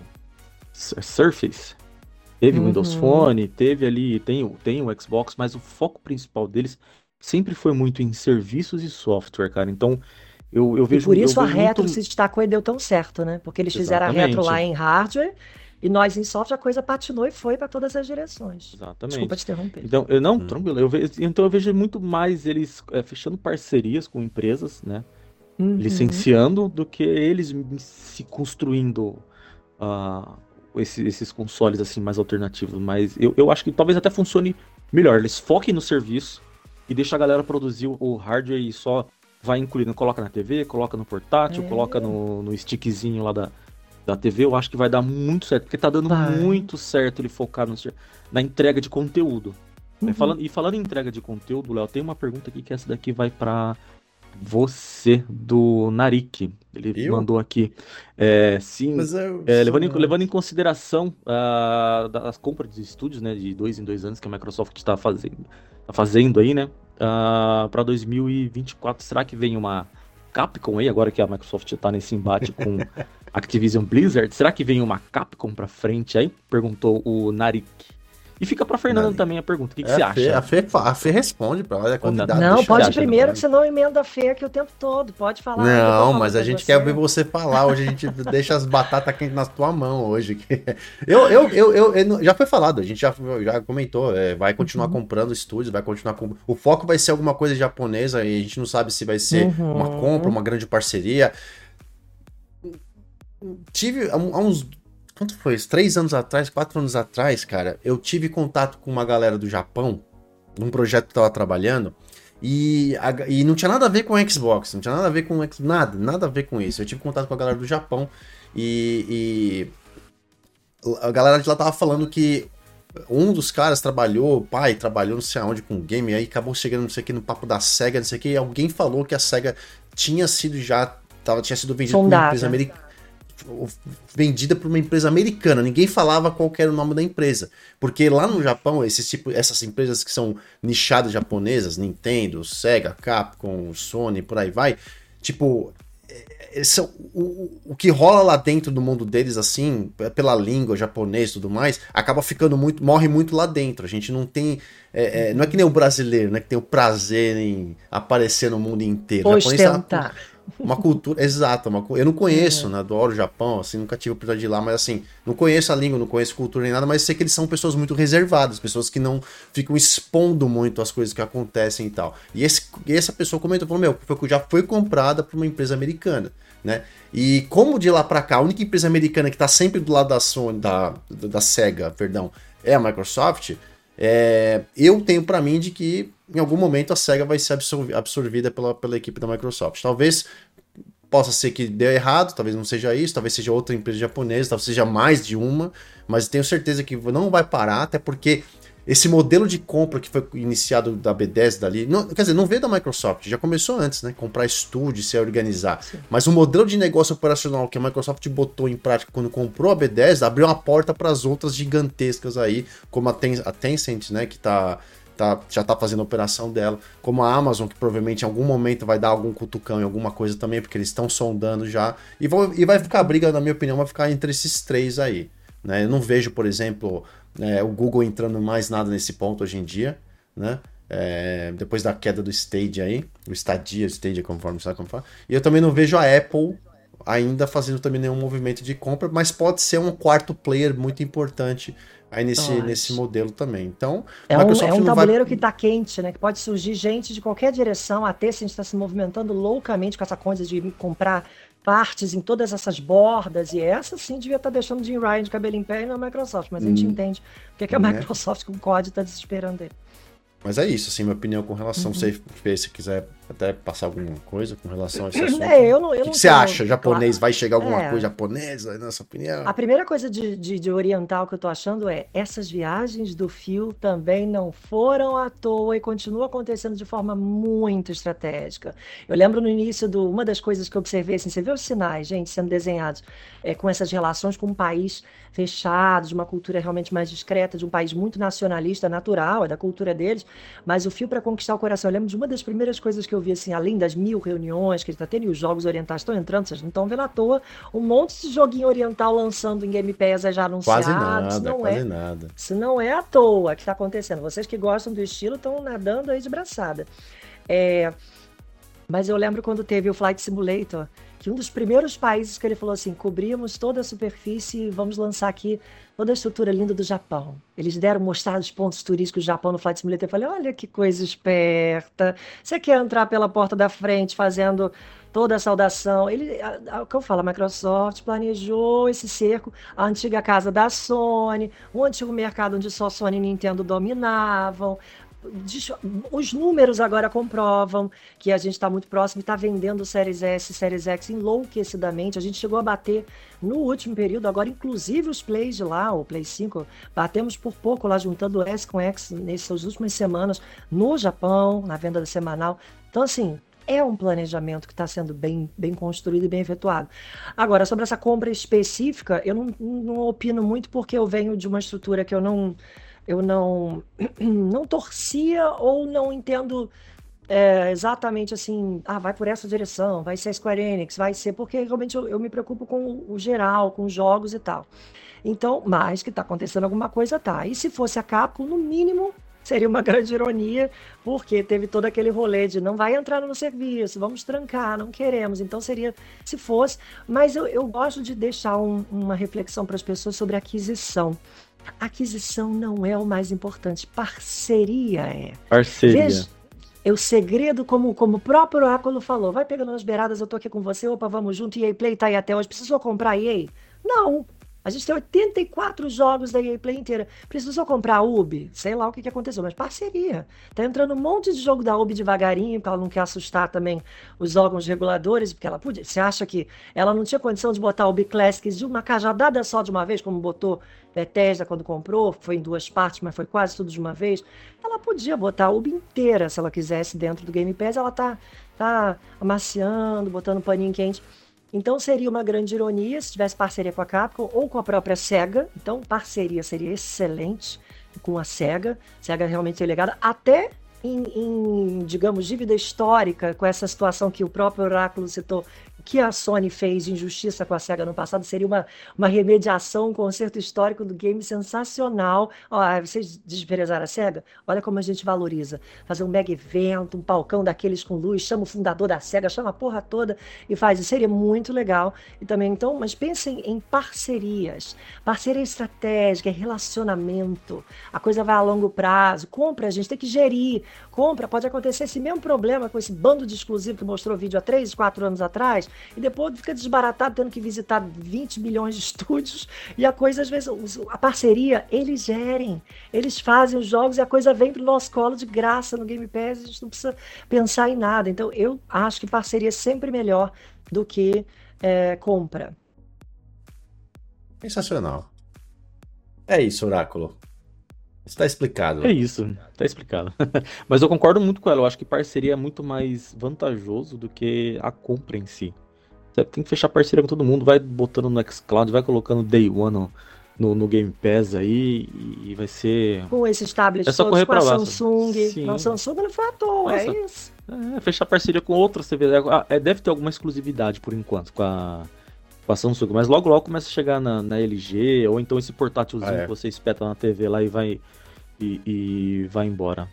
Surface, teve o Uhum. Windows Phone, teve ali, tem, o- tem o Xbox, mas o foco principal deles sempre foi muito em serviços e software, cara. Então, eu, eu E vejo por eu isso a vejo Retro muito... se destacou e deu tão certo, né, porque eles fizeram a Exatamente. Retro lá em hardware, E nós em software a coisa patinou e foi para todas as direções. Exatamente. Desculpa te interromper. Então, eu não, Hum. tranquilo. Eu vejo, então eu vejo muito mais eles é, fechando parcerias com empresas, né? Uhum. Licenciando do que eles se construindo ah, esse- esses consoles assim mais alternativos. Mas eu, eu acho que talvez até funcione melhor. Eles foquem no serviço e deixa a galera produzir o, o hardware e só vai incluindo, coloca na T V, coloca no portátil, É. coloca no, no stickzinho lá da, da T V. Eu acho que vai dar muito certo, porque tá dando Vai. muito certo ele focar no ser- na entrega de conteúdo. Uhum. E falando, e falando em entrega de conteúdo, Léo, tem uma pergunta aqui que essa daqui vai pra você, do Narik. Ele Eu? mandou aqui. É, sim, Mas eu é, sou- levando, em, levando em consideração ah, das compras de estúdios, né, de dois em dois anos que a Microsoft está fazendo, tá fazendo aí, né, para dois mil e vinte e quatro, será que vem uma Capcom aí, agora que a Microsoft está nesse embate com Activision Blizzard, será que vem uma Capcom para frente aí? Perguntou o Narik. E fica para Fernanda Narik. também a pergunta, o que, que É, você a Fê, acha? a, Fê, fa- a Fê responde pra ela, ela é convidada. Não, deixa pode ela acha, primeiro, falar. que senão emenda a Fê aqui o tempo todo. Pode falar. que eu tô Não, falando mas a com gente você. quer ver você falar. Hoje a gente deixa as batatas quentes na tua mão hoje. Eu, eu, eu, eu, eu não- já foi falado, a gente já, já comentou. é, vai continuar Uhum. comprando estúdios, vai continuar com. O foco vai ser alguma coisa japonesa e a gente não sabe se vai ser Uhum. uma compra, uma grande parceria. Tive há um- há uns. Quanto foi isso? Três anos atrás, quatro anos atrás, cara, eu tive contato com uma galera do Japão, num projeto que eu tava trabalhando, e, a- e não tinha nada a ver com o Xbox, não tinha nada a ver com o X, nada, nada a ver com isso. Eu tive contato com a galera do Japão e, e a galera de lá tava falando que um dos caras trabalhou, o pai trabalhou não sei aonde com game, aí acabou chegando não sei o que no papo da SEGA, não sei o que, e alguém falou que a SEGA tinha sido já, tava, tinha sido vendida por uma Sondada. empresa americana. Vendida por uma empresa americana, ninguém falava qual que era o nome da empresa, porque lá no Japão, esses tipo, essas empresas que são nichadas japonesas, Nintendo, Sega, Capcom, Sony, por aí vai, tipo, é, são, o, o- o que rola lá dentro do mundo deles, assim, pela língua japonesa e tudo mais, acaba ficando muito, morre muito lá dentro. A gente não tem, é, é, não é que nem o brasileiro, né, que tem o prazer em aparecer no mundo inteiro. O japonês tá- Ostentar. uma cultura, exato, uma, cu- eu não conheço, né, adoro o Japão, assim, nunca tive a oportunidade de ir lá, mas assim, não conheço a língua, não conheço cultura nem nada, mas sei que eles são pessoas muito reservadas, pessoas que não ficam expondo muito as coisas que acontecem e tal. E, esse, e essa pessoa comentou, falou, meu, foi- já foi comprada por uma empresa americana, né, e como de lá pra cá, a única empresa americana que tá sempre do lado da Sony, da, da Sega, perdão, é a Microsoft, é, eu tenho pra mim de que em algum momento a SEGA vai ser absorvi- absorvida pela, pela equipe da Microsoft. Talvez possa ser que deu errado, talvez não seja isso, talvez seja outra empresa japonesa, talvez seja mais de uma, mas tenho certeza que não vai parar, até porque esse modelo de compra que foi iniciado da Bethesda ali, não, quer dizer, não veio da Microsoft, já começou antes, né? Comprar estúdio, se organizar. Sim. Mas o modelo de negócio operacional que a Microsoft botou em prática quando comprou a Bethesda abriu uma porta para as outras gigantescas aí, como a, Ten- a Tencent, né? Que tá, tá, já tá fazendo a operação dela, como a Amazon, que provavelmente em algum momento vai dar algum cutucão em alguma coisa também, porque eles estão sondando já. E, vão, e vai ficar a briga, na minha opinião, vai ficar entre esses três aí. Né? Eu não vejo, por exemplo, é, o Google entrando mais nada nesse ponto hoje em dia, né? É, depois da queda do Stadia aí, o Stadia, Stadia, conforme sabe como fala. E eu também não vejo a Apple ainda fazendo também nenhum movimento de compra, mas pode ser um quarto player muito importante aí nesse, Pode. nesse modelo também. Então, É a um, Microsoft é um não vai- tabuleiro que tá quente, né? Que pode surgir gente de qualquer direção. A Tencent está se movimentando loucamente com essa coisa de comprar partes em todas essas bordas. E essa sim devia estar deixando o Jim Ryan de cabelo em pé e não a Microsoft. Mas a gente Hum. entende porque que a Né? Microsoft com o código está desesperando ele. Mas é isso, assim, minha opinião com relação, Uhum. se você se quiser até passar alguma coisa com relação a esse assunto. É, eu não, eu O que, não que você tenho- acha? Japonês? Vai chegar alguma É. coisa japonesa, na sua opinião? A primeira coisa de, de, de oriental que eu tô achando é essas viagens do Phil também não foram à toa e continuam acontecendo de forma muito estratégica. Eu lembro no início do uma das coisas que eu observei, assim, você vê os sinais, gente, sendo desenhados é, com essas relações com um país fechado, de uma cultura realmente mais discreta, de um país muito nacionalista, natural, é da cultura deles, mas o fio para conquistar o coração. Eu lembro de uma das primeiras coisas que eu vi, assim, além das mil reuniões que ele está tendo, e os jogos orientais estão entrando, vocês não estão vendo à toa, um monte de joguinho oriental lançando em Game Pass já anunciado. Quase nada, isso não quase é, nada. isso não é à toa que está acontecendo. Vocês que gostam do estilo estão nadando aí de braçada. É, mas eu lembro quando teve o Flight Simulator, que um dos primeiros países que ele falou assim, cobrimos toda a superfície e vamos lançar aqui toda a estrutura linda do Japão. Eles deram mostrar os pontos turísticos do Japão no Flight Simulator. Eu falei, olha que coisa esperta. Você quer entrar pela porta da frente fazendo toda a saudação. Ele, a, a, o que eu falo, a Microsoft planejou esse cerco, a antiga casa da Sony, o antigo mercado onde só Sony e Nintendo dominavam. Os números agora comprovam que a gente está muito próximo e está vendendo Series S e Series X enlouquecidamente. A gente chegou a bater no último período, agora inclusive os Plays de lá, o Play cinco, batemos por pouco lá, juntando S com X nessas últimas semanas no Japão, na venda semanal. Então, assim, é um planejamento que está sendo bem, bem construído e bem efetuado. Agora, sobre essa compra específica, eu não, não opino muito porque eu venho de uma estrutura que eu não... eu não, não torcia ou não entendo é, exatamente assim, ah, vai por essa direção, vai ser a Square Enix, vai ser, porque realmente eu, eu me preocupo com o geral, com os jogos e tal. Então, mas que está acontecendo alguma coisa, tá. E se fosse a Capcom, no mínimo, seria uma grande ironia, porque teve todo aquele rolê de não vai entrar no serviço, vamos trancar, não queremos. Então seria, se fosse, mas eu, eu gosto de deixar um, uma reflexão para as pessoas sobre aquisição. Aquisição não é o mais importante, parceria é. Parceria. Veja, é o segredo, como, como o próprio Oráculo falou, vai pegando nas beiradas, eu tô aqui com você, opa, vamos junto, E A Play tá aí até hoje, precisou comprar E A? Não, a gente tem oitenta e quatro jogos da E A Play inteira, precisou comprar a Ubi? Sei lá o que, que aconteceu, mas parceria. Tá entrando um monte de jogo da Ubi devagarinho, porque ela não quer assustar também os órgãos reguladores, porque ela podia, você acha que ela não tinha condição de botar a Ubi Classics de uma cajadada só de uma vez, como botou Bethesda quando comprou, foi em duas partes, mas foi quase tudo de uma vez. Ela podia botar a Ubi inteira, se ela quisesse, dentro do Game Pass. Ela tá, tá amaciando, botando paninho quente. Então seria uma grande ironia se tivesse parceria com a Capcom ou com a própria SEGA. Então parceria seria excelente com a SEGA. SEGA realmente é legada, até em, em, digamos, dívida histórica, com essa situação que o próprio Oráculo citou, que a Sony fez de injustiça com a SEGA no passado, seria uma, uma remediação, um concerto histórico do game sensacional. Ó, vocês desprezaram a SEGA? Olha como a gente valoriza. Fazer um mega evento, um palcão daqueles com luz, chama o fundador da SEGA, chama a porra toda e faz. Isso seria muito legal. E também, então, mas pensem em parcerias. Parceria estratégica, relacionamento. A coisa vai a longo prazo. Compra, a gente tem que gerir. Compra, pode acontecer esse mesmo problema com esse bando de exclusivo que mostrou vídeo há três, quatro anos atrás, e depois fica desbaratado tendo que visitar vinte milhões de estúdios, e a coisa, às vezes, a parceria, eles gerem, eles fazem os jogos e a coisa vem pro nosso colo de graça no Game Pass, a gente não precisa pensar em nada. Então eu acho que parceria é sempre melhor do que é, compra. Sensacional. É isso, Oráculo. Está explicado. É isso, tá explicado. Mas eu concordo muito com ela, eu acho que parceria é muito mais vantajoso do que a compra em si. Você tem que fechar parceria com todo mundo, vai botando no xCloud, vai colocando Day One no, no, no Game Pass aí e vai ser... Com esses tablets é só todos, correr com a pra lá, Samsung. sim. Não, a Samsung não foi à toa, Nossa. é isso. É, fechar parceria com outras T Vs. É, deve ter alguma exclusividade por enquanto com a, com a Samsung, mas logo logo começa a chegar na, na L G, ou então esse portátilzinho ah, é. que você espeta na T V lá e vai, e, e vai embora.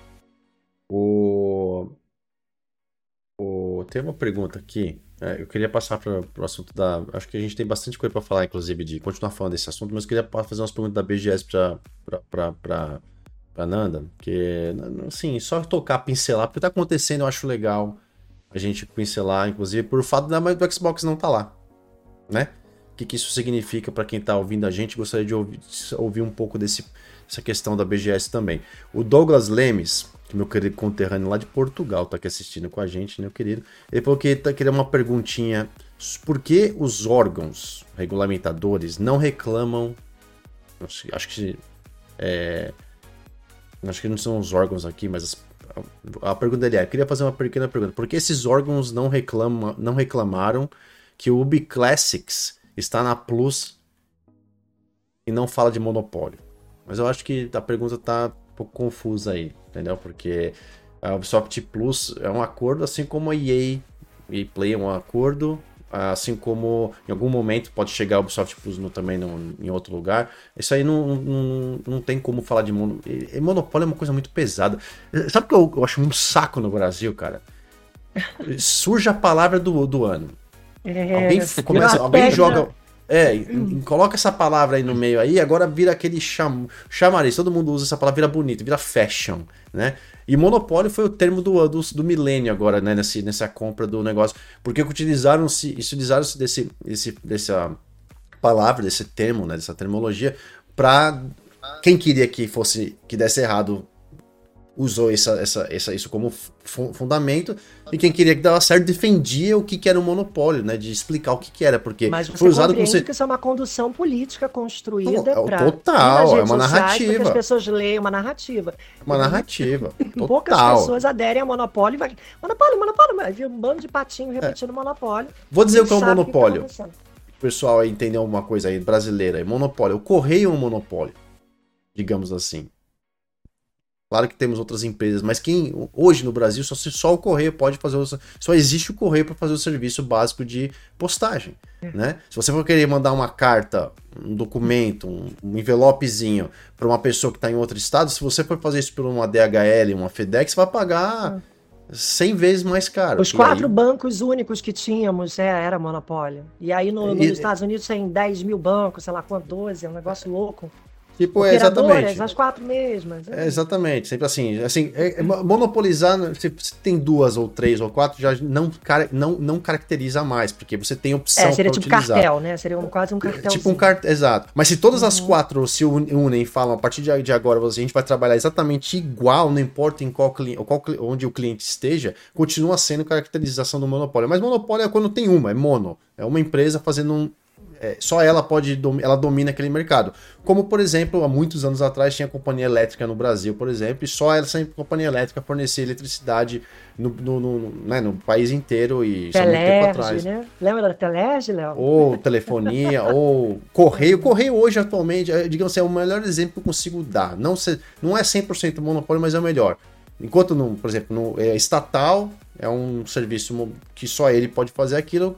O... o... Tem uma pergunta aqui. É, eu queria passar para o assunto da... Acho que a gente tem bastante coisa para falar, inclusive, de continuar falando desse assunto, mas eu queria fazer umas perguntas da B G S para a Nanda, que, assim, só tocar, pincelar, porque tá acontecendo, eu acho legal a gente pincelar, inclusive, por fato da do Xbox não tá lá, né? O que, que isso significa para quem tá ouvindo a gente? Gostaria de ouvir, de ouvir um pouco desse, dessa questão da B G S também. O Douglas Lemes, que meu querido conterrâneo lá de Portugal tá aqui assistindo com a gente, né, meu querido? Ele falou que tá querendo uma perguntinha. Por que os órgãos regulamentadores não reclamam? Acho, acho que é, acho que não são os órgãos aqui, mas as, a, a pergunta dele é: eu queria fazer uma pequena pergunta. Por que esses órgãos não, reclama, não reclamaram que o Ubi Classics está na Plus e não fala de monopólio? Mas eu acho que a pergunta tá um pouco confusa aí, entendeu? Porque a Ubisoft Plus é um acordo, assim como a E A, E A Play é um acordo, assim como em algum momento pode chegar a Ubisoft Plus no, também no, em outro lugar. Isso aí não, não, não tem como falar de monopólio. E monopólio é uma coisa muito pesada. Sabe o que eu, eu acho um saco no Brasil, cara? Surge a palavra do, do ano. É, Alguém começa, vira alguém pedra. joga. É, hum. coloca essa palavra aí no meio aí, agora vira aquele cham, chamariz, todo mundo usa essa palavra, vira bonito, vira fashion, né? E monopólio foi o termo do, do, do milênio agora, né? Nesse, nessa compra do negócio. Porque utilizaram-se, utilizaram-se desse, desse, dessa palavra, desse termo, né? Dessa terminologia, para quem queria que fosse, que desse errado, usou essa, essa, essa, isso como fundamento, e quem queria que dava certo defendia o que, que era um monopólio, né? De explicar o que, que era, porque Mas você foi usado como compreende você... que isso é uma condução política construída Total, para total, é uma narrativa. Porque as pessoas leem uma narrativa. Uma narrativa. Poucas total. pessoas aderem ao monopólio e vai. Monopólio, monopólio, vai vir um bando de patinho repetindo é. monopólio. Vou dizer o que é um monopólio. Que tá o pessoal aí entender alguma coisa aí brasileira. Monopólio. O correio é um monopólio. Digamos assim. Claro que temos outras empresas, mas quem hoje no Brasil só, só o correio pode fazer o, só existe o correio para fazer o serviço básico de postagem, é. né? Se você for querer mandar uma carta, um documento, um, um envelopezinho para uma pessoa que está em outro estado, se você for fazer isso por uma D H L, uma FedEx, você vai pagar é. cem vezes mais caro. Os quatro aí... bancos únicos que tínhamos é, era monopólio. E aí no, nos e... Estados Unidos tem dez mil bancos, sei lá quanto, doze, é um negócio louco. Tipo, é exatamente. As quatro mesmas. É. É, exatamente. Sempre assim. assim é, é, monopolizar, se você tem duas ou três ou quatro, já não, não, não caracteriza mais, porque você tem opção para é, seria tipo utilizar. Cartel, né? Seria um, quase um cartel. Tipo um cartel, exato. Mas se todas uhum. as quatro se unem e falam, a partir de, de agora a gente vai trabalhar exatamente igual, não importa em qual, qual onde o cliente esteja, continua sendo caracterização do monopólio. Mas monopólio é quando tem uma, é mono. É uma empresa fazendo um... É, só ela pode, ela domina aquele mercado. Como, por exemplo, há muitos anos atrás tinha companhia elétrica no Brasil, por exemplo, e só essa companhia elétrica fornecia eletricidade no, no, no, né, no país inteiro e só muito tempo atrás. Né? Lembra da Telerge, Léo? Ou telefonia, ou correio. Correio hoje, atualmente, digamos assim, é o melhor exemplo que eu consigo dar. Não, se, não é cem por cento monopólio, mas é o melhor. Enquanto, no, por exemplo, no é estatal, é um serviço que só ele pode fazer aquilo.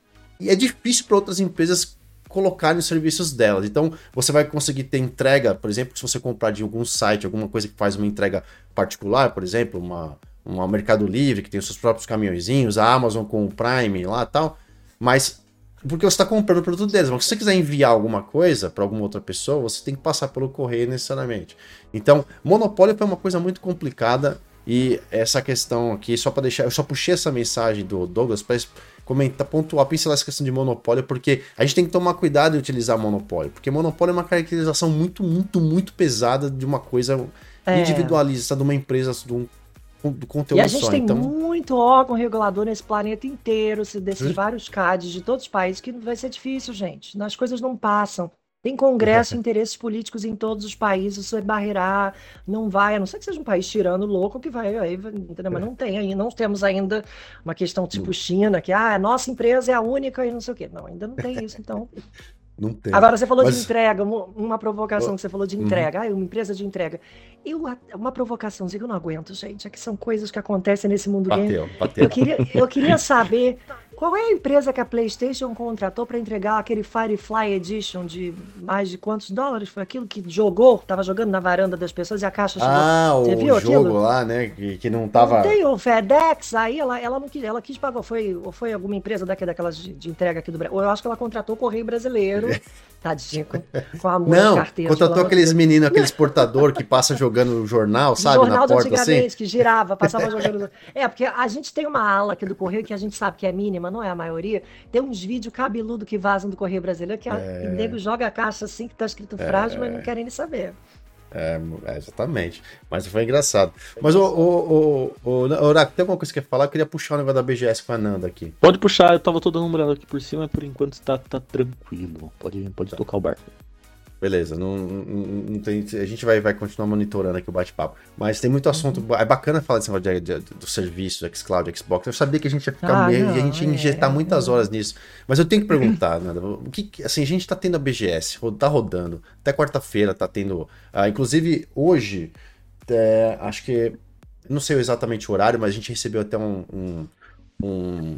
E é difícil para outras empresas colocarem os serviços delas. Então, você vai conseguir ter entrega, por exemplo, se você comprar de algum site, alguma coisa que faz uma entrega particular, por exemplo, uma, uma Mercado Livre, que tem os seus próprios caminhõezinhos, a Amazon com o Prime lá e tal, mas porque você está comprando o produto deles. Mas se você quiser enviar alguma coisa para alguma outra pessoa, você tem que passar pelo correio necessariamente. Então, monopólio foi uma coisa muito complicada e essa questão aqui, só para deixar, eu só puxei essa mensagem do Douglas para comentar, pontuar, pincelar essa questão de monopólio, porque a gente tem que tomar cuidado em utilizar monopólio, porque monopólio é uma caracterização muito, muito, muito pesada de uma coisa é. individualista, de uma empresa, de um, do conteúdo só. E a gente só, tem então... muito órgão regulador nesse planeta inteiro, desses hum? vários C A Ds de todos os países, que vai ser difícil, gente. As coisas não passam. Tem congresso e interesses políticos em todos os países, isso é barreirar, não vai, a não ser que seja um país tirando louco que vai, aí, entendeu? Mas não tem ainda, não temos ainda uma questão tipo China, que ah, a nossa empresa é a única e não sei o quê. Não, ainda não tem isso, então... Não tem. Agora, você falou Mas... de entrega, uma provocação que você falou de entrega, uhum. ah, uma empresa de entrega. Eu, uma provocaçãozinha que eu não aguento, gente, é que são coisas que acontecem nesse mundo bateu, game. Bateu. Eu queria, eu queria saber qual é a empresa que a PlayStation contratou para entregar aquele Firefly Edition de mais de quantos dólares foi aquilo que jogou, tava jogando na varanda das pessoas e a caixa chegou. Ah, você o viu jogo aquilo? lá, né, que, que não tava... Não tem o FedEx, aí ela, ela não quis, ela quis pagar, foi, ou foi alguma empresa daqui, daquelas de, de entrega aqui do Brasil, ou eu acho que ela contratou o Correio Brasileiro, tadinho, com, com a mão não, na carteira. Contratou aqueles meninos, aqueles portador que passa jogando o jornal, sabe, jornal na porta assim. Que girava, passava jogando... É, porque a gente tem uma ala aqui do Correio que a gente sabe que é mínima, não é a maioria, tem uns vídeos cabeludos que vazam do Correio Brasileiro, que é... o nego joga a caixa assim, que tá escrito frágil, é... mas não querem nem saber. É, exatamente. Mas foi engraçado. Mas, ô, ô, ô, ô, Oraco, tem alguma coisa que você quer falar? Eu queria puxar o negócio da B G S com a Nanda aqui. Pode puxar, eu tava todo dando uma olhada aqui por cima, mas por enquanto tá, tá tranquilo. Pode, pode tá. tocar o barco. Beleza, não, não, não tem, a gente vai, vai continuar monitorando aqui o bate-papo. Mas tem muito assunto. Uhum. É bacana falar desse negócio de, de, do serviço, xCloud, Xbox. Eu sabia que a gente ia ficar ah, meio não, e a gente ia injetar é, muitas é. horas nisso. Mas eu tenho que perguntar, Nanda, o que, assim, a gente tá tendo a B G S, tá rodando. Até quarta-feira tá tendo. Ah, inclusive, hoje, é, acho que. Não sei exatamente o horário, mas a gente recebeu até um. um, um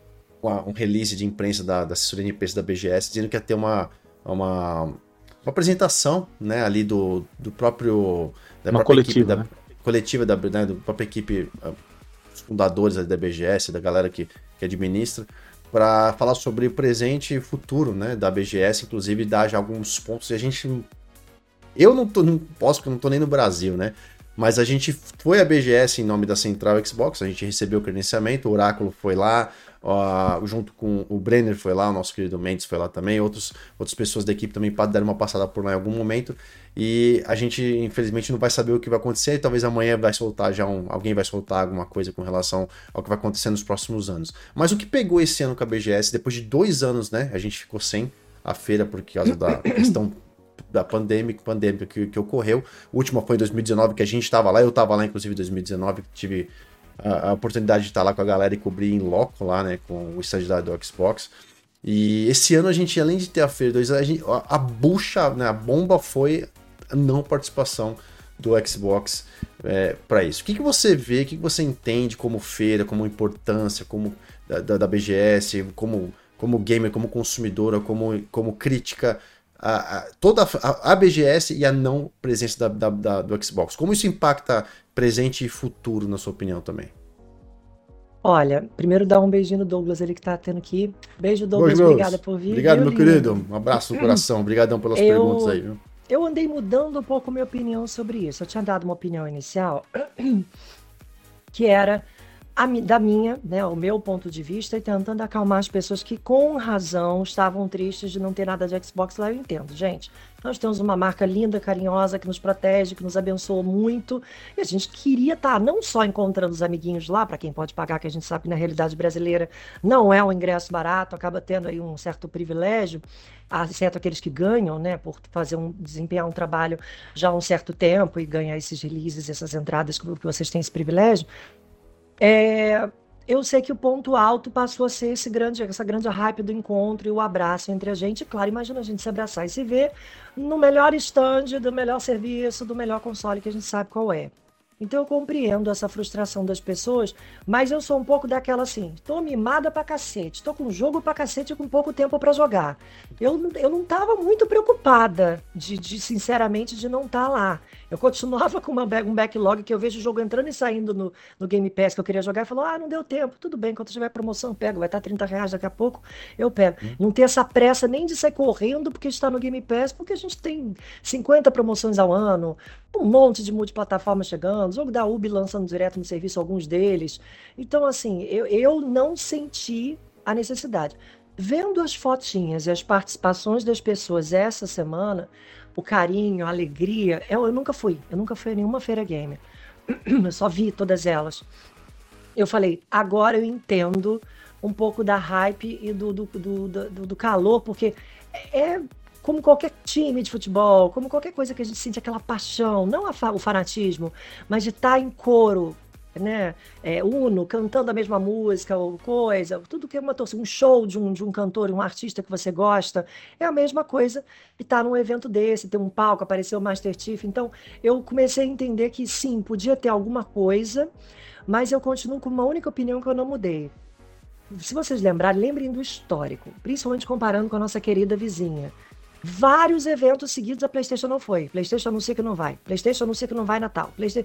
um release de imprensa da, da assessoria de imprensa da B G S dizendo que ia ter uma, uma, uma apresentação, né, ali do, do próprio da uma própria coletiva, equipe, né? da coletiva da, né, da própria equipe, os fundadores da B G S, da galera que, que administra, para falar sobre o presente e futuro, né, da B G S, inclusive dar já alguns pontos. E a gente... Eu não, tô, não posso, porque eu não tô nem no Brasil, né? Mas a gente foi à B G S em nome da Central Xbox, a gente recebeu o credenciamento, o Oráculo foi lá, ó, junto com o Brenner foi lá, o nosso querido Mendes foi lá também, outros, outras pessoas da equipe também deram uma passada por lá em algum momento, e a gente infelizmente não vai saber o que vai acontecer, e talvez amanhã vai soltar já um, alguém vai soltar alguma coisa com relação ao que vai acontecer nos próximos anos. Mas o que pegou esse ano com a B G S, depois de dois anos, né, a gente ficou sem a feira por causa da questão da pandêmica, pandêmica que, que ocorreu. O último foi em dois mil e dezenove, que a gente estava lá, eu estava lá inclusive em dois mil e dezenove, tive a, a oportunidade de estar lá com a galera e cobrir em loco lá, né, com o stand da, do Xbox. E esse ano a gente, além de ter a feira, dois, a, gente, a, a bucha, né, a bomba foi a não participação do Xbox é, para isso. O que, que você vê, o que, que você entende como feira, como importância, como da, da, da B G S, como, como gamer, como consumidora, como, como crítica, A, a, toda a, a B G S e a não presença da, da, da, do Xbox. Como isso impacta presente e futuro, na sua opinião, também? Olha, primeiro dá um beijinho no Douglas, ele que tá tendo que ir. Beijo, Douglas, Oi, obrigada por vir. Obrigado, Viu, meu lindo? querido. Um abraço no coração. Obrigadão pelas Eu- perguntas aí, viu? Eu andei mudando um pouco minha opinião sobre isso. Eu tinha dado uma opinião inicial, que era a mi- da minha, né, o meu ponto de vista, e tentando acalmar as pessoas que, com razão, estavam tristes de não ter nada de Xbox lá. Eu entendo, gente. Nós temos uma marca linda, carinhosa, que nos protege, que nos abençoa muito. E a gente queria estar não só encontrando os amiguinhos lá, para quem pode pagar, que a gente sabe que na realidade brasileira não é um ingresso barato, acaba tendo aí um certo privilégio, exceto aqueles que ganham, né, por fazer um, desempenhar um trabalho já há um certo tempo e ganhar esses releases, essas entradas, que vocês têm esse privilégio. É, eu sei que o ponto alto passou a ser esse grande, essa grande hype do encontro e o abraço entre a gente. Claro, imagina a gente se abraçar e se ver no melhor stand, do melhor serviço, do melhor console que a gente sabe qual é. Então eu compreendo essa frustração das pessoas, mas eu sou um pouco daquela assim, tô mimada pra cacete, tô com jogo pra cacete e com pouco tempo pra jogar. Eu, eu não tava muito preocupada, de, de sinceramente, de não estar lá. Eu continuava com uma, back- um backlog que eu vejo o jogo entrando e saindo no, no Game Pass que eu queria jogar e falou, ah, não deu tempo, tudo bem, quando tiver promoção eu pego, vai estar trinta reais daqui a pouco, eu pego. Não ter essa pressa nem de sair correndo porque está no Game Pass, porque a gente tem cinquenta promoções ao ano, um monte de multiplataforma chegando, jogo da Ubi lançando direto no serviço alguns deles. Então, assim, eu, eu não senti a necessidade. Vendo as fotinhas e as participações das pessoas essa semana, o carinho, a alegria, eu, eu nunca fui, eu nunca fui a nenhuma feira gamer. Eu só vi todas elas. Eu falei, agora eu entendo um pouco da hype e do, do, do, do, do calor, porque é como qualquer time de futebol, como qualquer coisa que a gente sente aquela paixão, não a fa- o fanatismo, mas de estar em coro, né? É, uno, cantando a mesma música ou coisa, tudo que é uma torcida, um show de um, de um cantor, um artista que você gosta, é a mesma coisa que estar num evento desse, ter um palco, aparecer o Master Chief. Então, eu comecei a entender que sim, podia ter alguma coisa, mas eu continuo com uma única opinião que eu não mudei. Se vocês lembrarem, lembrem do histórico, principalmente comparando com a nossa querida vizinha. Vários eventos seguidos a PlayStation não foi. PlayStation anuncia que não vai. PlayStation anuncia que não vai Natal. PlayStation...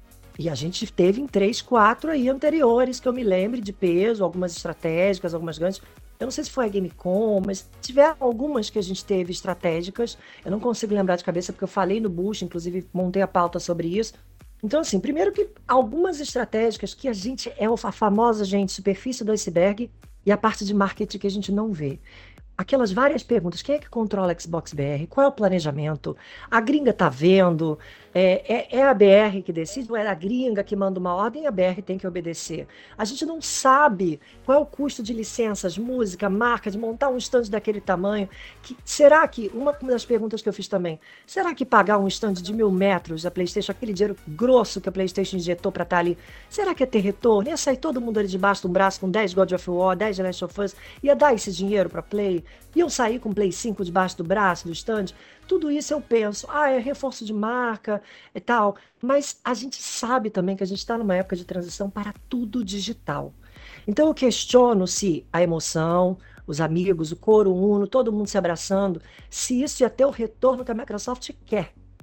E a gente teve em três, quatro aí anteriores, que eu me lembre de peso, algumas estratégicas, algumas grandes. Eu não sei se foi a Gamescom, mas tiveram algumas que a gente teve estratégicas. Eu não consigo lembrar de cabeça, porque eu falei no Bush, inclusive montei a pauta sobre isso. Então, assim, primeiro que algumas estratégicas que a gente é a famosa, gente, superfície do iceberg e a parte de marketing que a gente não vê. Aquelas várias perguntas, quem é que controla a Xbox B R? Qual é o planejamento? A gringa tá vendo? É, é, é a B R que decide? Ou é a gringa que manda uma ordem e a B R tem que obedecer? A gente não sabe qual é o custo de licenças, música, marca, de montar um stand daquele tamanho. Que, será que, uma das perguntas que eu fiz também, será que pagar um stand de mil metros da PlayStation, aquele dinheiro grosso que a PlayStation injetou para estar ali, será que ia ter retorno? Ia sair todo mundo ali debaixo de um braço com dez God of War, dez The Last of Us, ia dar esse dinheiro para Play? Iam sair com o Play cinco debaixo do braço, do stand? Tudo isso eu penso, ah, é reforço de marca e tal, mas a gente sabe também que a gente está numa época de transição para tudo digital. Então eu questiono se a emoção, os amigos, o coro uno, todo mundo se abraçando, se isso ia ter o retorno que a Microsoft quer.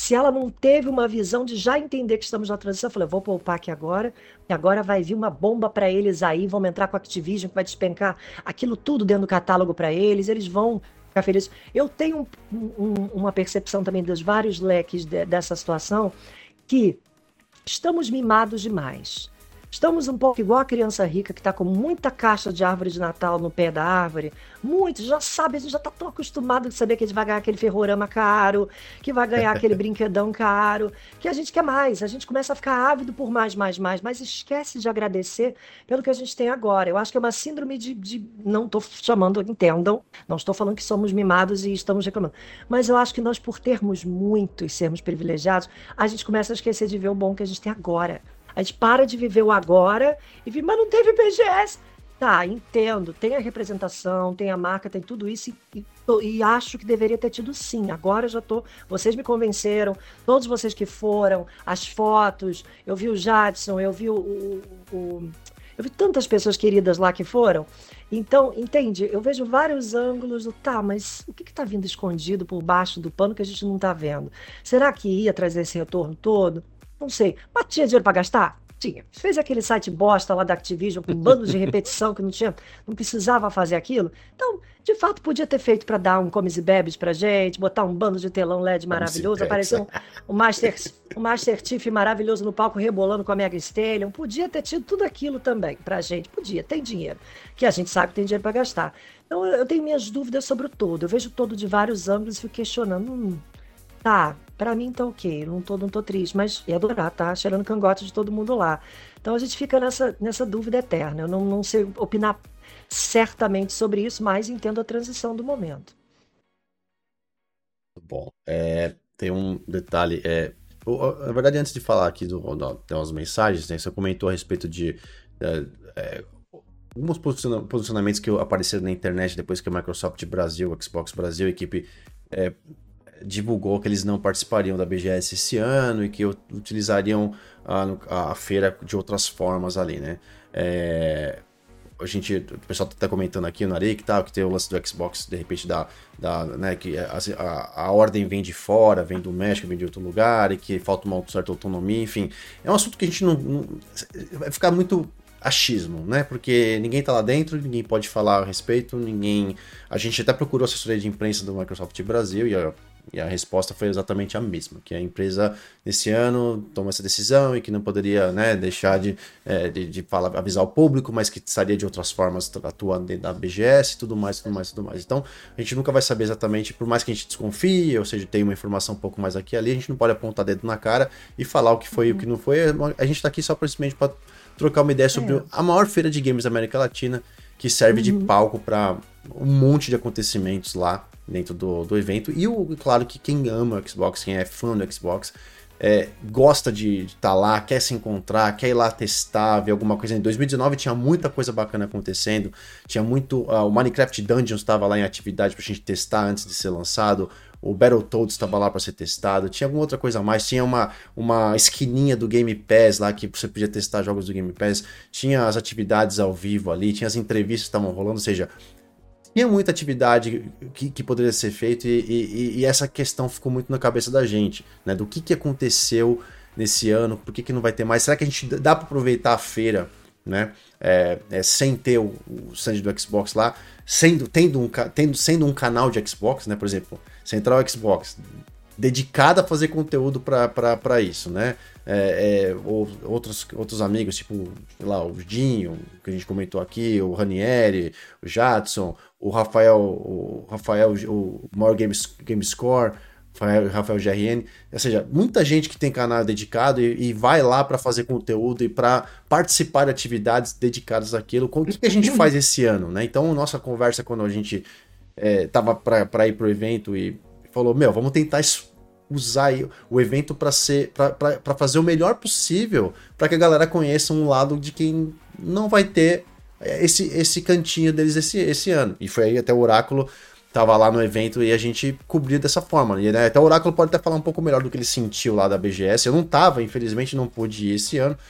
Se ela não teve uma visão de já entender que estamos na transição, eu falei, vou poupar aqui agora, e agora vai vir uma bomba para eles aí, vão entrar com a Activision, que vai despencar aquilo tudo dentro do catálogo para eles, eles vão ficar felizes. Eu tenho um, um, uma percepção também dos vários leques de, dessa situação, que estamos mimados demais. Estamos um pouco igual a criança rica que está com muita caixa de árvore de Natal no pé da árvore. Muito, já sabe, a gente já está tão acostumado a saber que a gente vai ganhar aquele ferrorama caro, que vai ganhar aquele brinquedão caro, que a gente quer mais. A gente começa a ficar ávido por mais, mais, mais, mas esquece de agradecer pelo que a gente tem agora. Eu acho que é uma síndrome de... de não estou chamando, entendam, não estou falando que somos mimados e estamos reclamando, mas eu acho que nós, por termos muito e sermos privilegiados, a gente começa a esquecer de ver o bom que a gente tem agora. A gente para de viver o agora e vive, mas não teve B G S. Tá, entendo, tem a representação, tem a marca, tem tudo isso e, e, e acho que deveria ter tido sim. Agora eu já tô, vocês me convenceram, todos vocês que foram, as fotos, eu vi o Jadson, eu vi o, o, o eu vi tantas pessoas queridas lá que foram. Então, entende? Eu vejo vários ângulos do, tá, mas o que está vindo escondido por baixo do pano que a gente não está vendo? Será que ia trazer esse retorno todo? Não sei, mas tinha dinheiro para gastar? Tinha. Fez aquele site bosta lá da Activision com bandos de repetição que não tinha, não precisava fazer aquilo. Então, de fato, podia ter feito para dar um comes e bebes pra gente, botar um bando de telão L E D maravilhoso, aparecer um, um, Master, um Master Chief maravilhoso no palco rebolando com a Mega Stallion. Podia ter tido tudo aquilo também pra gente. Podia, tem dinheiro. Que a gente sabe que tem dinheiro para gastar. Então, eu tenho minhas dúvidas sobre o todo. Eu vejo o todo de vários ângulos e fico questionando. Hum, tá, pra mim tá ok, não tô, não tô triste, mas ia adorar, tá? Cheirando cangote de todo mundo lá. Então a gente fica nessa, nessa dúvida eterna. Eu não, não sei opinar certamente sobre isso, mas entendo a transição do momento. Bom, é, tem um detalhe. É, na verdade, antes de falar aqui do, do, das mensagens, né, você comentou a respeito de é, é, alguns posicionamentos que apareceram na internet depois que a Microsoft Brasil, Xbox Brasil, a equipe é, divulgou que eles não participariam da B G S esse ano e que utilizariam a, a feira de outras formas ali, né? É, a gente, o pessoal tá comentando aqui no Ari que tal, que tem o lance do Xbox, de repente, da, da, né, que a, a, a ordem vem de fora, vem do México, vem de outro lugar, e que falta uma certa autonomia, enfim. É um assunto que a gente não... não vai ficar muito achismo, né? Porque ninguém tá lá dentro, ninguém pode falar a respeito, ninguém... A gente até procurou a assessoria de imprensa do Microsoft Brasil e a, e a resposta foi exatamente a mesma, que a empresa nesse ano toma essa decisão e que não poderia, né, deixar de, é, de, de falar, avisar o público, mas que estaria de outras formas atuando dentro da B G S e tudo mais, tudo mais, tudo mais. Então, a gente nunca vai saber exatamente, por mais que a gente desconfie, ou seja, tem uma informação um pouco mais aqui e ali, a gente não pode apontar dedo na cara e falar o que foi e uhum. o que não foi. A gente tá aqui só simplesmente para trocar uma ideia sobre é. a maior feira de games da América Latina, que serve uhum. de palco para um monte de acontecimentos lá dentro do, do evento. E o, claro que quem ama o Xbox, quem é fã do Xbox, é, gosta de estar tá lá, quer se encontrar, quer ir lá testar, ver alguma coisa. Em dois mil e dezenove tinha muita coisa bacana acontecendo, tinha muito... Uh, o Minecraft Dungeons estava lá em atividade pra gente testar antes de ser lançado, o Battletoads estava lá para ser testado, tinha alguma outra coisa a mais, tinha uma, uma esquininha do Game Pass lá que você podia testar jogos do Game Pass, tinha as atividades ao vivo ali, tinha as entrevistas que estavam rolando, ou seja, tinha muita atividade que, que poderia ser feita e, e, e essa questão ficou muito na cabeça da gente, né, do que, que aconteceu nesse ano, por que, que não vai ter mais, será que a gente dá para aproveitar a feira, né, é, é, sem ter o, o stand do Xbox lá, sendo, tendo um, tendo, sendo um canal de Xbox, né, por exemplo, Central Xbox, dedicada a fazer conteúdo para isso, né? É, é, ou, outros, outros amigos, tipo, sei lá, o Dinho, que a gente comentou aqui, o Ranieri, o Jadson, o Rafael, o Rafael, o More Games, Game Score, Rafael, Rafael G R N, ou seja, muita gente que tem canal dedicado e, e vai lá para fazer conteúdo e para participar de atividades dedicadas àquilo. O que, que a gente faz esse ano, né? Então, nossa conversa quando a gente É, tava para ir pro evento e falou, meu, vamos tentar usar o evento para ser para fazer o melhor possível para que a galera conheça um lado de quem não vai ter esse, esse cantinho deles esse, esse ano. E foi aí até o Oráculo tava lá no evento e a gente cobriu dessa forma. E, né, até o Oráculo pode até falar um pouco melhor do que ele sentiu lá da B G S. Eu não tava, infelizmente não pude ir esse ano,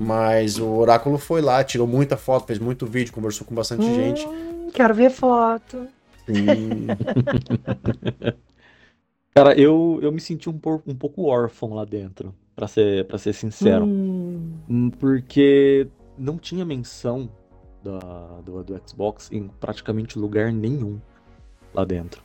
mas o Oráculo foi lá, tirou muita foto, fez muito vídeo, conversou com bastante hum, gente. Quero ver foto. Cara, eu, eu me senti um, por- um pouco órfão lá dentro, pra ser, pra ser sincero. Hum, Hum, Porque não tinha menção da, do, do Xbox em praticamente lugar nenhum lá dentro.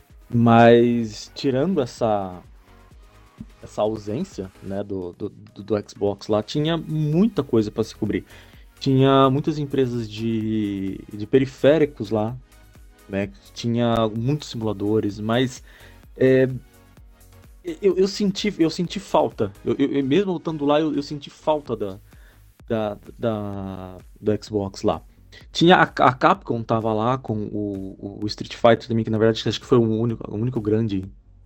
Mas tirando essa, essa ausência, né, do, do, do do Xbox lá, tinha muita coisa para se cobrir. Tinha muitas empresas de, de periféricos lá, né? Tinha muitos simuladores, mas é, eu, eu senti, eu senti falta. Eu, eu- eu- mesmo estando lá, eu, eu senti falta da, da, da, do Xbox lá. Tinha a, a Capcom tava lá com o, o Street Fighter também, que na verdade acho que foi o único, o único grande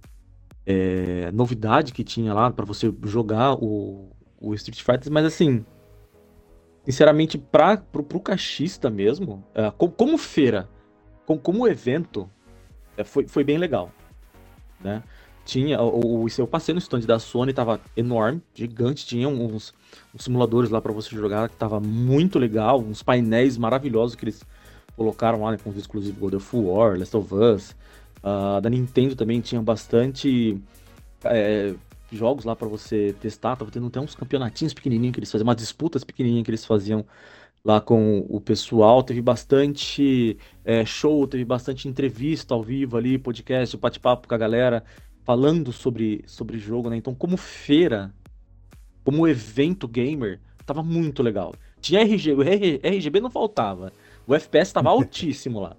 é, novidade que tinha lá pra você jogar o, o Street Fighter, mas assim, sinceramente, pra, pro, pro cachista mesmo, é, co- como, feira, com- como evento, é, foi, foi bem legal, né? Tinha, o, o, eu passei no stand da Sony, tava enorme, gigante, tinha uns, uns simuladores lá pra você jogar, que tava muito legal, uns painéis maravilhosos que eles colocaram lá, né, com os exclusivos God of War, Last of Us. Ah, da Nintendo também tinha bastante é, jogos lá pra você testar, tava tendo até uns campeonatinhos pequenininhos que eles faziam, umas disputas pequenininhas que eles faziam lá com o pessoal. Teve bastante é, show, teve bastante entrevista ao vivo ali, podcast, bate-papo com a galera, falando sobre, sobre jogo, né? Então, como feira, como evento gamer, tava muito legal. Tinha R G, o R- RGB não faltava. O F P S tava altíssimo lá.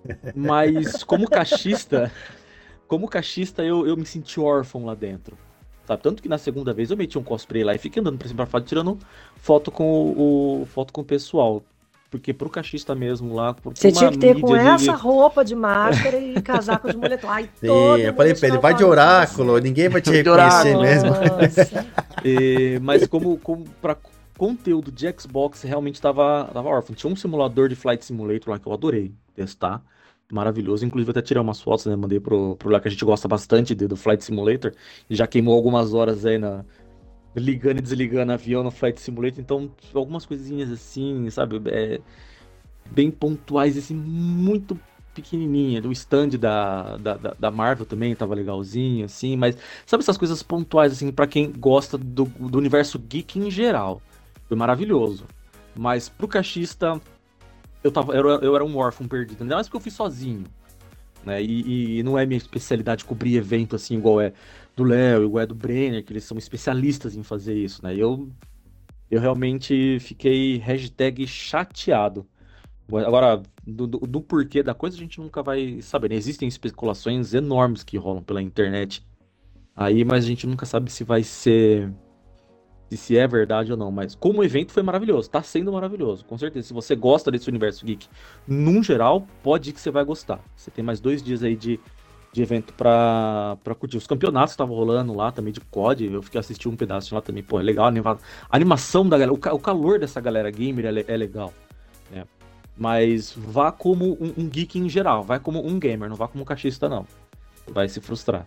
Mas como caixista, como caixista, eu, eu me senti órfão lá dentro. Sabe? Tanto que na segunda vez eu meti um cosplay lá e fiquei andando pra cima e pra fora, tirando foto com o, o- foto com o pessoal. Porque pro caixista mesmo lá, por por você tinha uma que ter com mídia essa de. roupa de máscara e casaco de moletom. Ai, E todo eu falei mundo pra ele, tirou vai de foto com oráculo, você. ninguém vai te de reconhecer oráculo. mesmo. Nossa. E- mas como, como para conteúdo de Xbox realmente tava, tava órfão. Tinha um simulador de Flight Simulator lá que eu adorei testar. Maravilhoso. Inclusive, eu até tirei umas fotos, né? Mandei pro, pro lá que a gente gosta bastante de- do Flight Simulator. E já queimou algumas horas aí na, ligando e desligando avião no Flight Simulator. Então, algumas coisinhas assim, sabe? É, bem pontuais, assim, muito pequenininha. O stand da, da, da da Marvel também tava legalzinho, assim, mas sabe essas coisas pontuais, assim, pra quem gosta do, do universo geek em geral. Foi maravilhoso. Mas pro cachista, eu, tava, eu, era- eu era um órfão perdido, ainda mais porque eu fui sozinho, né? E, e não é minha especialidade cobrir evento assim, igual é do Léo, igual é do Brenner, que eles são especialistas em fazer isso, né? Eu, eu realmente fiquei hashtag chateado. Agora, do, do- do porquê da coisa a gente nunca vai saber, né? Existem especulações enormes que rolam pela internet aí, mas a gente nunca sabe se vai ser, se se é verdade ou não. Mas como evento foi maravilhoso, tá sendo maravilhoso, com certeza. Se você gosta desse universo geek, num geral, pode ir que você vai gostar. Você tem mais dois dias aí de, de evento pra, pra curtir. Os campeonatos estavam rolando lá também de C O D, eu fiquei assistindo um pedaço lá também, pô, é legal. A animação da galera, o, ca- o calor dessa galera gamer é, le- é legal, né? Mas vá como um, um geek em geral, vai como um gamer, não vá como um cachista, não. Vai se frustrar.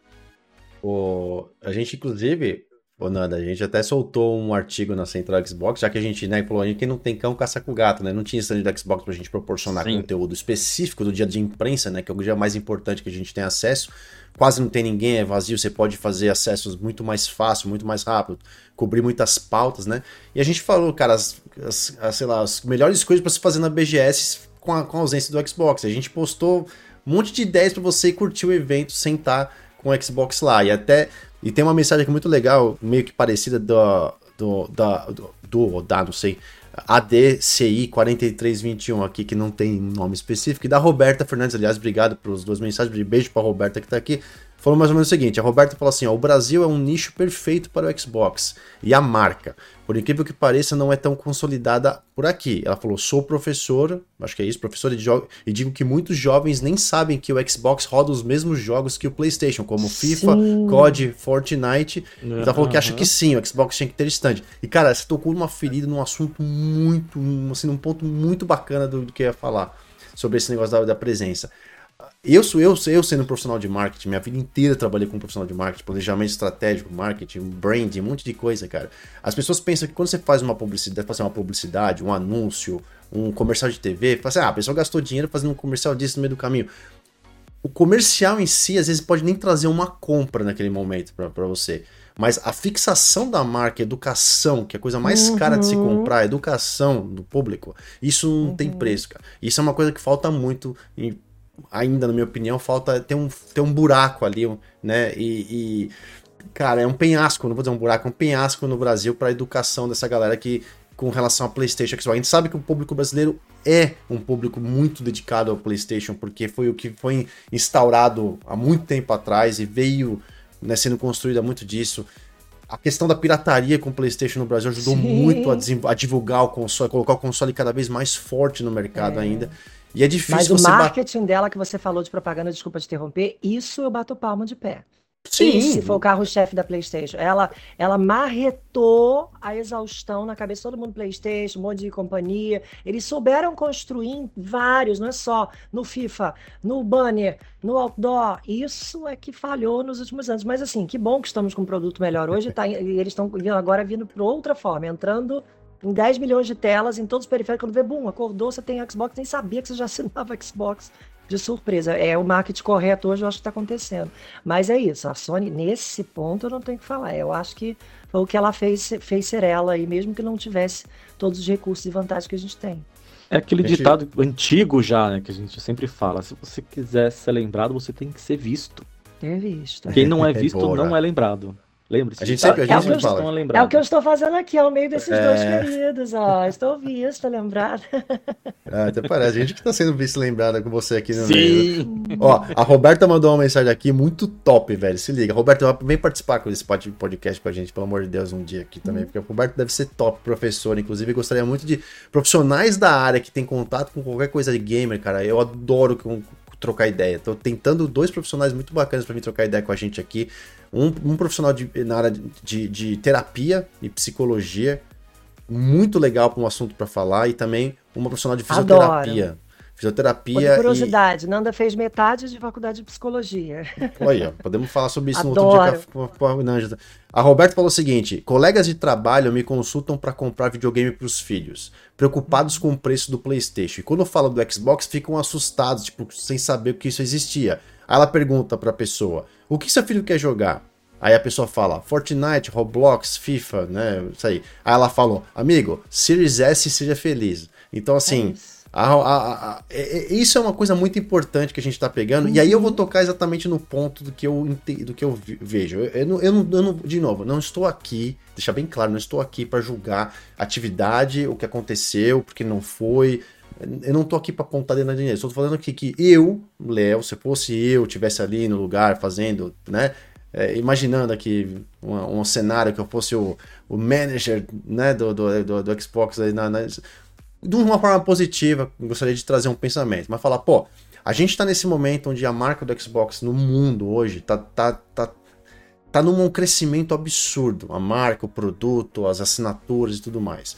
O, a gente, inclusive, ô Nanda, a gente até soltou um artigo na Central Xbox, já que a gente, né, falou, a gente que não tem cão caça com gato, né? Não tinha stand do Xbox pra gente proporcionar Sim. conteúdo específico do dia de imprensa, né? Que é o dia mais importante que a gente tem acesso. Quase não tem ninguém, é vazio, você pode fazer acessos muito mais fácil, muito mais rápido, cobrir muitas pautas, né? E a gente falou, cara, as, as- as, sei lá, as melhores coisas pra se fazer na B G S com a, com a ausência do Xbox. A gente postou um monte de ideias pra você curtir o evento sem estar com o Xbox lá. E até e tem uma mensagem aqui muito legal, meio que parecida do, do, da, do, do ou da, não sei, A D C I quatro três dois um aqui, que não tem nome específico, e da Roberta Fernandes, aliás, obrigado pelas duas mensagens, beijo pra Roberta que tá aqui. Falou mais ou menos o seguinte, a Roberta falou assim, ó, o Brasil é um nicho perfeito para o Xbox, e a marca, por incrível que pareça, não é tão consolidada por aqui. Ela falou, sou professora, acho que é isso, professora de jogos, e digo que muitos jovens nem sabem que o Xbox roda os mesmos jogos que o PlayStation, como FIFA, Sim. C O D, Fortnite. Então ela falou que acha Aham. que sim, o Xbox tinha que ter stand. E cara, você tocou numa ferida, num assunto muito, assim, num ponto muito bacana do, do que eu ia falar, sobre esse negócio da, da presença. Eu sou eu, eu sendo um profissional de marketing, minha vida inteira trabalhei como profissional de marketing, planejamento estratégico, marketing, branding, um monte de coisa, cara. As pessoas pensam que quando você faz uma publicidade, fazer uma publicidade, um anúncio, um comercial de T V, fala assim, ah, a pessoa gastou dinheiro fazendo um comercial disso no meio do caminho. o comercial em si, às vezes, pode nem trazer uma compra naquele momento para você. Mas a fixação da marca, a educação, que é a coisa mais uhum. cara de se comprar, a educação do público, isso não uhum. tem preço, cara. Isso é uma coisa que falta muito, e ainda, na minha opinião, falta ter um, ter um buraco ali, né? E, e, cara, é um penhasco, não vou dizer um buraco, é um penhasco no Brasil para a educação dessa galera que, com relação a PlayStation, a gente sabe que o público brasileiro é um público muito dedicado ao PlayStation, porque foi o que foi instaurado há muito tempo atrás e veio, né, sendo construído há muito disso. A questão da pirataria com o PlayStation no Brasil ajudou Sim. muito a, a divulgar o console, a colocar o console cada vez mais forte no mercado é. ainda. E é difícil Mas você o marketing bat... dela que você falou de propaganda, desculpa te interromper, isso eu bato palma de pé. Sim. Esse foi o carro-chefe da PlayStation. Ela, ela marretou a exaustão na cabeça de todo mundo PlayStation, um monte de companhia. Eles souberam construir em vários, não é só no FIFA, no banner, no outdoor. Isso é que falhou nos últimos anos. Mas assim, que bom que estamos com um produto melhor hoje. Tá, e eles estão agora vindo por outra forma, entrando em dez milhões de telas, em todos os periféricos. Quando vê, bum, acordou, você tem Xbox, nem sabia que você já assinava Xbox. De surpresa. É o marketing correto hoje, eu acho que está acontecendo. Mas é isso, a Sony, nesse ponto, eu não tenho o que falar. Eu acho que foi o que ela fez, fez ser ela, e mesmo que não tivesse todos os recursos e vantagens que a gente tem. É aquele gente... ditado antigo já, né, que a gente sempre fala. Se você quiser ser lembrado, você tem que ser visto. Ter visto. Quem não é visto é não é lembrado. Lembre-se. A gente sempre, a gente é, sempre fala. Estou, é o que eu estou fazendo aqui, ao meio desses é... dois queridos, ó. Estou vista, lembrada. Ah, até parece. A gente que está sendo visto lembrada com você aqui no Sim. meio. Ó, a Roberta mandou uma mensagem aqui muito top, velho. Se liga. Roberta, vem participar com esse podcast com a gente, pelo amor de Deus, um dia aqui também. Hum. Porque o Roberto deve ser top, professor. Inclusive, gostaria muito de profissionais da área que tem contato com qualquer coisa de gamer, cara. Eu adoro com trocar ideia. Tô tentando dois profissionais muito bacanas para mim trocar ideia com a gente aqui. Um, um profissional de, na área de, de terapia e psicologia, muito legal para um assunto para falar, e também uma profissional de fisioterapia. Adoro. Fisioterapia. Por curiosidade, e... Nanda fez metade de faculdade de psicologia. Olha, podemos falar sobre isso Adoro. no outro dia com a, com a Nanda. A Roberta falou o seguinte: colegas de trabalho me consultam para comprar videogame para os filhos, preocupados com o preço do PlayStation. E quando falo do Xbox, ficam assustados, tipo, sem saber que isso existia. Aí ela pergunta para a pessoa: o que seu filho quer jogar? Aí a pessoa fala: Fortnite, Roblox, FIFA, né? Isso aí. Aí ela falou: amigo, Series S, seja feliz. Então, assim. É A, a, a, a, isso é uma coisa muito importante que a gente tá pegando, uhum. E aí eu vou tocar exatamente no ponto do que eu, do que eu vejo. Eu, eu, não, eu, não, eu não, de novo, não estou aqui, deixar bem claro, não estou aqui para julgar a atividade, o que aconteceu, porque não foi. Eu não tô aqui para apontar dentro da dinheiro. Estou falando aqui que eu, Léo, se fosse eu, tivesse ali no lugar fazendo, né? É, imaginando aqui um, um cenário que eu fosse o, o manager, né, do, do, do, do Xbox aí na, na de uma forma positiva, gostaria de trazer um pensamento, mas falar, pô, a gente tá nesse momento onde a marca do Xbox no mundo hoje tá, tá, tá, tá num crescimento absurdo, a marca, o produto, as assinaturas e tudo mais.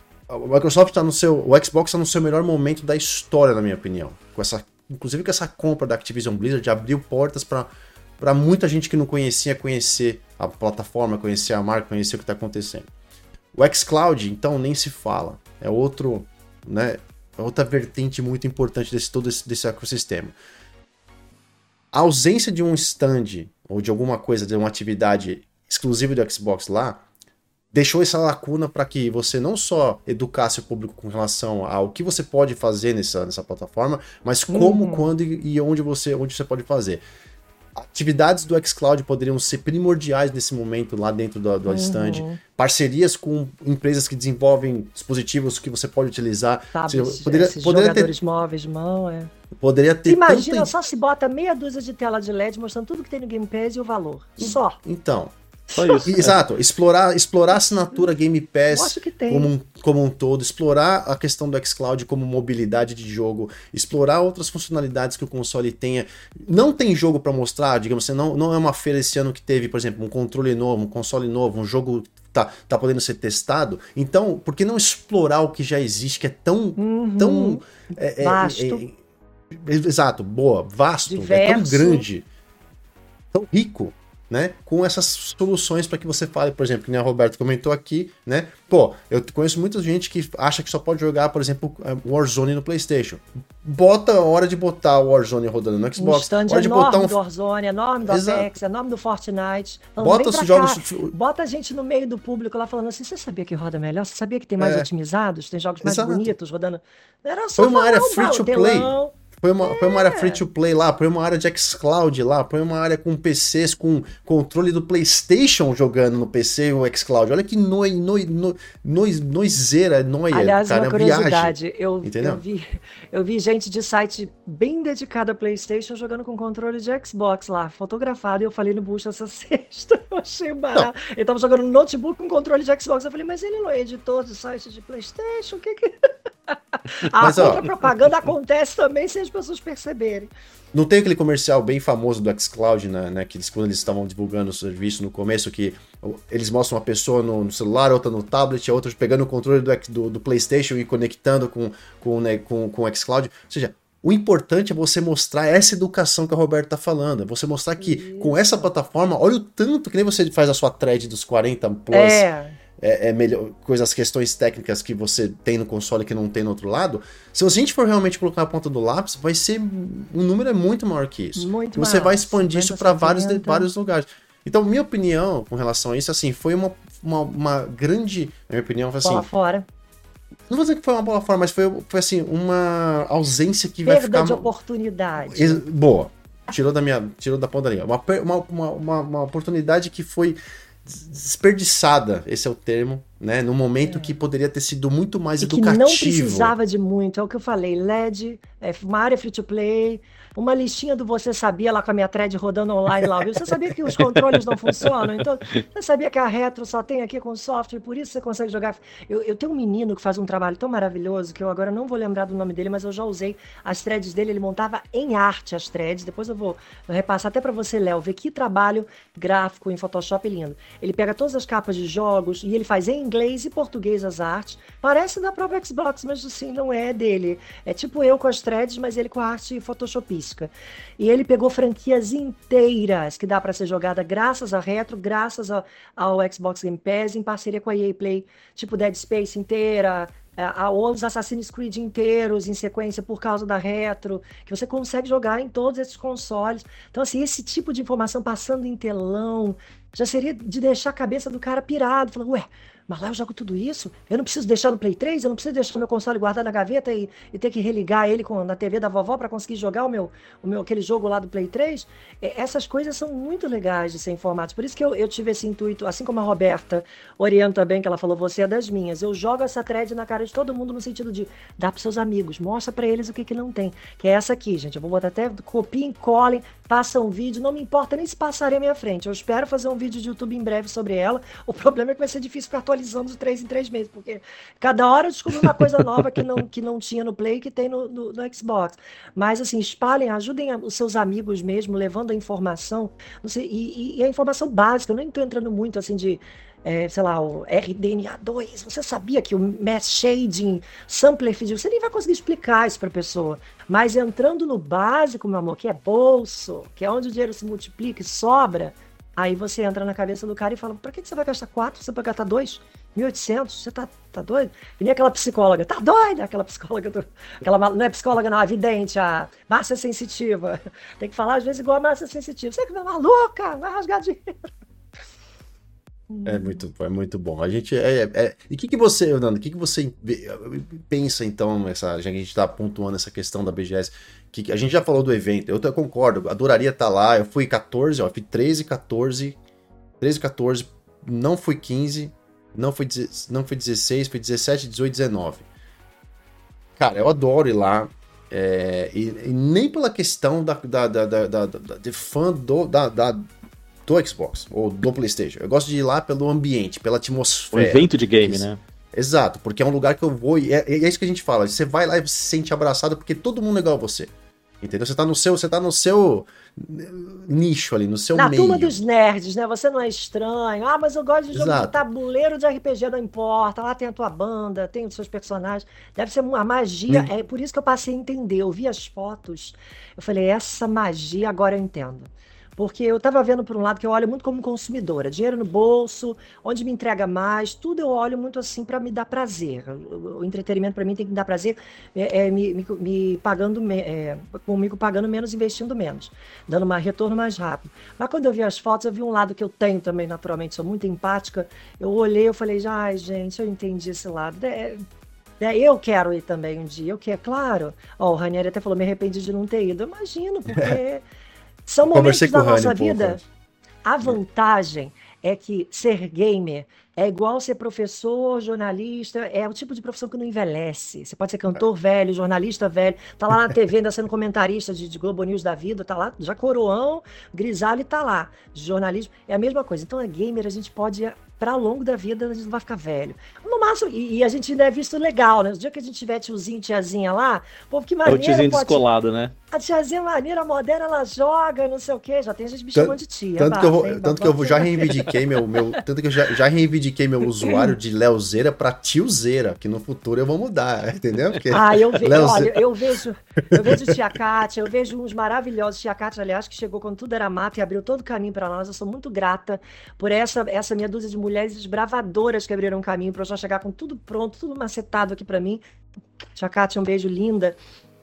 O Microsoft tá no seu, o Xbox tá no seu melhor momento da história, na minha opinião, com essa, inclusive com essa compra da Activision Blizzard, abriu portas para para muita gente que não conhecia conhecer a plataforma, conhecer a marca, conhecer o que tá acontecendo. O xCloud, então, nem se fala. É outro, né, outra vertente muito importante desse todo esse, desse ecossistema. A ausência de um stand ou de alguma coisa, de uma atividade exclusiva do Xbox lá, deixou essa lacuna para que você não só educasse o público com relação ao que você pode fazer nessa, nessa plataforma, mas como, uhum. quando e onde você, onde você pode fazer. Atividades do xCloud poderiam ser primordiais nesse momento lá dentro do, do uhum. stand. Parcerias com empresas que desenvolvem dispositivos que você pode utilizar. Sabe, você poderia, esses poderia jogadores ter, móveis de mão, é. Poderia ter Imagina, tanta... só se bota meia dúzia de tela de L E D mostrando tudo que tem no Game Pass e o valor. Só. Então... Só isso. Exato, explorar, explorar a assinatura Game Pass como um, como um todo, explorar a questão do xCloud como mobilidade de jogo, explorar outras funcionalidades que o console tenha. Não tem jogo para mostrar, digamos assim, não, não é uma feira esse ano que teve, por exemplo, um controle novo, um console novo, um jogo tá, tá podendo ser testado. Então, por que não explorar o que já existe, que é tão... Uhum. tão é, vasto. É, é, é, exato, boa, vasto, diverso. É tão grande, tão rico. né, com essas soluções para que você fale, por exemplo, que nem a Roberto comentou aqui, né, pô, eu conheço muita gente que acha que só pode jogar, por exemplo, Warzone no PlayStation. Bota a hora de botar o Warzone rodando no Xbox. Um stand hora de enorme botar um... do Warzone, enorme do Exato. Apex, enorme do Fortnite. Falando, Bota vem os pra jogos... cá, bota a gente no meio do público lá falando assim, você sabia que roda melhor? Você sabia que tem mais É. otimizados? Tem jogos mais Exato. bonitos rodando? Era só Foi uma falar área um free to play. telão. Põe uma, É. põe uma área free to play lá, põe uma área de xCloud lá, põe uma área com P Cs, com controle do PlayStation jogando no P C o xCloud. Olha que noi, noi, noi, noi, noiseira, noia, Aliás, cara, uma viagem. curiosidade, eu, Entendeu? eu, vi, eu vi gente de site bem dedicado a PlayStation jogando com controle de Xbox lá, fotografado, e eu falei no Bush essa sexta, eu achei barato. Ele tava jogando no notebook com controle de Xbox, eu falei, mas ele não é editor de site de PlayStation? O que que... A Mas, ó, propaganda acontece também sem as pessoas perceberem. Não tem aquele comercial bem famoso do xCloud, né, né, que eles, quando eles estavam divulgando o serviço no começo, que eles mostram uma pessoa no, no celular, outra no tablet, a outra pegando o controle do, do, do PlayStation e conectando com, com, né, com, com o xCloud. Ou seja, o importante é você mostrar essa educação que a Roberta tá falando, é você mostrar que Isso. com essa plataforma, olha o tanto que nem você faz a sua thread dos quarenta plus, É. É, é melhor, coisas, questões técnicas que você tem no console que não tem no outro lado. Se a gente for realmente colocar a ponta do lápis, vai ser um número é muito maior que isso. Muito você maior. vai expandir isso para vários, setenta. vários lugares. Então, minha opinião com relação a isso, assim, foi uma, uma, uma grande, na minha opinião, foi assim, Bola fora. não vou dizer que foi uma bola fora, mas foi, foi assim, uma ausência que vai Perda ficar de oportunidade. Ex- boa. Tirou da minha, tirou da ponta da língua. Uma, per- uma, uma, uma, uma oportunidade que foi desperdiçada, esse é o termo, né? Num momento É. que poderia ter sido muito mais E que educativo. não precisava de muito, é o que eu falei, L E D, é, uma área free to play, uma listinha do Você Sabia lá com a minha thread rodando online lá, viu? Você sabia que os controles não funcionam? Então, você sabia que a Retro só tem aqui com software, por isso você consegue jogar. Eu, eu tenho um menino que faz um trabalho tão maravilhoso, que eu agora não vou lembrar do nome dele, mas eu já usei as threads dele, ele montava em arte as threads, depois eu vou repassar até para você, Léo, ver que trabalho gráfico em Photoshop lindo. Ele pega todas as capas de jogos e ele faz em inglês e português as artes, parece da própria Xbox, mas assim, não é dele. É tipo eu com as threads, mas ele com a arte photoshopística. E ele pegou franquias inteiras que dá para ser jogada graças a Retro, graças a, ao Xbox Game Pass, em parceria com a E A Play, tipo Dead Space inteira, a, a, os Assassin's Creed inteiros em sequência por causa da Retro, que você consegue jogar em todos esses consoles. Então, assim, esse tipo de informação passando em telão já seria de deixar a cabeça do cara pirado, falando, ué, mas lá eu jogo tudo isso? Eu não preciso deixar no Play três? Eu não preciso deixar meu console guardado na gaveta e, e ter que religar ele com, na T V da vovó para conseguir jogar o meu, o meu, aquele jogo lá do Play três? É, essas coisas são muito legais de ser informadas. Por isso que eu, eu tive esse intuito, assim como a Roberta orienta bem, que ela falou, você é das minhas. Eu jogo essa thread na cara de todo mundo no sentido de dar para seus amigos, mostra para eles o que, que não tem. Que é essa aqui, gente. Eu vou botar até copiem, colhem, passa um vídeo, não me importa nem se passarem à minha frente. Eu espero fazer um vídeo de YouTube em breve sobre ela. O problema é que vai ser difícil ficar atualizando de três em três meses, porque cada hora eu descubro uma coisa nova que não, que não tinha no Play, que tem no, no, no Xbox. Mas, assim, espalhem, ajudem a, os seus amigos mesmo, levando a informação, não sei, e, e a informação básica. Eu nem estou entrando muito, assim, de, é, sei lá, o R D N A dois. Você sabia que o Mass Shading, Sampler Feed, você nem vai conseguir explicar isso para a pessoa. Mas entrando no básico, meu amor, que é bolso, que é onde o dinheiro se multiplica e sobra, aí você entra na cabeça do cara e fala, pra que você vai gastar quatro? Você vai gastar dois? mil e oitocentos? Você tá, tá doido? E nem aquela psicóloga, tá doida? Aquela psicóloga, do, aquela, não é psicóloga não, a vidente, a Márcia Sensitiva. Tem que falar às vezes igual a Márcia Sensitiva. Você que é maluca, vai rasgar dinheiro. É muito, é muito bom. A gente é, é, é... E o que, que você, Nando, o que, que você pensa então, essa, já que a gente está pontuando essa questão da B G S, que a gente já falou do evento, eu, eu concordo, adoraria estar lá, eu fui quatorze, ó, eu fui treze, quatorze, treze, quatorze, não fui quinze, não fui, não fui dezesseis, fui dezessete, dezoito, dezenove. Cara, eu adoro ir lá, é, e, e nem pela questão da, da, da, da, da, da de fã do, da, da do Xbox ou do PlayStation. Eu gosto de ir lá pelo ambiente, pela atmosfera. Um evento de game, né? Exato, porque é um lugar que eu vou e é, é isso que a gente fala. Você vai lá e você se sente abraçado porque todo mundo é igual a você. Entendeu? Você tá no seu, você tá no seu nicho ali, no seu Na meio. turma dos nerds, né? Você não é estranho. Ah, mas eu gosto de jogo Exato. de tabuleiro de R P G, não importa. Lá tem a tua banda, tem os seus personagens. Deve ser uma magia. Sim. É por isso que eu passei a entender. Eu vi as fotos. Eu falei, essa magia agora eu entendo. Porque eu estava vendo por um lado que eu olho muito como consumidora, dinheiro no bolso, onde me entrega mais, tudo eu olho muito assim para me dar prazer. O, o entretenimento para mim tem que me dar prazer, é, é, me, me, me pagando, me- é, comigo pagando menos, investindo menos, dando um retorno mais rápido. Mas quando eu vi as fotos, eu vi um lado que eu tenho também, naturalmente, sou muito empática. Eu olhei, eu falei, ai, gente, eu entendi esse lado. É, é, eu quero ir também um dia, eu quero, claro. Ó, o Ranieri até falou, me arrependi de não ter ido. Eu imagino, porque são Eu conversei momentos com o da Rani nossa um pouco vida. antes. A vantagem é que ser gamer é igual ser professor, jornalista, é o tipo de profissão que não envelhece. Você pode ser cantor velho, jornalista velho, tá lá na T V ainda sendo comentarista de, de Globo News da vida, tá lá, já coroão, grisalho e tá lá. Jornalismo é a mesma coisa. Então, é gamer, a gente pode ir para longo da vida, a gente não vai ficar velho. No máximo, e, e a gente ainda é visto legal, né? No dia que a gente tiver tiozinho, tiazinha lá, pô, que É o maneiro, tiozinho pode. descolado, né? A tiazinha maneira, moderna, ela joga, não sei o quê. Já tem gente me chamando Tanto, de tia, tanto que eu vou, bafo, hein? tanto que eu vou, já Bafo. reivindiquei meu, meu, tanto que eu já, já reivindiquei meu usuário de Leozeira pra Tiozeira, que no futuro eu vou mudar, entendeu? Porque Ah, eu vejo, olha, Leozeira, eu vejo, eu vejo Tia Kátia, eu vejo uns maravilhosos. Tia Kátia, aliás, que chegou quando tudo era mato e abriu todo o caminho para nós. Eu sou muito grata por essa, essa minha dúzia de mulheres desbravadoras que abriram caminho para eu já chegar com tudo pronto, tudo macetado aqui para mim. Tia Kátia, um beijo linda.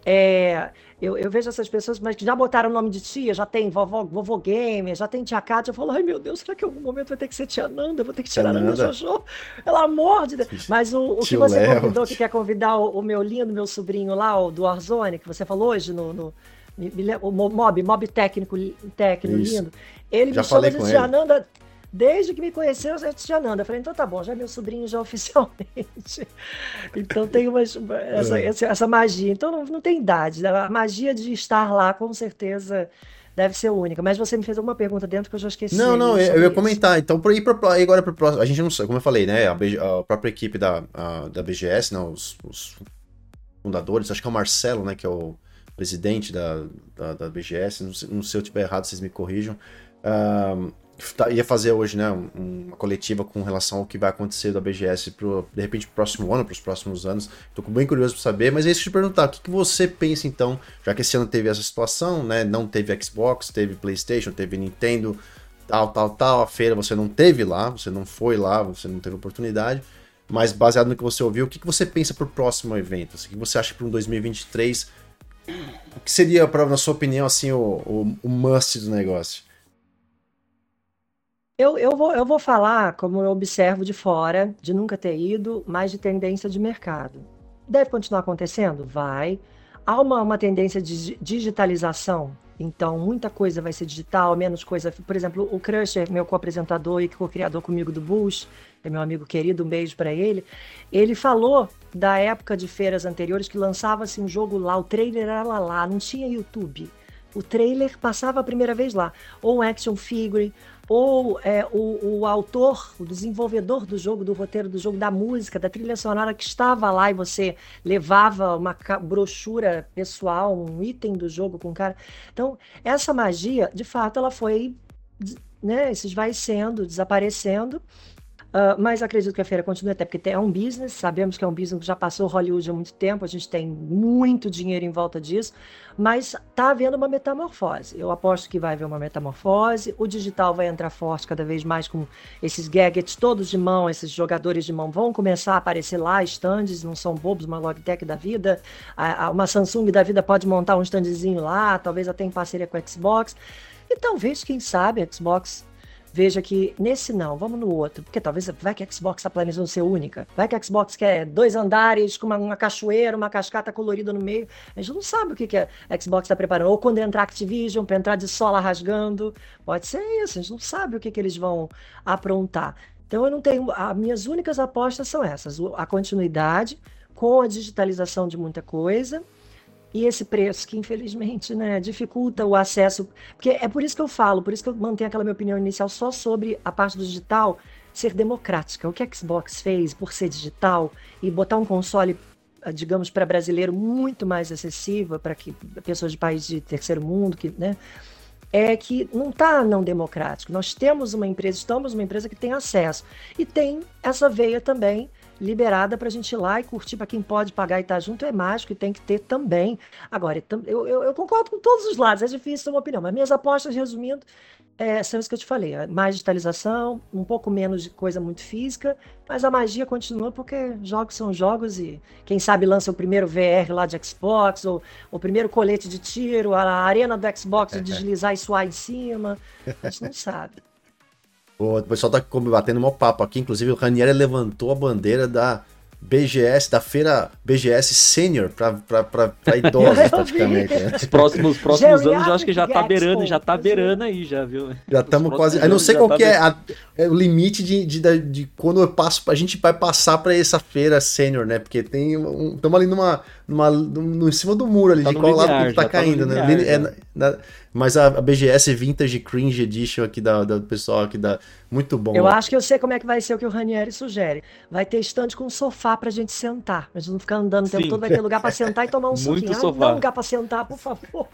É, eu, eu vejo essas pessoas, mas que já botaram o nome de tia, já tem vovó, vovô gamer, já tem tia Kátia. Eu falo, ai meu Deus, será que em algum momento vai ter que ser tia Nanda? Eu vou ter que Tia tirar a Nanda Nanda, Jojo? Pelo amor de Deus. Mas o, o que tio você Léo, convidou, que quer convidar o, o meu lindo, meu sobrinho lá, o do Warzone, que você falou hoje no, no- me- me lem- o Mo- Mob, Mob técnico, li- técnico isso. lindo, ele Já me chama falei de com tia ele. Nanda desde que me conheceu, é tia Nanda. Eu falei, então tá bom, já é meu sobrinho já oficialmente. Então tem umas, essa, É. essa, essa magia. Então não, não tem idade, né? A magia de estar lá, com certeza, deve ser única. Mas você me fez alguma pergunta dentro que eu já esqueci Não, não, aí eu eu ia sobre isso. comentar. Então, por aí pra, pra- agora pro próximo. A gente não sabe, como eu falei, né? A, B G a própria equipe da, a- da B G S, né? Os, os fundadores, acho que é o Marcelo, né? Que é o presidente da, da, da B G S. Não sei, não sei se eu estiver errado, vocês me corrijam. Ah, tá- ia fazer hoje, né? um- uma coletiva com relação ao que vai acontecer da B G S pro, de repente, pro próximo ano, pros próximos anos. Tô bem curioso pra saber, mas é isso que eu te perguntar. O que, que você pensa, então, já que esse ano teve essa situação, né? Não teve Xbox, teve PlayStation, teve Nintendo, tal, tal, tal. A feira você não teve lá, você não foi lá, você não teve oportunidade. Mas baseado no que você ouviu, o que, que você pensa pro próximo evento? Assim, o que você acha que para um dois mil e vinte e três, o que seria, pra, na sua opinião, assim, o, o, o must do negócio? Eu, eu vou, eu vou falar como eu observo de fora, de nunca ter ido, mas de tendência de mercado. Deve continuar acontecendo? Vai. Há uma, uma tendência de digi- digitalização, então muita coisa vai ser digital, menos coisa. Por exemplo, o Crusher, meu co-apresentador e co-criador comigo do Bulls, é meu amigo querido, um beijo para ele. Ele falou da época de feiras anteriores que lançava-se um jogo lá, o trailer era lá, lá, não tinha YouTube. O trailer passava a primeira vez lá, ou um action figure, ou é, o, o autor, o desenvolvedor do jogo, do roteiro do jogo, da música, da trilha sonora que estava lá e você levava uma ca- brochura pessoal, um item do jogo com o cara. Então, essa magia, de fato, ela foi, des- né, se esvaecendo, desaparecendo. Ah, mas acredito que a feira continue, até porque é um business, sabemos que é um business que já passou Hollywood há muito tempo, a gente tem muito dinheiro em volta disso, mas está havendo uma metamorfose. Eu aposto que vai haver uma metamorfose, o digital vai entrar forte cada vez mais com esses gadgets todos de mão, esses jogadores de mão vão começar a aparecer lá, stands, não são bobos, uma Logitech da vida, a- a- uma Samsung da vida pode montar um standzinho lá, talvez até em parceria com a Xbox, e talvez, quem sabe, a Xbox veja que nesse não, vamos no outro, porque talvez vai que a Xbox está planejando ser única, vai que a Xbox quer dois andares com uma, uma cachoeira, uma cascata colorida no meio, a gente não sabe o que, que a Xbox está preparando, ou quando entrar Activision, para entrar de sola rasgando, pode ser isso, a gente não sabe o que, que eles vão aprontar. Então eu não tenho, as minhas únicas apostas são essas, o- a continuidade com a digitalização de muita coisa, e esse preço que, infelizmente, né, dificulta o acesso. Porque é por isso que eu falo, por isso que eu mantenho aquela minha opinião inicial só sobre a parte do digital ser democrática. O que a Xbox fez por ser digital e botar um console, ah, digamos, para brasileiro muito mais acessível, para que pessoas de países de terceiro mundo, que, né, é que não está não democrático. Nós temos uma empresa, estamos uma empresa que tem acesso. E tem essa veia também liberada pra gente ir lá e curtir. Pra quem pode pagar e estar junto, é mágico e tem que ter também. Agora, eu, eu, eu concordo com todos os lados, é difícil ter uma opinião, mas minhas apostas, resumindo, é, são isso que eu te falei, mais digitalização, um pouco menos de coisa muito física, mas a magia continua porque jogos são jogos e quem sabe lança o primeiro V R lá de Xbox, ou o primeiro colete de tiro, a arena do Xbox de deslizar e suar em cima, a gente não sabe. O pessoal tá batendo um papo aqui, inclusive o Ranieri levantou a bandeira da B G S, da feira B G S Senior pra, pra, pra, pra idosos praticamente. Né? Os próximos, próximos anos eu acho que já tá beirando, já tá beirando aí, já, viu? Já estamos quase. Eu não sei qual tá que é, a, é o limite de, de, de, de quando eu passo, a gente vai passar pra essa feira Senior, né? Porque tem um. Estamos ali numa, numa. no, em cima do muro ali, tá de qual linear, lado que tá caindo, tá né? É, na, mas a, a B G S Vintage Cringe Edition aqui da, da, do pessoal aqui da. Muito bom. Eu ó. acho que eu sei como é que vai ser o que o Ranieri sugere. Vai ter estande com sofá pra gente sentar. A gente não ficar andando o tempo Sim. todo, vai ter lugar pra sentar e tomar um Muito suquinho. sofá. Ah, dá um lugar pra sentar, por favor.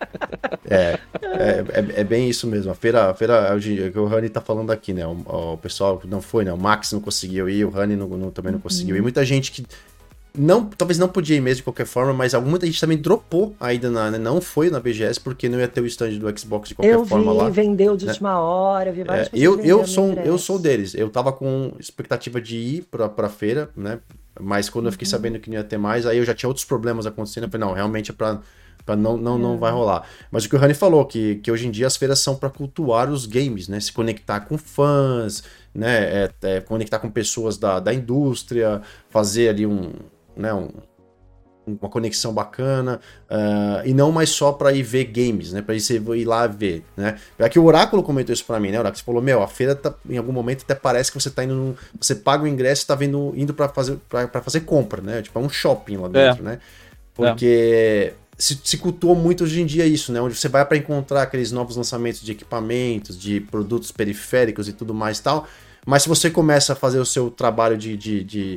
É, é, é, é bem isso mesmo. A feira, a feira que o Rani tá falando aqui, né? O, o pessoal não foi, né? O Max não conseguiu ir, o Rani não, não, também não conseguiu ir. Muita gente que não, talvez não podia ir mesmo de qualquer forma, mas muita gente também dropou a ida na, né? Não foi na B G S porque não ia ter o stand do Xbox de qualquer eu forma vi, lá. vendeu de né? última hora, vi várias É, pessoas eu, eu, vendendo sou, ingresso. eu sou deles. Eu tava com expectativa de ir pra, pra feira, né? Mas quando eu fiquei sabendo que não ia ter mais, aí eu já tinha outros problemas acontecendo. Eu falei, não, realmente é pra, pra não, não, não vai rolar. Mas o que o Rani falou, que, que hoje em dia as feiras são pra cultuar os games, né? Se conectar com fãs, né? É, é, conectar com pessoas da, da indústria, fazer ali um, né? um uma conexão bacana, uh, e não mais só para ir ver games, né, para você ir lá ver, né. Aqui o Oráculo comentou isso para mim, né, o Oráculo, você falou, meu, a feira tá, em algum momento até parece que você tá indo, num, você paga o ingresso e tá vendo, indo para fazer, para fazer compra, né, tipo é um shopping lá dentro, é. né, porque é. se, se cultuou muito hoje em dia isso, né, onde você vai para encontrar aqueles novos lançamentos de equipamentos, de produtos periféricos e tudo mais e tal, mas se você começa a fazer o seu trabalho de, de, de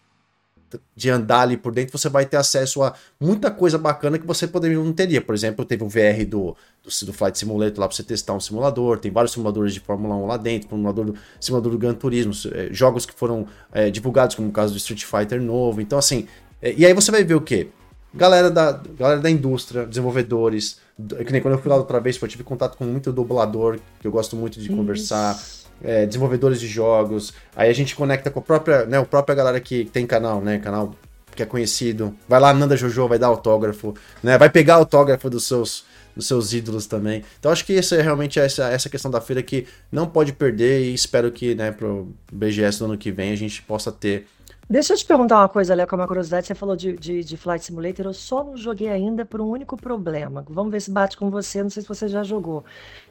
de andar ali por dentro, você vai ter acesso a muita coisa bacana que você poderia não teria. Por exemplo, teve o V R do, do, do Flight Simulator lá para você testar um simulador, tem vários simuladores de Fórmula um lá dentro, simulador do, simulador do Gran Turismo, é, jogos que foram é, divulgados, como o caso do Street Fighter novo. Então, assim, é, e aí você vai ver o quê? Galera da, galera da indústria, desenvolvedores, que nem quando eu fui lá outra vez, eu tive contato com muito dublador, que eu gosto muito de Isso. conversar. É, desenvolvedores de jogos, aí a gente conecta com a própria, né, a própria galera que tem canal, né, canal que é conhecido, vai lá, Nanda Jojo, vai dar autógrafo, né, vai pegar autógrafo dos seus, dos seus ídolos também. Então acho que isso é realmente essa, essa questão da feira que não pode perder e espero que, né, pro B G S do ano que vem a gente possa ter. Deixa eu te perguntar uma coisa, Léo, com uma curiosidade. Você falou de, de, de Flight Simulator, eu só não joguei ainda por um único problema. Vamos ver se bate com você, não sei se você já jogou.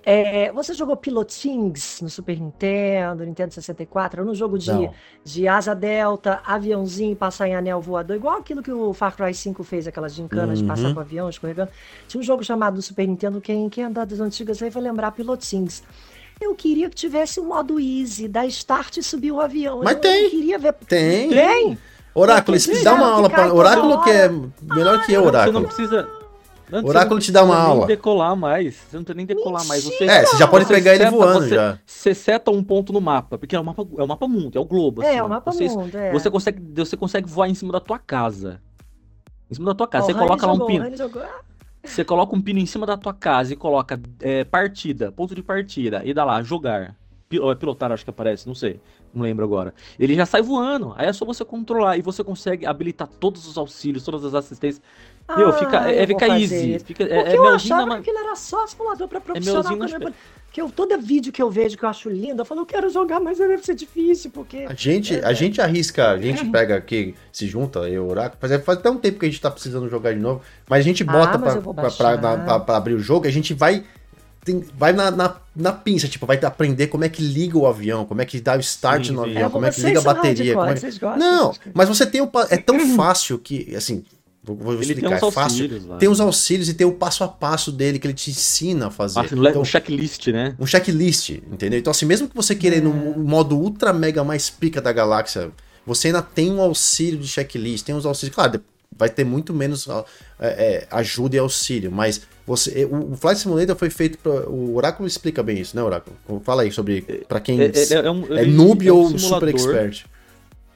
É, você jogou Pilotings no Super Nintendo, Nintendo sessenta e quatro? Era um jogo de, de asa delta, aviãozinho, passar em anel voador, igual aquilo que o Far Cry cinco fez, aquelas gincanas uhum. de passar com avião, escorregando. Tinha um jogo chamado do Super Nintendo, quem, quem andar das antigas aí vai lembrar Pilotings. Eu queria que tivesse um modo easy, dar start e subir o avião. Mas eu, tem. Eu queria ver... Tem. Tem? Oráculo, dá uma aula para Oráculo, que é melhor ah, que eu, Oráculo. Você não precisa... Não, Oráculo te dá uma aula. Não precisa nem decolar mais. Você não precisa nem decolar mais. Você, é, você já pode você pegar seta, ele voando você, já. Você seta um ponto no mapa, porque é o mapa, é o mapa mundo, é o globo. Assim, é, o mapa você, mundo, é. Você consegue, você consegue voar em cima da tua casa. Em cima da tua casa. Oh, você coloca lá um jogou, pino. Ah. Você coloca um pino em cima da tua casa e coloca é, partida, ponto de partida, e dá lá, jogar. Pilotar, acho que aparece, não sei, não lembro agora. Ele já sai voando, aí é só você controlar e você consegue habilitar todos os auxílios, todas as assistências. Ah, Meu, fica, é, fica easy. Fica, Porque é, é eu achava na... que aquilo era só simulador pra profissional. É na... que eu, todo vídeo que eu vejo que eu acho lindo, eu falo, eu quero jogar, mas deve ser difícil, porque... A gente, é, a gente arrisca, a gente pega aqui, se junta, eu, Oráculo, faz, faz até um tempo que a gente tá precisando jogar de novo, mas a gente bota ah, pra, pra, pra, pra, pra abrir o jogo, a gente vai... Tem, vai na, na, na pinça, tipo, vai aprender como é que liga o avião, como é que dá o start sim, no sim. avião, é, como é que liga a bateria. Como é que... Gostam, não, mas você tem o... É tão fácil que, assim, vou, vou Ele explicar, tem é fácil. Lá, tem os auxílios e tem o passo a passo dele que ele te ensina a fazer. Ah, então, um checklist, né? Um checklist, entendeu? Então, assim, mesmo que você queira ir no modo ultra mega mais pica da galáxia, você ainda tem um auxílio de checklist, tem os auxílios, claro, vai ter muito menos é, é, ajuda e auxílio, mas você, o, o Flight Simulator foi feito para o Oráculo explica bem isso, né, Oráculo? Fala aí sobre para quem é, é, é, um, é noob é um ou super expert.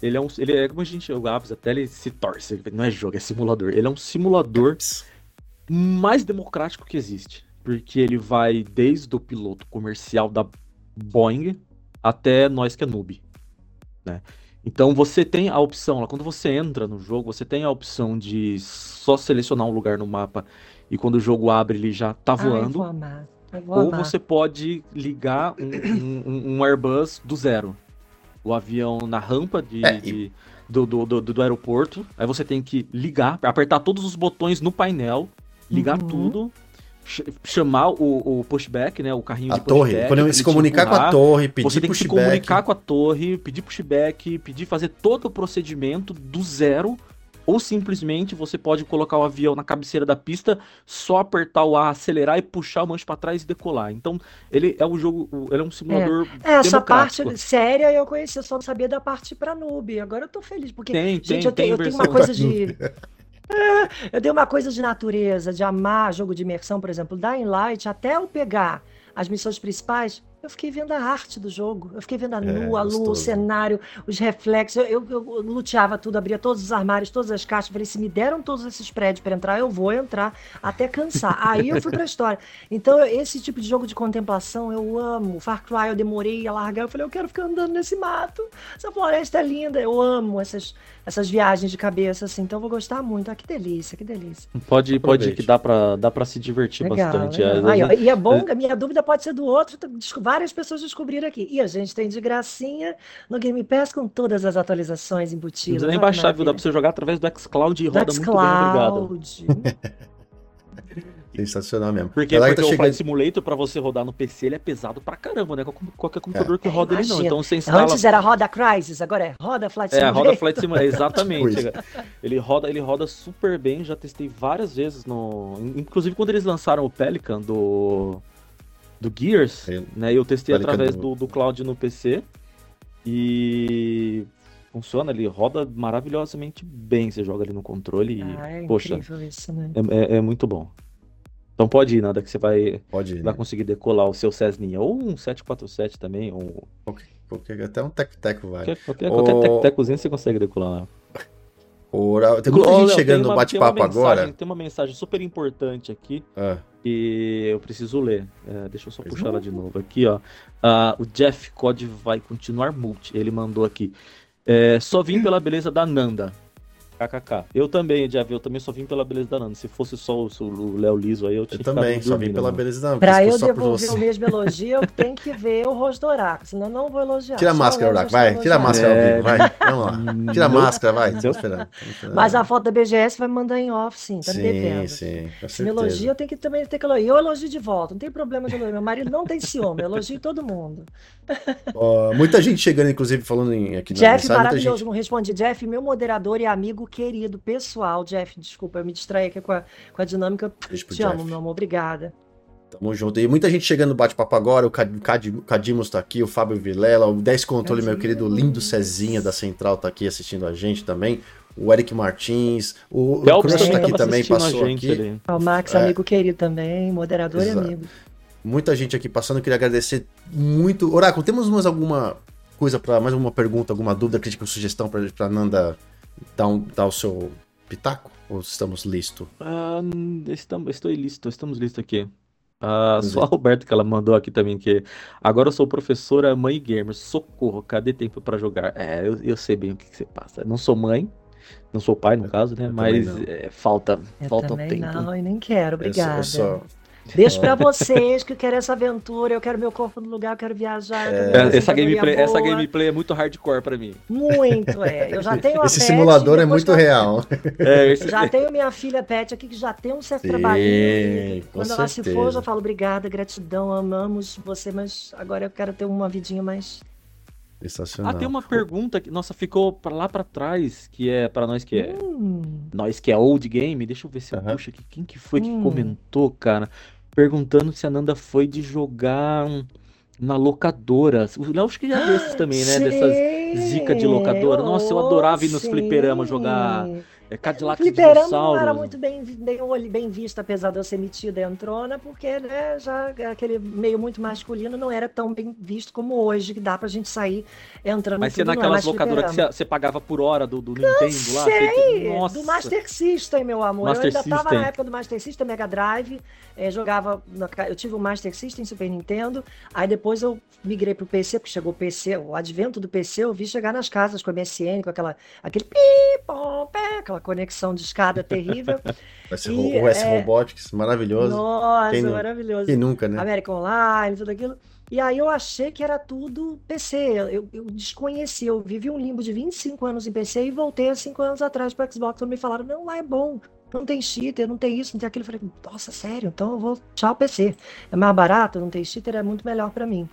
Ele é um. Ele é como a gente. O Gabs até ele se torce. Ele, não é jogo, é simulador. Ele é um simulador mais democrático que existe. Porque ele vai desde o piloto comercial da Boeing até nós que é noob, né? Então você tem a opção, lá, quando você entra no jogo, você tem a opção de só selecionar um lugar no mapa e quando o jogo abre ele já tá Ah, eu voando. vou amar. Eu vou Ou amar. você pode ligar um, um- um Airbus do zero. O avião na rampa de, É, e- de- do, do, do, do aeroporto. Aí você tem que ligar, apertar todos os botões no painel, ligar Uhum. tudo, ch- chamar o, o pushback, né? O carrinho A de torre, pushback. quando pra ele se ele te comunicar com a empurrar. torre, pedir Você tem que se pushback. comunicar com a torre, pedir pushback, pedir fazer todo o procedimento do zero, ou simplesmente você pode colocar o avião na cabeceira da pista, só apertar o A, acelerar e puxar o manche para trás e decolar. Então, ele é um jogo, ele é um simulador É, essa democrático. parte séria eu conheci, eu só não sabia da parte pra noob. Agora eu tô feliz, porque, Tem, gente, tem, eu, tem tenho, eu tenho uma versão. coisa de. É, eu tenho uma coisa de natureza, de amar jogo de imersão, por exemplo, Dying Light, até eu pegar as missões principais, eu fiquei vendo a arte do jogo, eu fiquei vendo a É, lua, a luz, o gostoso. cenário, os reflexos, eu, eu, eu luteava tudo, abria todos os armários, todas as caixas, falei, se me deram todos esses prédios para entrar, eu vou entrar até cansar. Aí eu fui pra história. Então, eu- esse tipo de jogo de contemplação eu amo. Far Cry eu demorei a largar, eu falei, eu quero ficar andando nesse mato, essa floresta é linda, eu amo essas, essas viagens de cabeça, assim, então eu vou gostar muito. Ah, que delícia, que delícia. Pode, pode ir Aproveite. que dá pra, dá pra se divertir Legal, bastante. legal. Às Aí, ó, vezes- e é bom, a minha dúvida pode ser do outro, t- desco- várias pessoas descobriram aqui. E a gente tem de gracinha no Game Pass com todas as atualizações Não embutidas. precisa nem Olha que baixar, viu? Dá pra maravilha. você jogar através do xCloud e Do roda muito bem, obrigado. xCloud. Sensacional mesmo. Porque, Galera porque que o tá Flight chegando. Simulator, pra você rodar no P C, ele é pesado pra caramba, né? Qual- Qualquer computador que roda ele não. Imagina. Então você instala. Antes era roda Crysis, agora é roda Flight É, Simulator. roda Flight Simulator, exatamente. Tipo Ele roda, ele roda super bem, já testei várias vezes no. Inclusive quando eles lançaram o Pelican do. Do Gears, Ele- né? Eu testei Pelican através do- do, do cloud no P C. E funciona, ele roda maravilhosamente bem. Você joga ali no controle e. Ah, é poxa, incrível isso, né? é, é- é muito bom. Então pode ir, nada que você vai, Pode ir, vai né? conseguir decolar o seu Cessninha. Ou um sete quatro sete também, ou Qualquer, qualquer- até um tec-teco vai. qualquer, qualquer, Ô- qualquer tec-tecozinho você consegue decolar. Né? Ora, tem muita Ô, gente Léo, chegando tem no uma- bate-papo tem uma mensagem- agora. Tem uma mensagem super importante aqui Ah, que eu preciso ler. É, deixa eu só Pois puxar não. ela de novo aqui, ó. Ah, o Jeff Code vai continuar multi. Ele mandou aqui. É, só vim pela beleza da Nanda. K K K. Eu também, Jeff, eu também só vim pela beleza da Nanda. Se fosse só o, o Léo Liso aí, eu tinha eu ficado também, só vim dormindo, pela mano. beleza da Pra se eu fosse só por devolver você. o mesmo elogio, eu tenho que ver o rosto do Oracle, senão eu não vou elogiar. Tira a Só máscara, o Léo Oracle, já vai. está Tira a elogiando. máscara ao É. vivo, vai. Vamos lá. Tira a Não. máscara, vai. Tô esperando. tô esperando. Mas a foto da B G S vai me mandar em off, sim, tá me Sim, devendo. sim, com Se me elogia, certeza. eu tenho que também ter que elogiar. Eu elogio de volta, não tem problema de elogiar. Meu marido não tem ciúme, eu elogio todo mundo. Ó, muita gente chegando, inclusive, falando em, aqui na Jeff, mensagem, muita maravilhoso, gente. não respondi. Jeff, meu moderador e amigo querido, pessoal. Jeff, desculpa, eu me distraí aqui com a, com a dinâmica. Beijo pro Te amo, Jeff. meu amor, obrigada. Tamo junto. E muita gente chegando no bate-papo agora. O Cad- Cad- Cadimos tá aqui, o Fábio Vilela, o dez Controle, meu querido lindo Cezinha da Central tá aqui assistindo a gente também. O Eric Martins, o, o Phelps Crush tá também aqui tava também, assistindo a passou gente aqui. ali. O Max, É. amigo querido também, moderador Exato. e amigo. Muita gente aqui passando, eu queria agradecer muito. Oráculo, temos mais alguma coisa para mais alguma pergunta, alguma dúvida, crítica ou sugestão pra, pra Nanda dar, um, dar o seu pitaco? Ou estamos listos? Ah, estamos, estou listo, estamos listos aqui. Ah, Vamos só ver. a Roberto que ela mandou aqui também, que agora eu sou professora, mãe gamer, socorro, cadê tempo pra jogar? É, eu, eu sei bem o que, que você passa. Não sou mãe, não sou pai no caso, né? eu também Mas não. é, falta, Eu falta também tempo. não, e nem quero, Eu só- obrigada. eu só- Deixo pra vocês que eu quero essa aventura, eu quero meu corpo no lugar, eu quero viajar. Eu quero É, minha essa, aposentadoria gameplay, essa boa. gameplay é muito hardcore pra mim. Muito, é. Eu já tenho a Esse pet, simulador é depois muito que eu- real. É, esse- Já tenho minha filha pet aqui que já tem um certo Sim, trabalhinho. E com quando ela se certeza. for, eu já falo obrigada, gratidão, amamos você, mas agora eu quero ter uma vidinha mais. Sensacional. Ah, tem uma pergunta que, nossa, ficou pra lá pra trás, que é pra nós que é, Hum, nós que é old game. Deixa eu ver se eu Aham. puxo aqui. Quem que foi que Hum. comentou, cara? Perguntando se a Nanda foi de jogar hum, na locadora. O Léo acho que já desses também, né? Dessas sei. zica de locadora. Nossa, eu adorava ir nos Sim. fliperama jogar é, O Cadillacs e fliperama não era dinossauros. muito bem, bem, bem visto, apesar de eu ser metida entrona, porque né, já aquele meio muito masculino não era tão bem visto como hoje, que dá pra gente sair entrando em Mas você tudo, não é naquelas mais locadoras que fliperama. você, você pagava por hora do, do Nintendo lá, você, Sei! Do nossa, Master System, meu amor. Eu Master ainda tava na System. época do Master System, Mega Drive, eh, jogava. na ca- Eu tive o Master System, Super Nintendo, aí depois eu migrei pro P C, porque chegou o P C, o advento do P C, eu vi chegar nas casas com o M S N, com aquela, aquele pi, pom, pé, aquela conexão de escada terrível. O S, E o S é, Robotics, maravilhoso. Quem, nossa, nu- quem maravilhoso. nunca, né? American Online, tudo aquilo. E aí eu achei que era tudo P C. Eu, eu desconheci, eu vivi um limbo de vinte e cinco anos em P C e voltei há cinco anos atrás para Xbox. Quando me falaram, não, lá é bom, não tem cheater, não tem isso, não tem aquilo. Eu falei, nossa, sério? Então eu vou tchau o P C. É mais barato, não tem cheater, é muito melhor para mim.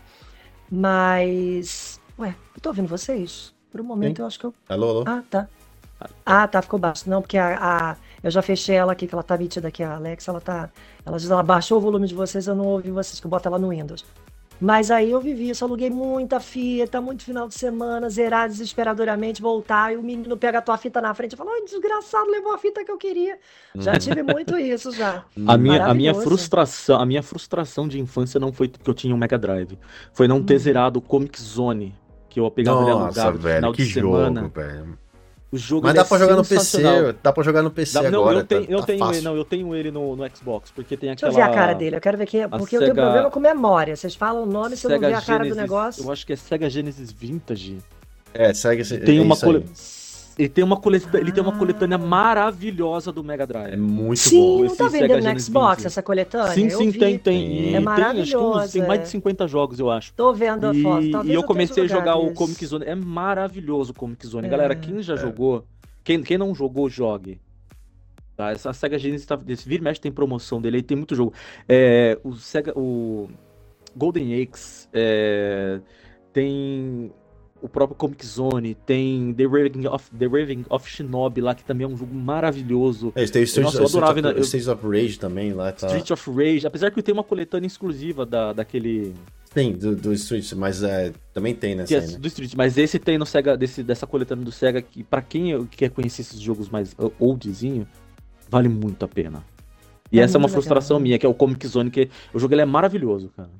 Mas, ué, eu tô ouvindo vocês? Por um momento Sim. eu acho que eu. Alô, alô? Ah, tá. Ah, tá, ficou baixo. Não, porque a, a- eu já fechei ela aqui, que ela tá nítida aqui, a Alexa, ela tá. Ela diz, ela baixou o volume de vocês, eu não ouvi vocês, que eu boto ela no Windows. Mas aí eu vivi isso, aluguei muita fita, muito final de semana, zerar desesperadoramente, voltar, e o menino pega a tua fita na frente e fala, ai, desgraçado, levou a fita que eu queria. Já tive muito isso, já. A minha, a minha Maravilhoso. frustração, a minha frustração de infância não foi porque eu tinha um Mega Drive. Foi não ter Hum. zerado o Comic Zone, que eu pegava ele Nossa, alugado no velho, final que de semana. jogo, velho. O jogo Mas ele dá é pra jogar no sensacional. P C, dá pra jogar no P C Dá- não, agora, eu tenho, tá, eu tá tenho fácil. ele, não, eu tenho ele no, no Xbox, porque tem Deixa eu ver a cara aquela dele, eu quero ver quem é, a porque eu tenho Sega- problema com memória. Vocês falam o nome, se eu não Sega ver a cara do Genesis, negócio. eu acho que é Sega Genesis Vintage. É, segue esse, Tem é uma isso aí. cole... Ele tem uma coleta... ele tem uma Ah. coletânea maravilhosa do Mega É Drive. muito Sim, bom. não esse tá Sega vendendo no Genesis Xbox vinte. essa coletânea? Sim, Eu sim, vi. tem, tem. Sim. E É tem, acho que uns, maravilhosa, tem mais é. de cinquenta jogos, eu acho. Tô vendo a foto. E, Talvez e eu tenha comecei a jogar jogado o isso. Comic Zone. É maravilhoso o Comic Zone. É, Galera, quem já é. jogou, quem, quem não jogou, jogue. Tá? Essa Sega Genesis, tá, esse vira e mexe tem promoção dele, aí tem muito jogo. É, o Sega, o Golden Axe, é, tem o próprio Comic Zone, tem The Raven of, The Raven of Shinobi lá, que também é um jogo maravilhoso. É, tem o Streets, Nossa, eu adorava, Streets, né? of, Streets of Rage também lá, tá? Street of Rage, apesar que tem uma coletânea exclusiva da, daquele... Tem, do, do Streets, mas é, também tem nessa Que é aí, né? do Street, mas esse tem no Sega, desse, dessa coletânea do Sega, que pra quem quer conhecer esses jogos mais uh, oldzinho, vale muito a pena. E É essa é uma muito frustração legal. minha, que é o Comic Zone, que o jogo ele é maravilhoso, cara.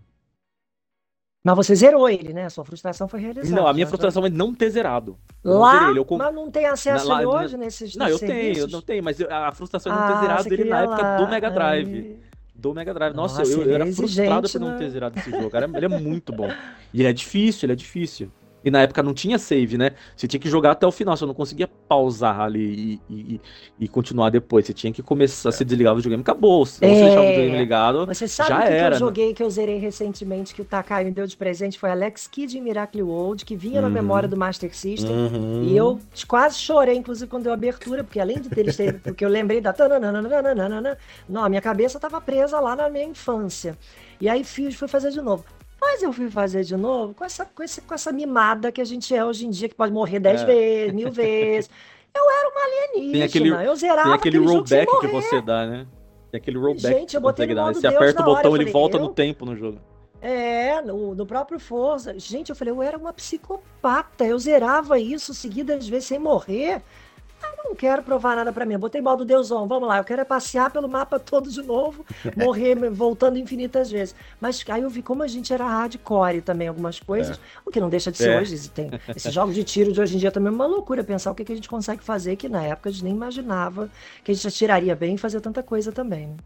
Mas você zerou ele, né? Sua frustração foi realizada. Não, a minha já- frustração é não ter zerado. Eu não Lá, zerei ele, eu com- mas não tem acesso Na- lá- ele hoje nesses, Não, eu nesses tenho, eu serviços? não tenho, mas eu- a frustração é não ter Ah, zerado você ele queria na época lá. do Mega Drive. Ai. Do Mega Drive. Nossa, Nossa, eu, ele eu é era frustrado exigente, por não né? ter zerado esse jogo. Cara, ele é muito bom. E ele é difícil, ele é difícil. E na época não tinha save, né? Você tinha que jogar até o final, você não conseguia pausar ali e, e, e continuar depois. Você tinha que começar, você desligava o videogame, acabou. Ou você É. deixava o videogame ligado, Você sabe já o que, que era. eu joguei, que eu zerei recentemente, que o Takai me deu de presente? Foi Alex Kidd em Miracle World, que vinha na Uhum. memória do Master System. Uhum. E eu quase chorei, inclusive, quando deu a abertura, porque além de ter ter- porque eu lembrei da tananana, não, a minha cabeça estava presa lá na minha infância. E aí fiz, fui fazer de novo. Mas eu fui fazer de novo com essa, com, esse, com essa mimada que a gente é hoje em dia, que pode morrer dez É. vezes, mil vezes. Eu era uma alienígena, Tem aquele- eu zerava Tem aquele jogo sem rollback que morrer. você dá, né? Tem aquele rollback Gente, que você eu botei consegue no dar. né? modo Você Deus aperta o na hora, botão, eu ele falei, volta eu? no tempo no jogo. É, no, no próprio Forza. Gente, eu falei, eu era uma psicopata, eu zerava isso seguidas vezes sem morrer. Eu não quero provar nada pra mim. Eu botei modo Deusão, vamos lá, eu quero é passear pelo mapa todo de novo, morrer voltando infinitas vezes. Mas aí eu vi como a gente era hardcore também, algumas coisas, o que não deixa de ser É. hoje. Tem esse jogo de tiro de hoje em dia também é uma loucura pensar o que, que a gente consegue fazer, que na época a gente nem imaginava que a gente atiraria bem e fazia tanta coisa também. Né?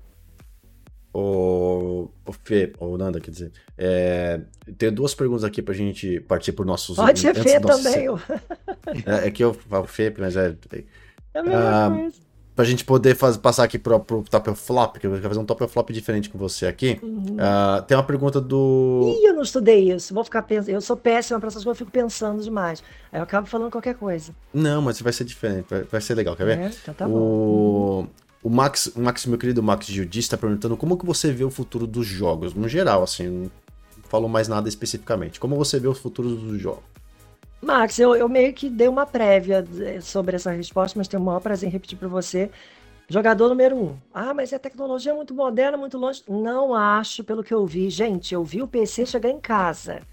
O, o Fê, ou Nanda, quer dizer, é, tem duas perguntas aqui pra gente partir por nossos... Pode ser antes Fê do nosso- também. eu- É, é que eu falo Fê, mas é... É a mesma Ah, coisa. Pra gente poder faz, passar aqui pro, pro top of flop, que eu vou fazer um top of flop diferente com você aqui. Uhum. Ah, tem uma pergunta do... Ih, eu não estudei isso. Vou ficar pensando. Eu sou péssima para essas coisas, eu fico pensando demais. Aí eu acabo falando qualquer coisa. Não, mas vai ser diferente, vai, vai ser legal, quer ver? É, então tá bom. o... o Max, o Max, meu querido Max Giudi, está perguntando como que você vê o futuro dos jogos, no geral, assim, não falou mais nada especificamente. Como você vê o futuro dos jogos? Max, eu, eu meio que dei uma prévia eh, sobre essa resposta, mas tenho o maior prazer em repetir para você. Jogador número um. Ah, mas a tecnologia é muito moderna, muito longe. Não acho, pelo que eu vi. Gente, eu vi o P C chegar em casa.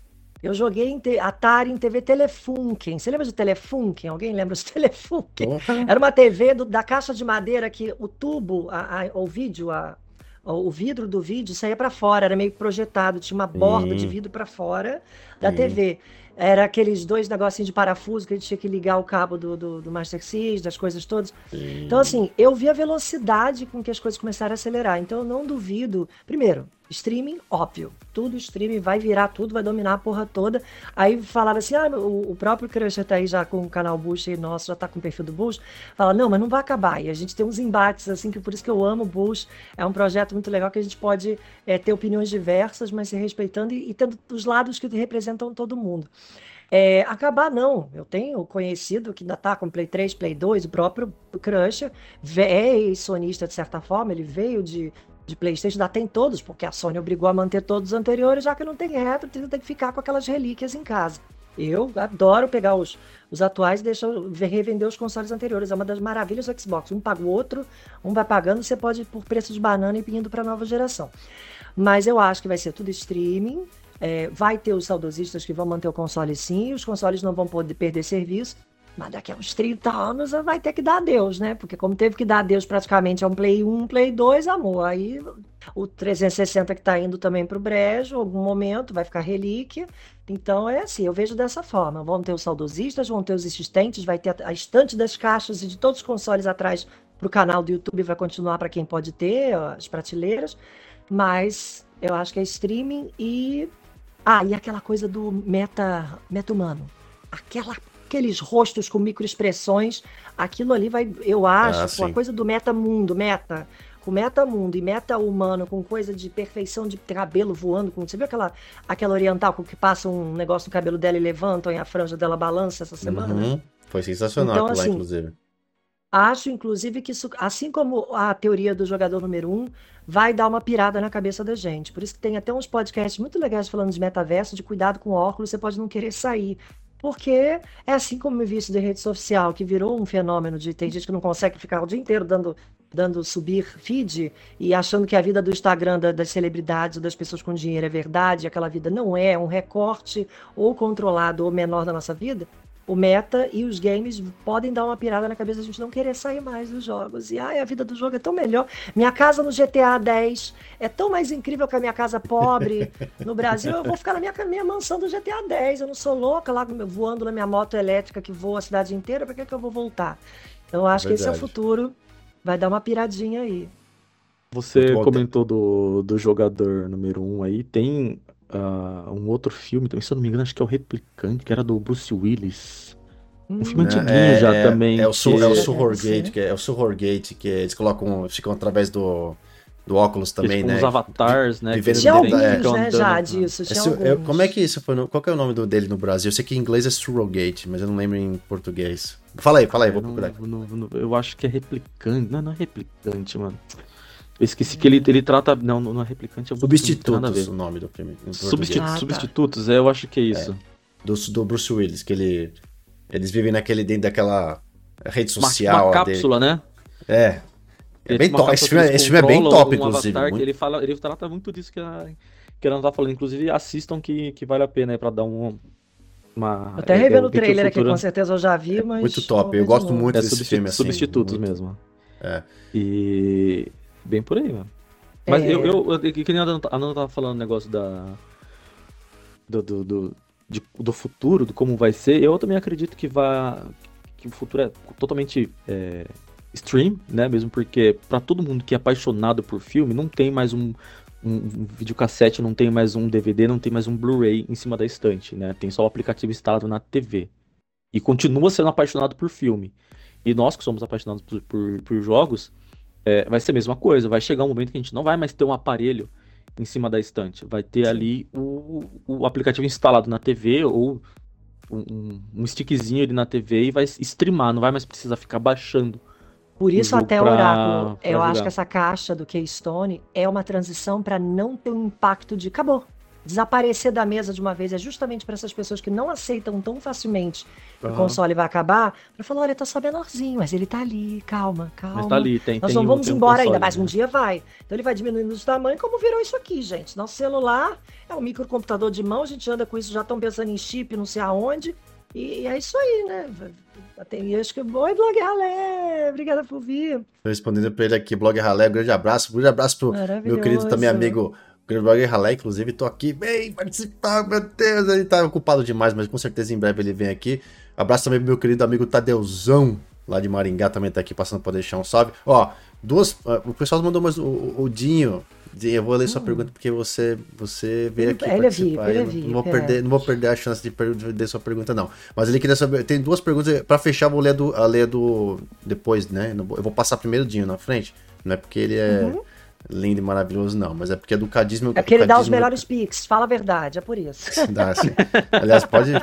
Eu joguei em te- Atari em T V Telefunken. Você lembra de Telefunken? Alguém lembra de Telefunken? Porra. Era uma T V do- da caixa de madeira que o tubo, a- a- o vídeo, a- o vidro do vídeo saía para fora, era meio projetado, tinha uma borda de Sim, vidro para fora da sim, T V. Era aqueles dois negocinhos de parafuso que a gente tinha que ligar o cabo do, do, do Master System, das coisas todas. Então, sim. assim, eu vi a velocidade com que as coisas começaram a acelerar. Então, eu não duvido. Primeiro, streaming, óbvio. Tudo streaming vai virar tudo, vai dominar a porra toda. Aí falaram assim: ah, o, o próprio Crusher tá aí já com o canal Bush aí nosso, já tá com o perfil do Bush. Fala, não, mas não vai acabar. E a gente tem uns embates, assim, que por isso que eu amo o Bush. É um projeto muito legal que a gente pode é, ter opiniões diversas, mas se respeitando e, e tendo os lados que representam todo mundo. É, acabar não, eu tenho conhecido que ainda tá com Play três, Play dois, o próprio Crusher ve- é sonista de certa forma, ele veio de, de PlayStation, ainda tem todos, porque a Sony obrigou a manter todos os anteriores, já que não tem retro, tem tem que ficar com aquelas relíquias em casa. Eu adoro pegar os, os atuais e deixar, ve- revender os consoles anteriores, é uma das maravilhas do Xbox, um paga o outro, um vai pagando, você pode ir por preço de banana e indo para nova geração. Mas eu acho que vai ser tudo streaming. É, vai ter os saudosistas que vão manter o console sim, os consoles não vão poder perder serviço, mas daqui a uns trinta anos vai ter que dar adeus, né? Porque como teve que dar adeus praticamente a um Play um, Play dois, amor, aí o trezentos e sessenta que está indo também para o brejo, em algum momento vai ficar relíquia. Então é assim, eu vejo dessa forma. Vão ter os saudosistas, vão ter os insistentes, vai ter a a estante das caixas e de todos os consoles atrás para o canal do YouTube, vai continuar para quem pode ter, ó, as prateleiras, mas eu acho que é streaming e ah, e aquela coisa do meta, meta humano. Aquela, aqueles rostos com microexpressões, aquilo ali vai, eu Ah, acho, com a sim. coisa do meta mundo, meta, com meta mundo e meta humano, com coisa de perfeição de cabelo voando, com, você viu aquela, aquela oriental com que passa um negócio no cabelo dela e levantam e a franja dela balança essa semana? Uhum. Foi sensacional Então, aquilo lá, assim, inclusive. acho, inclusive, que isso, assim como a teoria do jogador número um, vai dar uma pirada na cabeça da gente. Por isso que tem até uns podcasts muito legais falando de metaverso, de cuidado com óculos, você pode não querer sair. Porque é assim como eu vi isso de rede social, que virou um fenômeno de tem gente que não consegue ficar o dia inteiro dando, dando subir feed e achando que a vida do Instagram, da- das celebridades ou das pessoas com dinheiro é verdade, e aquela vida não é, é um recorte ou controlado ou menor da nossa vida. O meta e os games podem dar uma pirada na cabeça da gente não querer sair mais dos jogos. E ai, a vida do jogo é tão melhor. Minha casa no G T A dez é tão mais incrível que a minha casa pobre no Brasil. Eu vou ficar na minha, minha mansão do G T A dez. Eu não sou louca lá voando na minha moto elétrica que voa a cidade inteira. Pra que, que eu vou voltar? Então, eu acho que esse é o Verdade. futuro. Vai dar uma piradinha aí. Muito Você bom. comentou do, do jogador número um aí, tem ah, um outro filme também, se eu não me engano, acho que é o Replicante, que era do Bruce Willis. Um filme Hum, Né, antiguinho já É, é, é também, o, Su, é o deve que, Surrogate, ser. que é, é o Surrogate, que eles colocam, ficam através do, do óculos que é também, tipo uns né? Vi- avatares, né? Que vivendo eles Tinha dentro têm, da. É, alguns, ficam né, já andando. Ah. disso. é Tinha su- é- como é alguns. que isso foi? No, qual que é o nome do, dele no Brasil? Eu sei que em inglês é Surrogate, mas eu não lembro em português. Fala aí, fala aí, Eu, vou não, procurar. não- não- eu acho que é Replicante. Não, não é Replicante, mano. Eu esqueci que ele, ele trata. Não, não é Replicante, é outro filme, não tem nada a Substitutos, ver. o nome do filme em Substi- português. Ah, tá. Substitutos, é, eu acho que é isso. Do, do Bruce Willis, que ele. Eles vivem naquele, dentro daquela rede Uma, social uma dele. cápsula, né? É. É É bem tipo uma top. Esse cápsula que filme, é- eles esse filme é bem controlam top, um inclusive. avatar, que Muito. ele fala, ele trata muito disso que a, que a Ana tá falando. Inclusive, assistam que, que vale a pena aí pra dar um, uma. Até É, é, revendo o o que que o trailer aqui, com futuro. certeza eu já vi, É muito mas top. vou Eu ver de gosto novo. muito É desse substitu- filme, assim. substitutos Muito. mesmo. É. E. Bem por aí, mano. Mas eu, É, eu, eu, que que nem a Ana a Ana tava falando o negócio da. Do, do, do, de- do futuro, do como vai ser, eu também acredito que vai. Que o futuro é totalmente é, stream, né? Mesmo porque pra todo mundo que é apaixonado por filme, não tem mais um, um, um videocassete, não tem mais um D V D, não tem mais um Blu-ray em cima da estante, né? Tem só o aplicativo instalado na T V. E continua sendo apaixonado por filme. E nós que somos apaixonados por, por, por jogos, é, vai ser a mesma coisa. Vai chegar um momento que a gente não vai mais ter um aparelho em cima da estante. Vai ter sim. ali o, o aplicativo instalado na T V ou um, um- um stickzinho ali na T V e vai streamar. Não vai mais precisar ficar baixando Por o isso, jogo até Oráculo, pra, eu pra acho que jogar. essa caixa do Keystone é uma transição para não ter um impacto de acabou. desaparecer da mesa de uma vez é justamente para essas pessoas que não aceitam tão facilmente que Aham. o console vai acabar, para falar, olha, tá só menorzinho, mas ele tá ali, calma, calma. Mas tá ali, tem, Nós tem não um- vamos tem um embora ainda, console, mas um né? dia vai. Então ele vai diminuindo de tamanho, como virou isso aqui, gente. Nosso celular é um microcomputador de mão, a gente anda com isso, já estão pensando em chip, não sei aonde, e é isso aí, né? Tem, acho que... Oi, Blog Ralé, obrigada por vir. Tô respondendo pra ele aqui, Blog Ralé, um grande abraço. Um grande abraço pro meu querido também Maravilhoso. amigo, o grande Blog Ralé, inclusive, tô aqui, vem participar, meu Deus, ele tá ocupado demais, mas com certeza em breve ele vem aqui. Abraço também pro meu querido amigo Tadeuzão, lá de Maringá, também tá aqui passando pra deixar um salve. Ó, duas, uh, o pessoal mandou mais o, o, o Dinho, Dinho, eu vou ler sua pergunta porque você, você veio Ele- aqui ele é participar. V I P, ele é Eu não- V I P, não, vou é. perder, não vou perder a chance de per- de ler sua pergunta, não. Mas ele queria saber, tem duas perguntas, pra fechar, eu vou ler do, a ler do depois, né? Não vou- Eu vou passar primeiro o Dinho na frente, não é porque ele é lindo e maravilhoso, não, mas é porque é do cadismo. É porque ele dá os cadismo- melhores pics, fala a verdade, é por isso. Dá, sim. Aliás, pode.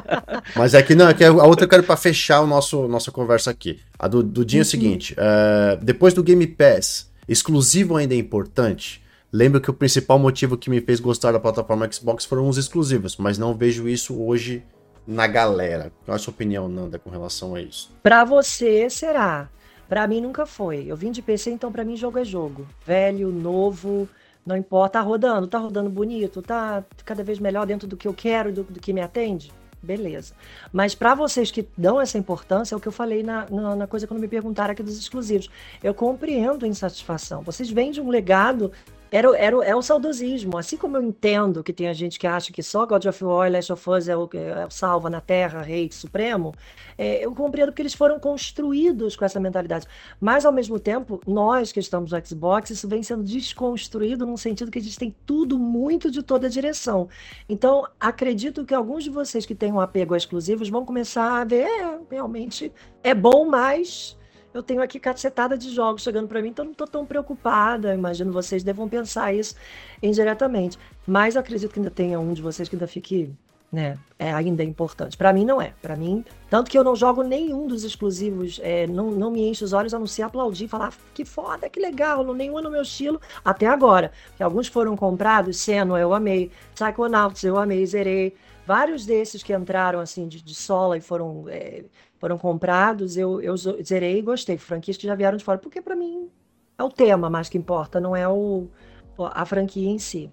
Mas é que não, é que a outra eu quero pra fechar o nosso nossa conversa aqui. A do, do Dinho é o seguinte: é, depois do Game Pass, exclusivo ainda é importante. Lembro que o principal motivo que me fez gostar da plataforma Xbox foram os exclusivos, mas não vejo isso hoje na galera. Qual é a sua opinião, Nanda, com relação a isso? Pra você, será? Pra mim nunca foi. Eu vim de P C, então pra mim jogo é jogo. Velho, novo, não importa. Tá rodando, tá rodando bonito, tá cada vez melhor dentro do que eu quero, do, do que me atende. Beleza. Mas pra vocês que dão essa importância, é o que eu falei na, na, na coisa quando me perguntaram aqui dos exclusivos. Eu compreendo a insatisfação. Vocês vêm de um legado. Era, o- era, o- é o saudosismo. Assim como eu entendo que tem a gente que acha que só God of War e Last of Us é o, é o salva na Terra, Rei Supremo, é, eu compreendo que eles foram construídos com essa mentalidade. Mas, ao mesmo tempo, nós que estamos no Xbox, isso vem sendo desconstruído num sentido que a gente tem tudo muito de toda direção. Então, acredito que alguns de vocês que têm um apego a exclusivos vão começar a ver, é, realmente é bom, mas eu tenho aqui cacetada de jogos chegando para mim, então não estou tão preocupada. Imagino vocês devam pensar isso indiretamente. Mas eu acredito que ainda tenha um de vocês que ainda fique, né, é, ainda é importante. Para mim não é. Para mim, tanto que eu não jogo nenhum dos exclusivos, é, não, não me enche os olhos a não ser aplaudir, falar "Ah, que foda, que legal, não nenhum é no meu estilo", até agora. Porque alguns foram comprados, Senua eu amei, Psychonauts eu amei, zerei. Vários desses que entraram assim de, de sola e foram, é, foram comprados, eu, eu zo- zerei e gostei. Franquias que já vieram de fora, porque para mim é o tema mais que importa, não é o, a franquia em si.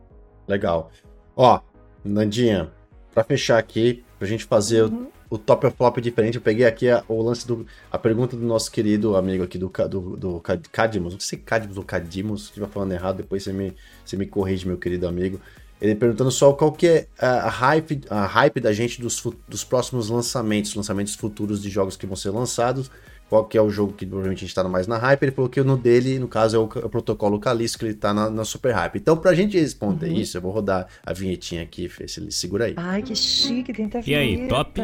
Legal. Ó, Nandinha, pra fechar aqui, pra gente fazer Uhum. o, o top ou flop diferente, eu peguei aqui a, o lance do. A pergunta do nosso querido amigo aqui do, Ca- do, do Cad- Cadimos. Não sei se Cadimos ou Cadimos, se estiver falando errado, depois você me, você me corrige, meu querido amigo. Ele perguntando só qual que é a, a hype, a hype da gente dos, fu- dos próximos lançamentos, lançamentos futuros de jogos que vão ser lançados. Qual que é o jogo que provavelmente a gente tá mais na hype. Ele falou que no dele, no caso, é o, o Protocolo Calixto, que ele tá na, na super hype. Então, pra gente responder isso, eu vou rodar a vinhetinha aqui, Fê, se ele segura aí. Ai, que chique, tem até E aí, vinheta. top?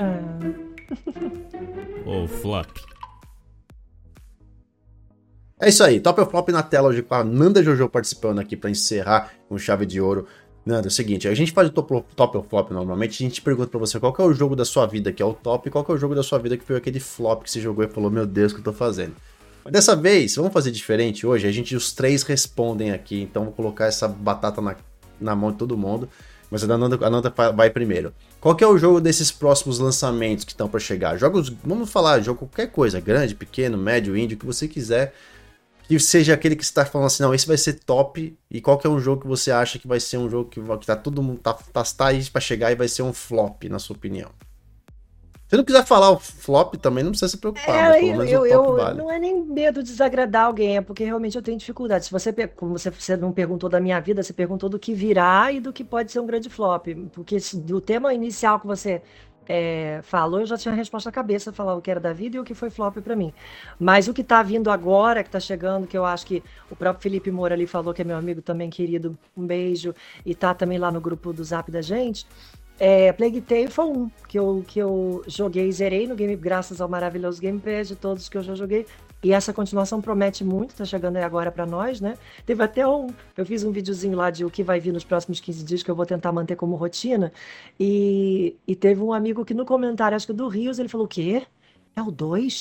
Ou flop? É isso aí, top ou flop na tela hoje com a Nanda Jojo participando aqui pra encerrar com chave de ouro. Nanda, é o seguinte, a gente faz o top, top ou flop normalmente, a gente pergunta pra você qual que é o jogo da sua vida que é o top e qual que é o jogo da sua vida que foi aquele flop que você jogou e falou, meu Deus, o que eu tô fazendo? Mas dessa vez, vamos fazer diferente hoje, a gente, os três respondem aqui, então vou colocar essa batata na, na mão de todo mundo, mas a Nanda, a Nanda vai primeiro. Qual que é o jogo desses próximos lançamentos que estão pra chegar? Jogos, vamos falar, jogo qualquer coisa, grande, pequeno, médio, índio, o que você quiser, que seja aquele que você tá falando assim, não, esse vai ser top, e qual que é um jogo que você acha que vai ser um jogo que, vai- que tá todo mundo, tá, tá, tá aí pra chegar e vai ser um flop, na sua opinião? Se não quiser falar o flop também, não precisa se preocupar, mas É, pelo eu, menos eu, o top eu- vale. não é nem medo de desagradar alguém, é porque realmente eu tenho dificuldade. Se você, pe- como você, você não perguntou da minha vida, você perguntou do que virá e do que pode ser um grande flop. Porque se- do tema inicial que você é, falou, eu já tinha a resposta na cabeça, falar o que era da vida e o que foi flop pra mim. Mas o que tá vindo agora, que tá chegando, que eu acho que o próprio Felipe Moura ali falou, que é meu amigo também querido, um beijo, e tá também lá no grupo do Zap da gente. É, Plague Tale foi um que eu, que eu joguei e zerei no game, graças ao maravilhoso Game Pass de todos que eu já joguei. E essa continuação promete muito, tá chegando aí agora pra nós, né? Teve até um. Eu fiz um videozinho lá de o que vai vir nos próximos quinze dias, que eu vou tentar manter como rotina. E, e teve um amigo que no comentário, acho que do Rios, ele falou: o quê? É o dois?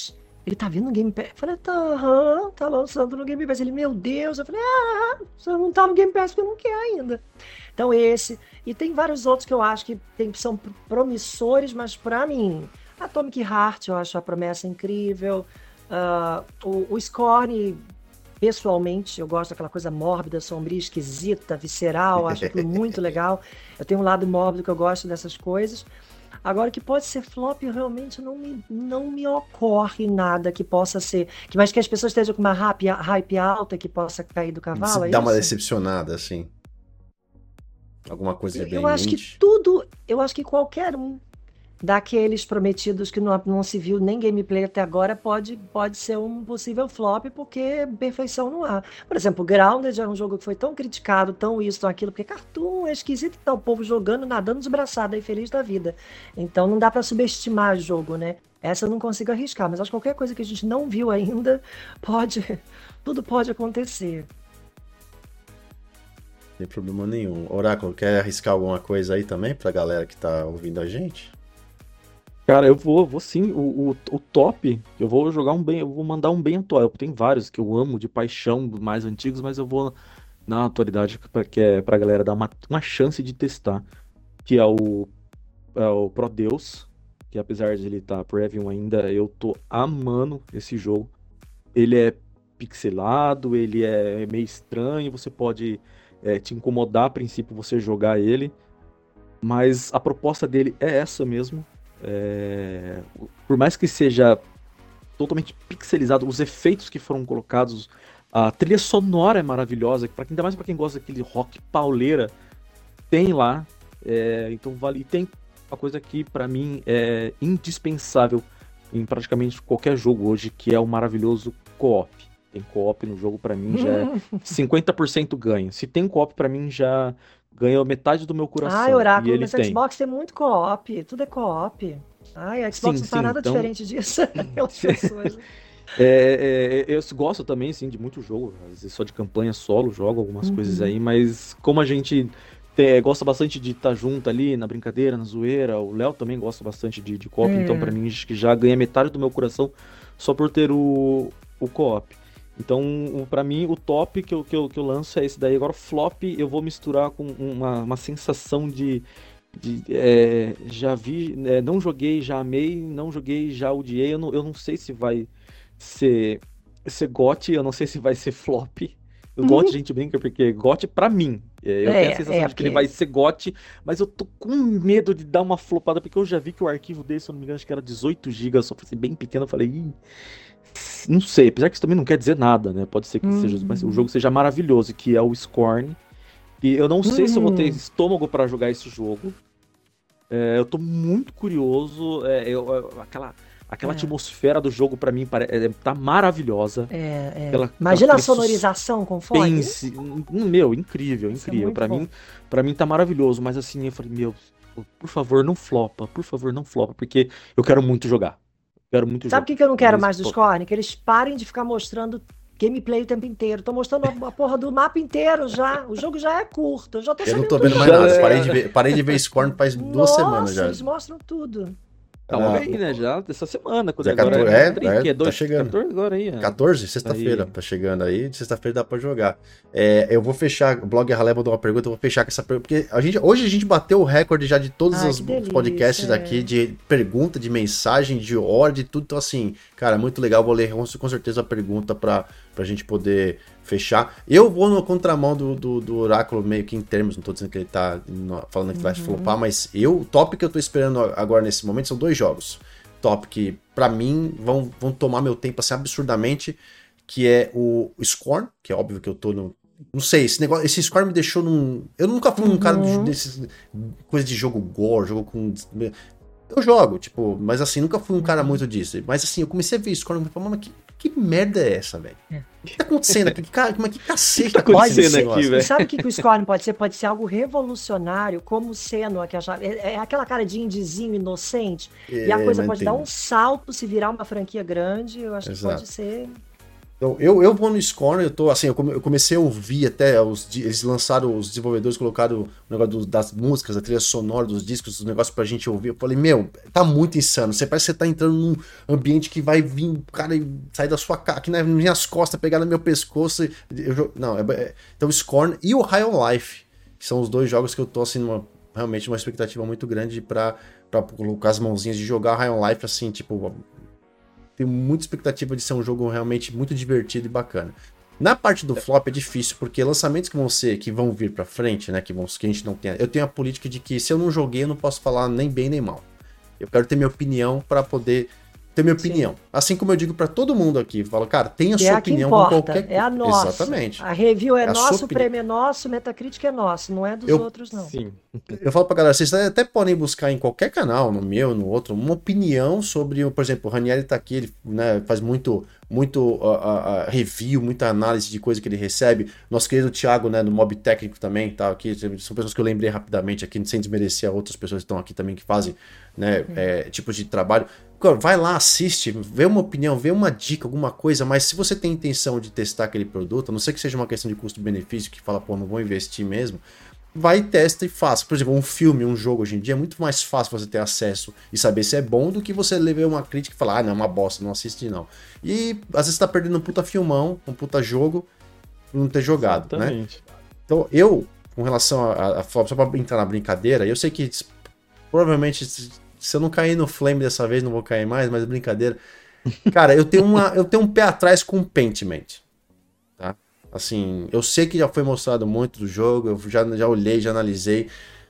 Ele tá vindo no Game Pass? Eu falei, tá, aham, tá lançando no Game Pass. Ele, meu Deus. Eu falei, ah, você não tá no Game Pass porque não quer ainda. Então esse, e tem vários outros que eu acho que tem, são promissores, mas pra mim, Atomic Heart, eu acho a promessa incrível. Uh, o, o Scorn, pessoalmente, eu gosto daquela coisa mórbida, sombria, esquisita, visceral, acho aquilo muito legal. Eu tenho um lado mórbido que eu gosto dessas coisas. Agora, que pode ser flop, realmente não me, não me ocorre nada que possa ser. Que, mas que as pessoas estejam com uma hype, hype alta que possa cair do cavalo. Dá é uma isso? decepcionada, assim. Alguma coisa bem Eu acho que indie. tudo, eu acho que qualquer um daqueles prometidos que não, não se viu nem gameplay até agora pode, pode ser um possível flop, porque perfeição não há. Por exemplo, Grounded era um jogo que foi tão criticado, tão isso, tão aquilo, porque cartoon é esquisito e tá o povo jogando, nadando desbraçado aí, feliz da vida. Então não dá pra subestimar o jogo, né? Essa eu não consigo arriscar, mas acho que qualquer coisa que a gente não viu ainda, pode, tudo pode acontecer. Não tem problema nenhum. Oráculo, quer arriscar alguma coisa aí também pra galera que tá ouvindo a gente? Cara, eu vou, vou sim. O, o, o top, eu vou jogar um bem, eu vou mandar um bem atual. Tem vários que eu amo de paixão, mais antigos, mas eu vou na atualidade pra, que é pra galera dar uma, uma chance de testar. Que é o, é o Prodeus, que apesar de ele estar preview ainda, eu tô amando esse jogo. Ele é pixelado, ele é meio estranho, você pode é, te incomodar a princípio você jogar ele, mas a proposta dele é essa mesmo. É, por mais que seja totalmente pixelizado, os efeitos que foram colocados, a trilha sonora é maravilhosa, pra, ainda mais para quem gosta daquele rock pauleira, tem lá. É, então vale. E tem uma coisa que pra mim é indispensável em praticamente qualquer jogo hoje, que é o maravilhoso co-op. Tem co-op no jogo, pra mim já é cinquenta por cento ganho. Se tem co-op, pra mim já ganhou metade do meu Ai, coração. E Oráculo, ele mas tem. Xbox tem muito co-op, tudo é co-op. Ai, a Xbox Sim, não tá sim. nada Então, diferente disso. Aquelas pessoas. É, é, eu gosto também, sim, de muito jogo. Às vezes só de campanha solo, jogo algumas coisas Uhum. aí, mas como a gente te- gosta bastante de estar junto ali na brincadeira, na zoeira, o Léo também gosta bastante de, de co-op, então pra É. mim acho que já ganha metade do meu coração só por ter o, o co-op. Então, o- pra mim, o top que eu, que eu, que eu lanço é esse daí. Agora, o flop eu vou misturar com uma, uma sensação de, de, é, já vi, é, não joguei, já amei, não joguei, já odiei. Eu não, eu não sei se vai ser, ser GOT, eu não sei se vai ser flop. O GOT a Uhum. gente brinca porque GOT pra mim, é, eu tenho a É, sensação é, de que ele porque. vai ser GOT, mas eu tô com medo de dar uma flopada, porque eu já vi que o arquivo dele, se eu não me engano, acho que era dezoito gigas, só pra ser bem pequeno. Eu falei, ih, não sei, apesar que isso também não quer dizer nada, né? Pode ser que seja, mas o Uhum. jogo seja maravilhoso, que é o Scorn. E eu não sei se eu vou ter Uhum. estômago pra jogar esse jogo. É, eu tô muito curioso. É, eu- eu- aquela, aquela É, atmosfera do jogo pra mim pare- é, tá maravilhosa. é, é. Aquela, Imagina a aquele sonorização com fone. suspense, hum, meu, incrível, Isso é incrível. muito Pra bom. mim, para mim tá maravilhoso. Mas assim, eu falei, meu, por favor, não flopa, por favor, não flopa, porque eu quero muito jogar. Quero muito Sabe o jogar. que que eu não quero Mas mais dos pô, Scorn? Que eles parem de ficar mostrando gameplay o tempo inteiro. Tô mostrando a, a porra do mapa inteiro já. O jogo já é curto. Eu já tô Eu não sabendo tô tudo vendo que vai mais já nada. Parei de acontecer. ver, parei de ver Scorn faz duas semanas Nossa, já. eles mostram tudo. calma Ah, aí, né? Já essa semana, quando dia agora quatorze, é é, três, é, que é tá dois, chegando. quatorze agora aí, ó. quatorze, Tá sexta-feira, aí. tá chegando aí. De sexta-feira dá pra jogar. É, eu vou fechar. O blog Ralé mandou uma pergunta, eu vou fechar com essa pergunta. Porque a gente, hoje a gente bateu o recorde já de todos Ai, os que podcasts delícia. aqui, de pergunta, de mensagem, de ordem, tudo. Então, assim, cara, muito legal. Vou ler com, com certeza a pergunta pra, pra gente poder fechar. Eu vou na contramão do, do, do Oráculo, meio que em termos, não tô dizendo que ele tá no- falando que vai Uhum. flopar, mas eu, o top que eu tô esperando agora nesse momento são dois jogos. Top que, pra mim, vão, vão tomar meu tempo assim absurdamente, que é o Scorn, que é óbvio que eu tô no... Não sei, esse negócio, esse Scorn me deixou num... Eu nunca fui um cara de- Uhum. desses... Coisa de jogo gore, jogo com... Eu jogo, tipo, mas assim, nunca fui um cara Uhum. muito disso. Mas assim, eu comecei a ver Scorn e falei, mas que, que merda é essa, velho? É. O que tá acontecendo aqui? Que, cara, mas que cacete O que tá tá acontecendo acontecendo esse aqui, negócio? velho? E sabe o que, que o Scorn pode ser? Pode ser algo revolucionário, como o Senua, que achava, é, é aquela cara de indizinho inocente. E a É, coisa mas pode dar tem... um salto se virar uma franquia grande. Eu acho que Exato. pode ser. Então, eu, eu vou no Scorn, eu tô assim, eu, come, eu comecei a ouvir até, os, eles lançaram, os desenvolvedores colocaram o negócio do, das músicas, a trilha sonora dos discos, os negócios pra gente ouvir. Eu falei, meu, tá muito insano. Você parece que você tá entrando num ambiente que vai vir, o cara sair da sua cara, aqui nas minhas costas, pegar no meu pescoço. E, eu, não, é, é, então o Scorn e o High on Life, que são os dois jogos que eu tô assim, numa, realmente uma expectativa muito grande pra, pra colocar as mãozinhas de jogar High on Life, assim, tipo. Tenho muita expectativa de ser um jogo realmente muito divertido e bacana. Na parte do flop é difícil, porque lançamentos que vão ser, que vão vir pra frente, né, que, vão, que a gente não tem... Eu tenho a política de que se eu não joguei, eu não posso falar nem bem nem mal. Eu quero ter minha opinião pra poder ter minha opinião. Sim. Assim como eu digo pra todo mundo aqui, falo, cara, tenha a sua é opinião com qualquer coisa. É a nossa. Exatamente. A review é, é nossa, o prêmio é nosso, o Metacritic é nosso, não é dos eu... outros, não. Sim. Eu falo pra galera, vocês até podem buscar em qualquer canal, no meu, no outro, uma opinião sobre, por exemplo, o Ranieri tá aqui, ele, né, faz muito, muito uh, uh, review, muita análise de coisa que ele recebe. Nosso querido Thiago, né, no Mob Técnico também, tá aqui, são pessoas que eu lembrei rapidamente aqui, sem desmerecer a outras pessoas que estão aqui também que fazem, né, uhum. é, tipos de trabalho. Vai lá, assiste, vê uma opinião, vê uma dica, alguma coisa, mas se você tem intenção de testar aquele produto, a não ser que seja uma questão de custo-benefício, que fala, pô, não vou investir mesmo, vai, testa e faça. Por exemplo, um filme, um jogo hoje em dia é muito mais fácil você ter acesso e saber se é bom do que você ler uma crítica e falar, ah, não, é uma bosta, não assiste não. E às vezes você tá perdendo um puta filmão, um puta jogo, por não ter jogado, Exatamente. Né? Então eu, com relação a, a só pra entrar na brincadeira, eu sei que provavelmente se eu não cair no Flame dessa vez, não vou cair mais, mas brincadeira. Cara, eu tenho, uma, eu tenho um pé atrás com o Pentiment, tá? Assim, eu sei que já foi mostrado muito do jogo, eu já, já olhei, já analisei.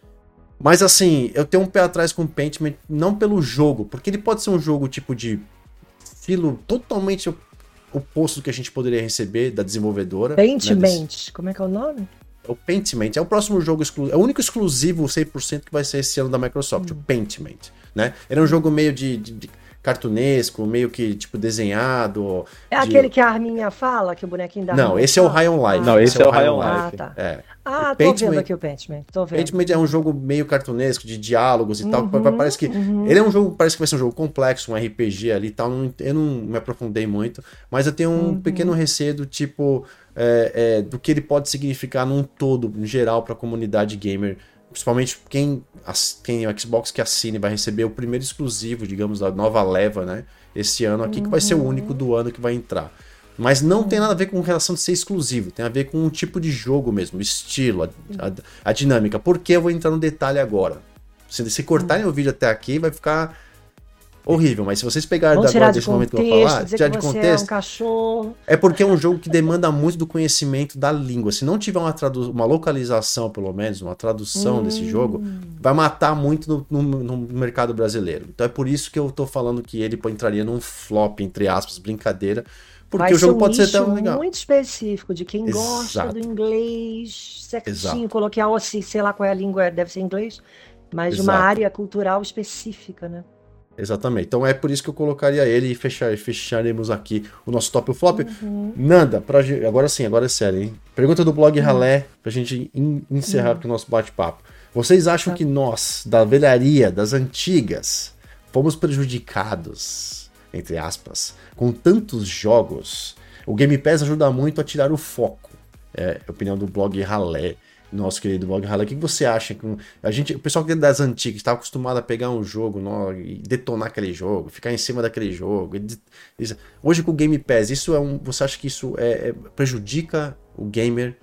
Mas assim, eu tenho um pé atrás com o Pentiment, não pelo jogo, porque ele pode ser um jogo tipo de estilo totalmente oposto do que a gente poderia receber da desenvolvedora. Pentiment, né, desse... como é que é o nome? O Pentiment, é o próximo jogo exclusivo, é o único exclusivo cem por cento que vai ser esse ano da Microsoft, hum. o Pentiment, né? Ele é um jogo meio de... de, de cartunesco, meio que, tipo, desenhado. É de... aquele que a arminha fala, que o bonequinho da Não, esse fala? É o High on Life. Não, esse, esse é o High on Life. Ah, tá. É. Ah, tô vendo aqui o Pentiment. Tô vendo. Pentiment é um jogo meio cartunesco, de diálogos e uhum, tal. Parece que... Uhum. Ele é um jogo, parece que vai ser um jogo complexo, um R P G ali e tal. Eu não me aprofundei muito, mas eu tenho um uhum. pequeno receio do tipo, é, é, do que ele pode significar num todo, em geral, pra comunidade gamer. Principalmente quem tem o Xbox que assine vai receber o primeiro exclusivo, digamos, da nova leva, né? Esse ano aqui, uhum. que vai ser o único do ano que vai entrar. Mas não uhum. tem nada a ver com relação de ser exclusivo, tem a ver com o tipo de jogo mesmo, o estilo, a, a, a dinâmica. Por que eu vou entrar no detalhe agora? Se, se cortarem uhum. o vídeo até aqui, vai ficar horrível, mas se vocês pegarem agora desse momento que eu vou falar, tirar de contexto, é, um cachorro. É porque é um jogo que demanda muito do conhecimento da língua. Se não tiver uma, tradu- uma localização, pelo menos, uma tradução hum. desse jogo, vai matar muito no, no, no mercado brasileiro. Então é por isso que eu tô falando que ele entraria num flop, entre aspas, brincadeira, porque vai o jogo um pode ser tão legal. Muito específico de quem Exato. Gosta do inglês certinho, Exato. coloquial, assim, sei lá qual é a língua, deve ser inglês, mas de Exato. uma área cultural específica, né? Exatamente. Então é por isso que eu colocaria ele e fechar, fecharemos aqui o nosso top flop. Uhum. Nanda, pra, agora sim, agora é sério, hein? Pergunta do blog uhum. Ralé, pra gente in, encerrar uhum. o nosso bate-papo. Vocês acham tá. que nós, da velharia, das antigas, fomos prejudicados, entre aspas, com tantos jogos? O Game Pass ajuda muito a tirar o foco. É a opinião do blog Ralé. Nosso querido blog Ralé, o que você acha? A gente, o pessoal que é das antigas estava acostumado a pegar um jogo no, e detonar aquele jogo, ficar em cima daquele jogo. Hoje com o Game Pass, isso é um, você acha que isso é, é, prejudica o gamer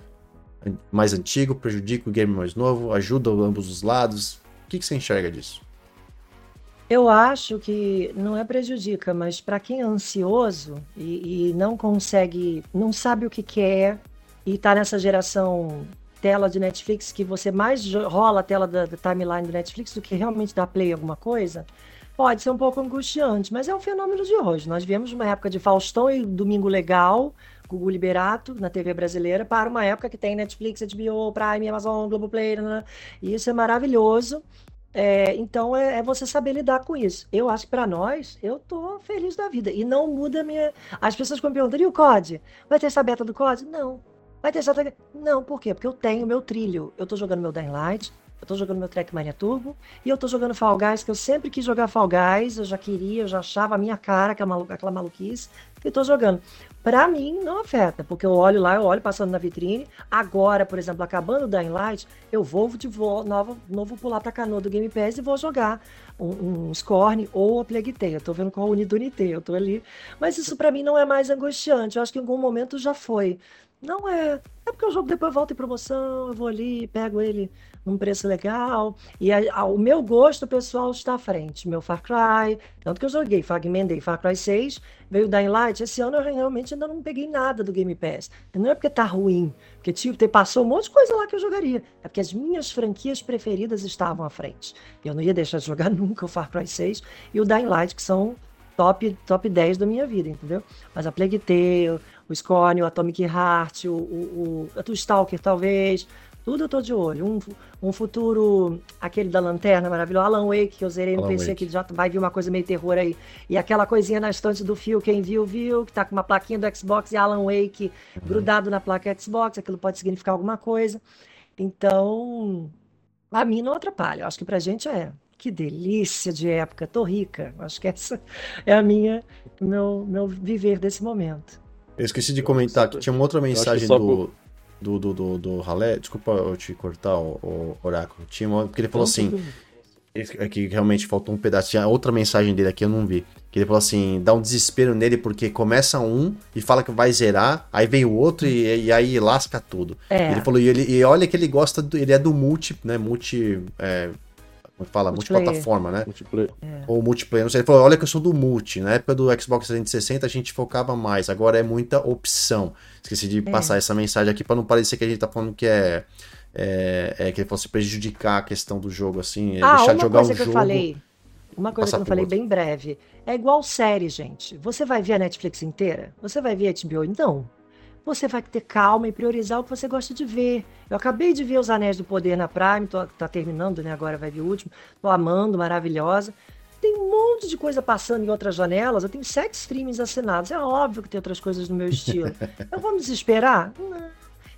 mais antigo, prejudica o gamer mais novo, ajuda ambos os lados? O que, que você enxerga disso? Eu acho que não é prejudica, mas para quem é ansioso e, e não consegue, não sabe o que quer e está nessa geração tela de Netflix, que você mais rola a tela da, da timeline do Netflix do que realmente dá play em alguma coisa, pode ser um pouco angustiante, mas é um fenômeno de hoje. Nós vivemos uma época de Faustão e Domingo Legal, Gugu Liberato, na T V brasileira, para uma época que tem Netflix, H B O, Prime, Amazon, Globoplay, né? E isso é maravilhoso. É, então é, é você saber lidar com isso. Eu acho que para nós, eu tô feliz da vida. E não muda a minha... As pessoas quando me perguntam, e o C O D? Vai ter essa beta do C O D? Não. Vai ter essa... Não, por quê? Porque eu tenho meu trilho. Eu tô jogando meu Dying Light, eu tô jogando meu Trackmania Turbo, e eu tô jogando Fall Guys, que eu sempre quis jogar Fall Guys, eu já queria, eu já achava a minha cara, aquela, malu... aquela maluquice. e tô jogando. Pra mim, não afeta, porque eu olho lá, eu olho passando na vitrine. Agora, por exemplo, acabando o Dying Light, eu vou de vo novo, novo pular pra canoa do Game Pass e vou jogar um, um Scorn ou a Plague Tale. Eu tô vendo qual Unidunité, eu tô ali. Mas isso pra mim não é mais angustiante. Eu acho que em algum momento já foi. Não é. É porque o jogo depois volta em promoção, eu vou ali, pego ele num preço legal. E a, a, o meu gosto pessoal está à frente. Meu Far Cry, tanto que eu joguei, fragmentei Far Cry seis, veio o Dying Light. Esse ano eu realmente ainda não peguei nada do Game Pass. Não é porque tá ruim, porque tipo, te passou um monte de coisa lá que eu jogaria. É porque as minhas franquias preferidas estavam à frente. Eu não ia deixar de jogar nunca o Far Cry seis e o Dying Light, que são top, top dez da minha vida, entendeu? Mas a Plague Tale, o Scorn, o Atomic Heart, o, o, o, o Stalker, talvez. Tudo eu tô de olho. Um, um futuro, aquele da lanterna maravilhoso, Alan Wake, que eu zerei no Alan P C, Wake. que já vai vir uma coisa meio terror aí. E aquela coisinha na estante do fio, quem viu, viu, que tá com uma plaquinha do Xbox e Alan Wake Uhum. grudado na placa Xbox, aquilo pode significar alguma coisa. Então, a mim não atrapalha. Eu acho que pra gente é. Que delícia de época, tô rica. Eu acho que essa é a minha, meu, meu viver desse momento. Eu esqueci de Eu comentar acho que que tinha uma outra acho que mensagem só do, do, do, do, do Ralé. Desculpa eu te cortar, o, o Oráculo. Tinha uma, porque ele falou Não, assim, tudo- é que realmente faltou um pedaço. Tinha outra mensagem dele aqui, eu não vi. Que ele falou assim, dá um desespero nele porque começa um e fala que vai zerar, aí vem o outro e, e aí lasca tudo. É. Ele falou, e, ele, e olha que ele gosta, do, ele é do multi, né, multi, é, como que fala, Multiplayer. multiplataforma, né? multiplayer. Ou multiplayer, não sei. Ele falou, olha que eu sou do multi. Na época do Xbox trezentos e sessenta a gente focava mais, agora é muita opção. Esqueci de passar essa mensagem aqui pra não parecer que a gente tá falando que é, é, é que ele fosse prejudicar a questão do jogo, assim, é Ah, deixar uma de jogar coisa um que eu jogo. falei, uma coisa que passar eu não pro falei outro. bem breve. É igual série, gente. Você vai ver a Netflix inteira? Você vai ver a H B O? Não. Você vai ter calma e priorizar o que você gosta de ver. Eu acabei de ver Os Anéis do Poder na Prime, tô, tá terminando, né? Agora vai vir o último. Tô amando, maravilhosa. Tem um monte de coisa passando em outras janelas. Eu tenho sete streamings assinados. É óbvio que tem outras coisas no meu estilo. Eu vou me desesperar? Não.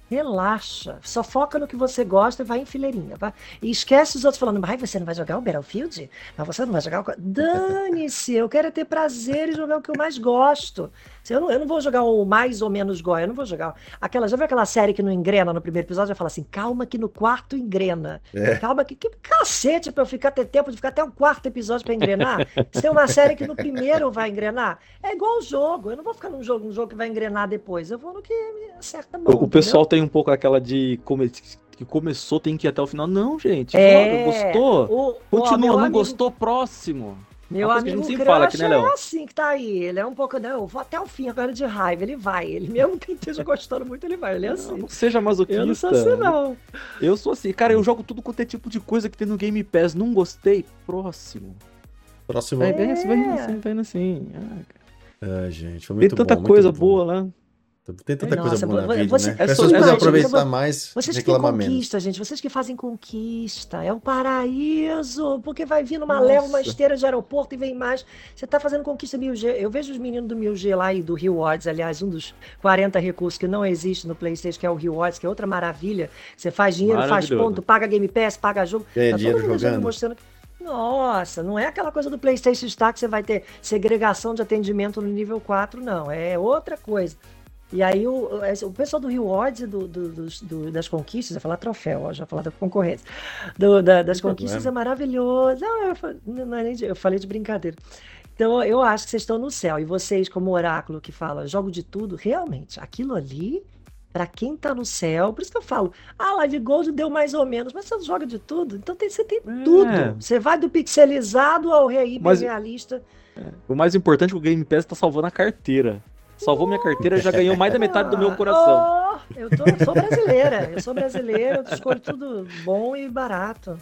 Relaxa, só foca no que você gosta e vai em fileirinha. Vai. E esquece os outros falando, mas você não vai jogar o Battlefield? Mas você não vai jogar o... Dane-se, eu quero é ter prazer e jogar o que eu mais gosto. Eu não, eu não vou jogar o mais ou menos gosto, eu não vou jogar... Aquela, já viu aquela série que não engrena no primeiro episódio? Já fala assim, calma que no quarto engrena. É. Calma que... Que cacete pra eu ficar, ter tempo de ficar até o quarto episódio pra engrenar? Se tem uma série que no primeiro vai engrenar, é igual o jogo. Eu não vou ficar num jogo, num jogo que vai engrenar depois. Eu vou no que me acerta bom, O, o pessoal entendeu? tem um pouco aquela de come- que começou, tem que ir até o final. Não, gente, É, joga, gostou? o, ó, Continua, meu não amigo, gostou, próximo. meu Uma coisa que a amigo gente sempre fala aqui, Crush né, é Léo? assim que tá aí. Ele é um pouco, não, eu vou até o fim agora de raiva. Ele vai, ele mesmo que esteja gostando muito, ele vai. Ele é Não, assim. não seja Eu masoquista. não sou assim, não. Eu sou assim, cara, eu jogo tudo quanto é tipo de coisa que tem no Game Pass. Não gostei, próximo. Próximo. Vai bem assim, vai indo É. assim, vai indo assim. Ah, cara. Ah, gente, foi Tem muito tanta bom, coisa muito bom. boa lá. Tem tanta Nossa, coisa boa vo- na vida, você- né? é As só- pessoas precisam gente, aproveitar vo- mais, Vocês que têm reclamar menos. conquista, gente, vocês que fazem conquista, é um paraíso, porque vai vir numa Nossa. leva, uma esteira de aeroporto e vem mais. Você tá fazendo conquista mil G. Eu vejo os meninos do mil G lá e do Rewards, aliás, um dos quarenta recursos que não existe no PlayStation, que é o Rewards, que é outra maravilha. Você faz dinheiro, faz Maravilhoso. ponto, paga Game Pass, paga jogo. Ganha Tá dinheiro todo mundo jogando. mostrando que... Nossa, não é aquela coisa do PlayStation Star que você vai ter segregação de atendimento no nível quatro, não. É outra coisa. E aí o, o pessoal do Rewards e do, do, dos- do- das conquistas, eu ia falar troféu, ó, já falar da concorrência, do- da- das Sem conquistas problema. é maravilhoso. Não, eu, fa- não é nem de- eu falei de brincadeira. Então eu acho que vocês estão no céu. E vocês, como oráculo que fala, jogo de tudo, realmente, aquilo ali, pra quem tá no céu, por isso que eu falo, ah, Live Gold deu mais ou menos, mas você joga de tudo, então tem- você tem É. tudo. Você vai do pixelizado ao re- Mas- hiperrealista. O mais importante é que o Game Pass tá salvando a carteira. Salvou minha carteira e já ganhou mais da metade do meu coração. Oh, eu, tô, eu sou brasileira, eu sou brasileira, eu escolho tudo bom e barato.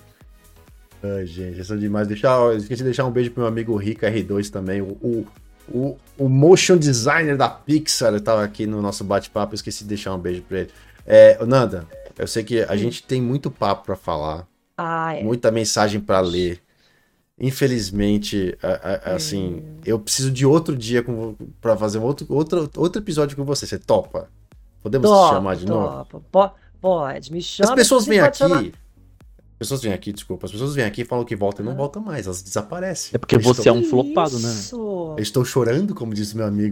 Ai, gente, isso é demais. Deixar, eu esqueci de deixar um beijo pro meu amigo Rica R dois também. O, o, o, o motion designer da Pixar tava aqui no nosso bate-papo. Eu esqueci de deixar um beijo pra ele. É, Nanda, eu sei que a gente tem muito papo pra falar, Ah, é. muita mensagem pra ler. Infelizmente, a- a- assim, eu preciso de outro dia com, pra fazer um outro, outro, outro episódio com você. Você topa? Podemos te Topo, chamar de novo? topo. Po- Pode, me chama. As pessoas inclusive vêm pode chamar- aqui. As pessoas vêm aqui, desculpa. As pessoas vêm aqui, falam que voltam e não voltam mais. Elas desaparecem. É porque Eu você é estou, um flopado, né? Isso. eu estou chorando, como disse meu amigo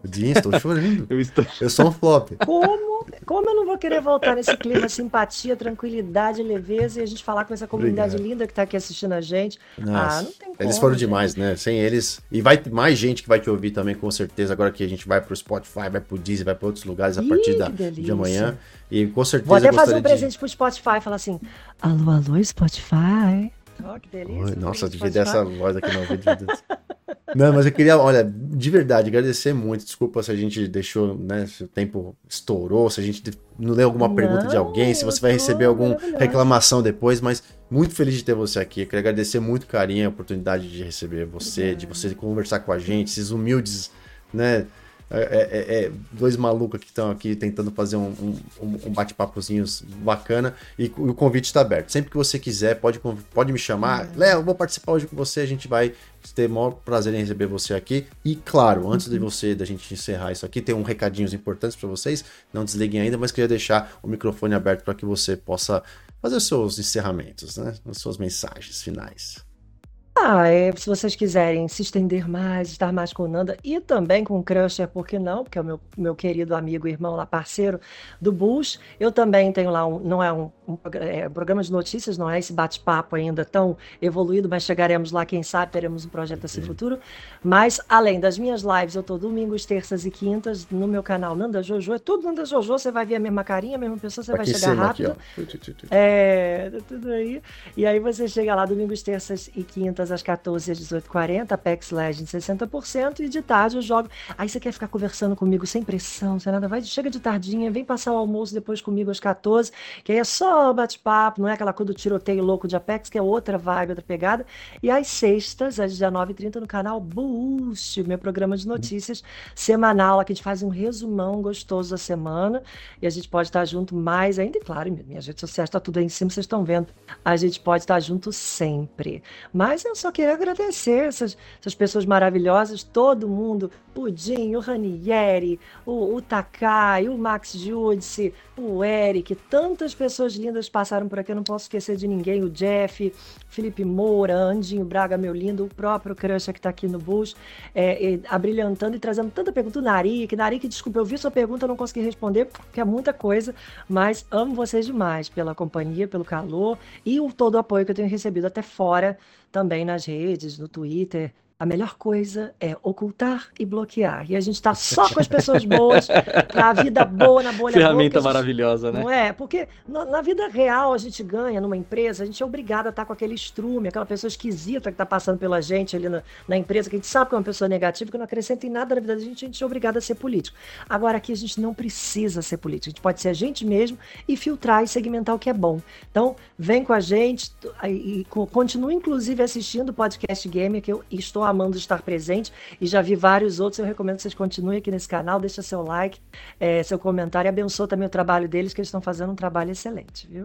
Dinho, estou chorando. Eu estou... Eu sou um flop. Como, como eu não vou querer voltar nesse clima, simpatia, tranquilidade, leveza e a gente falar com essa comunidade Obrigado. linda que tá aqui assistindo a gente. Nossa, Ah, não tem como. eles foram gente. demais, né? Sem eles. E vai ter mais gente que vai te ouvir também, com certeza. Agora que a gente vai pro Spotify, vai pro Deezer, vai para outros lugares a Ih, partir que da, delícia. de amanhã. E com certeza Vou até eu fazer gostaria um presente pro Spotify, falar assim, alô, alô, Spotify. Ó, que de. delícia. Oi, nossa, um devia Spotify. ter essa voz aqui no ouvido. meu Deus. Não, mas eu queria, olha, de verdade, agradecer muito. Desculpa se a gente deixou, né? Se o tempo estourou, se a gente não leu alguma pergunta de Não, alguém, se você eu vai tô receber alguma maravilhosa. reclamação depois, mas muito feliz de ter você aqui. Eu queria agradecer muito, carinho, a oportunidade de receber você, de você conversar com a gente, esses humildes, né? É, é- é dois malucos que estão aqui tentando fazer um, um, um bate-papozinho bacana e o convite está aberto. Sempre que você quiser, pode, pode me chamar. Léo, eu vou participar hoje com você, a gente vai ter o maior prazer em receber você aqui. E claro, antes de você, da gente encerrar isso aqui, tem um recadinhos importantes para vocês. Não desliguem ainda, mas queria deixar o microfone aberto para que você possa fazer os seus encerramentos, né? As suas mensagens finais. Ah, é, se vocês quiserem se estender mais, estar mais com o Nanda e também com o Crusher, por que não? Porque é o meu, meu querido amigo, irmão lá, parceiro do Bulls. Eu também tenho lá um, não é um, um progra- é, programa de notícias, não é esse bate-papo ainda tão evoluído, mas chegaremos lá, quem sabe, teremos um projeto assim futuro. Mas, além das minhas lives, eu tô domingos, terças e quintas no meu canal Nanda Jojo. É tudo Nanda Jojo, você vai ver a mesma carinha, a mesma pessoa, você Tá vai aqui em chegar cima, aqui, rápido. ó. Tu, tu, tu, tu. É, tá tudo aí. E aí você chega lá domingos, terças e quintas, às quatorze e às dezoito e quarenta, Apex Legends sessenta por cento, e de tarde eu jogo. Aí você quer ficar conversando comigo sem pressão, sem nada, vai, chega de tardinha, vem passar o almoço depois comigo às quatorze, que aí é só bate-papo, não é aquela coisa do tiroteio louco de Apex, que é outra vibe, outra pegada. E às sextas, às dezenove e trinta, no canal Boost, meu programa de notícias semanal, lá que a gente faz um resumão gostoso da semana, e a gente pode estar junto mais ainda, e claro, minhas redes sociais tá tudo aí em cima, vocês estão vendo, a gente pode estar junto sempre. Mas eu só queria agradecer essas, essas pessoas maravilhosas, todo mundo, Pudim, o Ranieri, o, o Takai, o Max Judice, o Eric, tantas pessoas lindas passaram por aqui, eu não posso esquecer de ninguém, o Jeff, Felipe Moura, Andinho Braga, meu lindo, o próprio Crusher que está aqui no Bus, é, é, abrilhantando e trazendo tanta pergunta, o Narik, Narik, desculpa, eu vi sua pergunta, eu não consegui responder, porque é muita coisa, mas amo vocês demais pela companhia, pelo calor e o, todo o apoio que eu tenho recebido até fora, também nas redes, no Twitter. A melhor coisa é ocultar e bloquear. E a gente tá só com as pessoas boas, pra vida boa, na bolha boa. Ferramenta porque a gente- maravilhosa, né? Não é? Porque na, na vida real a gente ganha numa empresa, a gente é obrigado a estar com aquele estrume, aquela pessoa esquisita que tá passando pela gente ali na, na empresa, que a gente sabe que é uma pessoa negativa, que não acrescenta em nada na vida da gente, a gente é obrigado a ser político. Agora aqui a gente não precisa ser político, a gente pode ser a gente mesmo e filtrar e segmentar o que é bom. Então, vem com a gente tu- e, e co- continue, inclusive, assistindo o Podcast Gamer, que eu estou amando estar presente e já vi vários outros. Eu recomendo que vocês continuem aqui nesse canal, deixa seu like, eh, seu comentário e abençoa também o trabalho deles, que eles estão fazendo um trabalho excelente, viu?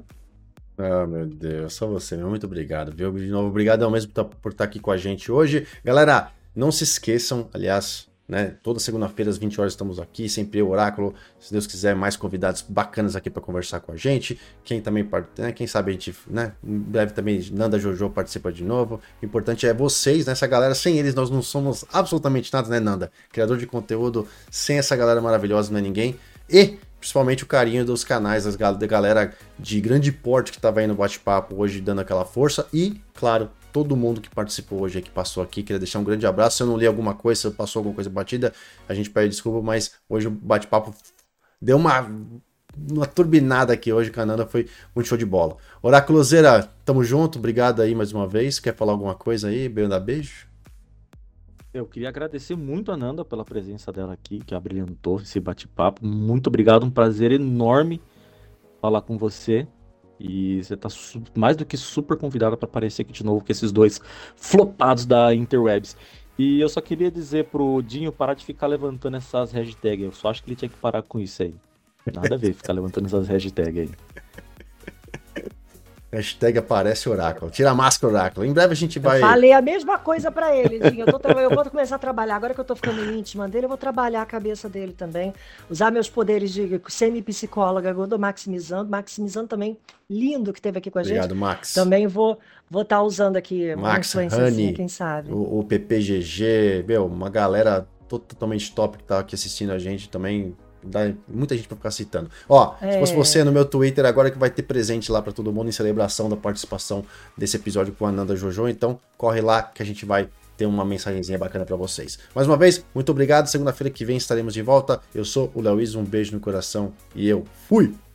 Ah, meu Deus, só você, meu. Muito obrigado, viu? De novo, obrigado ao mesmo por tá- por estar aqui com a gente hoje. Galera, não se esqueçam, aliás, né? Toda segunda-feira às vinte horas estamos aqui, sempre eu, Oráculo. Se Deus quiser, mais convidados bacanas aqui para conversar com a gente. Quem também, part- né? Quem sabe a gente, né? Em breve também Nanda Jojo participa de novo. O importante é vocês, né? Essa galera, sem eles nós não somos absolutamente nada, né, Nanda? Criador de conteúdo, sem essa galera maravilhosa não é ninguém. E principalmente o carinho dos canais, das gal- da galera de grande porte que estava aí no bate-papo hoje, dando aquela força. E, claro, todo mundo que participou hoje, que passou aqui, queria deixar um grande abraço. Se eu não li alguma coisa, se eu passou alguma coisa batida, a gente pede desculpa, mas hoje o bate-papo deu uma, uma turbinada aqui hoje, com a Nanda, foi muito show de bola. Oraculoseira, tamo junto, obrigado aí mais uma vez. Quer falar alguma coisa aí? Beijo da beijo? Eu queria agradecer muito a Nanda pela presença dela aqui, que abrilhantou esse bate-papo. Muito obrigado, um prazer enorme falar com você. E você tá su- mais do que super convidada para aparecer aqui de novo com esses dois flopados da Interwebs. E eu só queria dizer pro Dinho parar de ficar levantando essas hashtags. Eu só acho que ele tinha que parar com isso aí. Nada a ver ficar levantando essas hashtags aí. Hashtag aparece Oráculo. Tira a máscara, Oráculo. Em breve a gente vai... Eu falei a mesma coisa pra ele, Dinho. Eu, tô tra- eu vou começar a trabalhar. Agora que eu tô ficando íntima dele, eu vou trabalhar a cabeça dele também. Usar meus poderes de semi-psicóloga, eu tô maximizando. Maximizando também, lindo que teve aqui com a Obrigado, gente. Max. Também vou vou estar usando aqui uma Max, influenciazinha, Honey, quem sabe. O, o P P G G, meu, uma galera totalmente top que tá aqui assistindo a gente também. Dá muita gente pra ficar citando. Ó, É. se fosse você no meu Twitter agora que vai ter presente lá pra todo mundo em celebração da participação desse episódio com a Ananda Jojo, então corre lá que a gente vai ter uma mensagenzinha bacana pra vocês. Mais uma vez, muito obrigado. Segunda-feira que vem estaremos de volta. Eu sou o Léo Is, um beijo no coração e eu fui!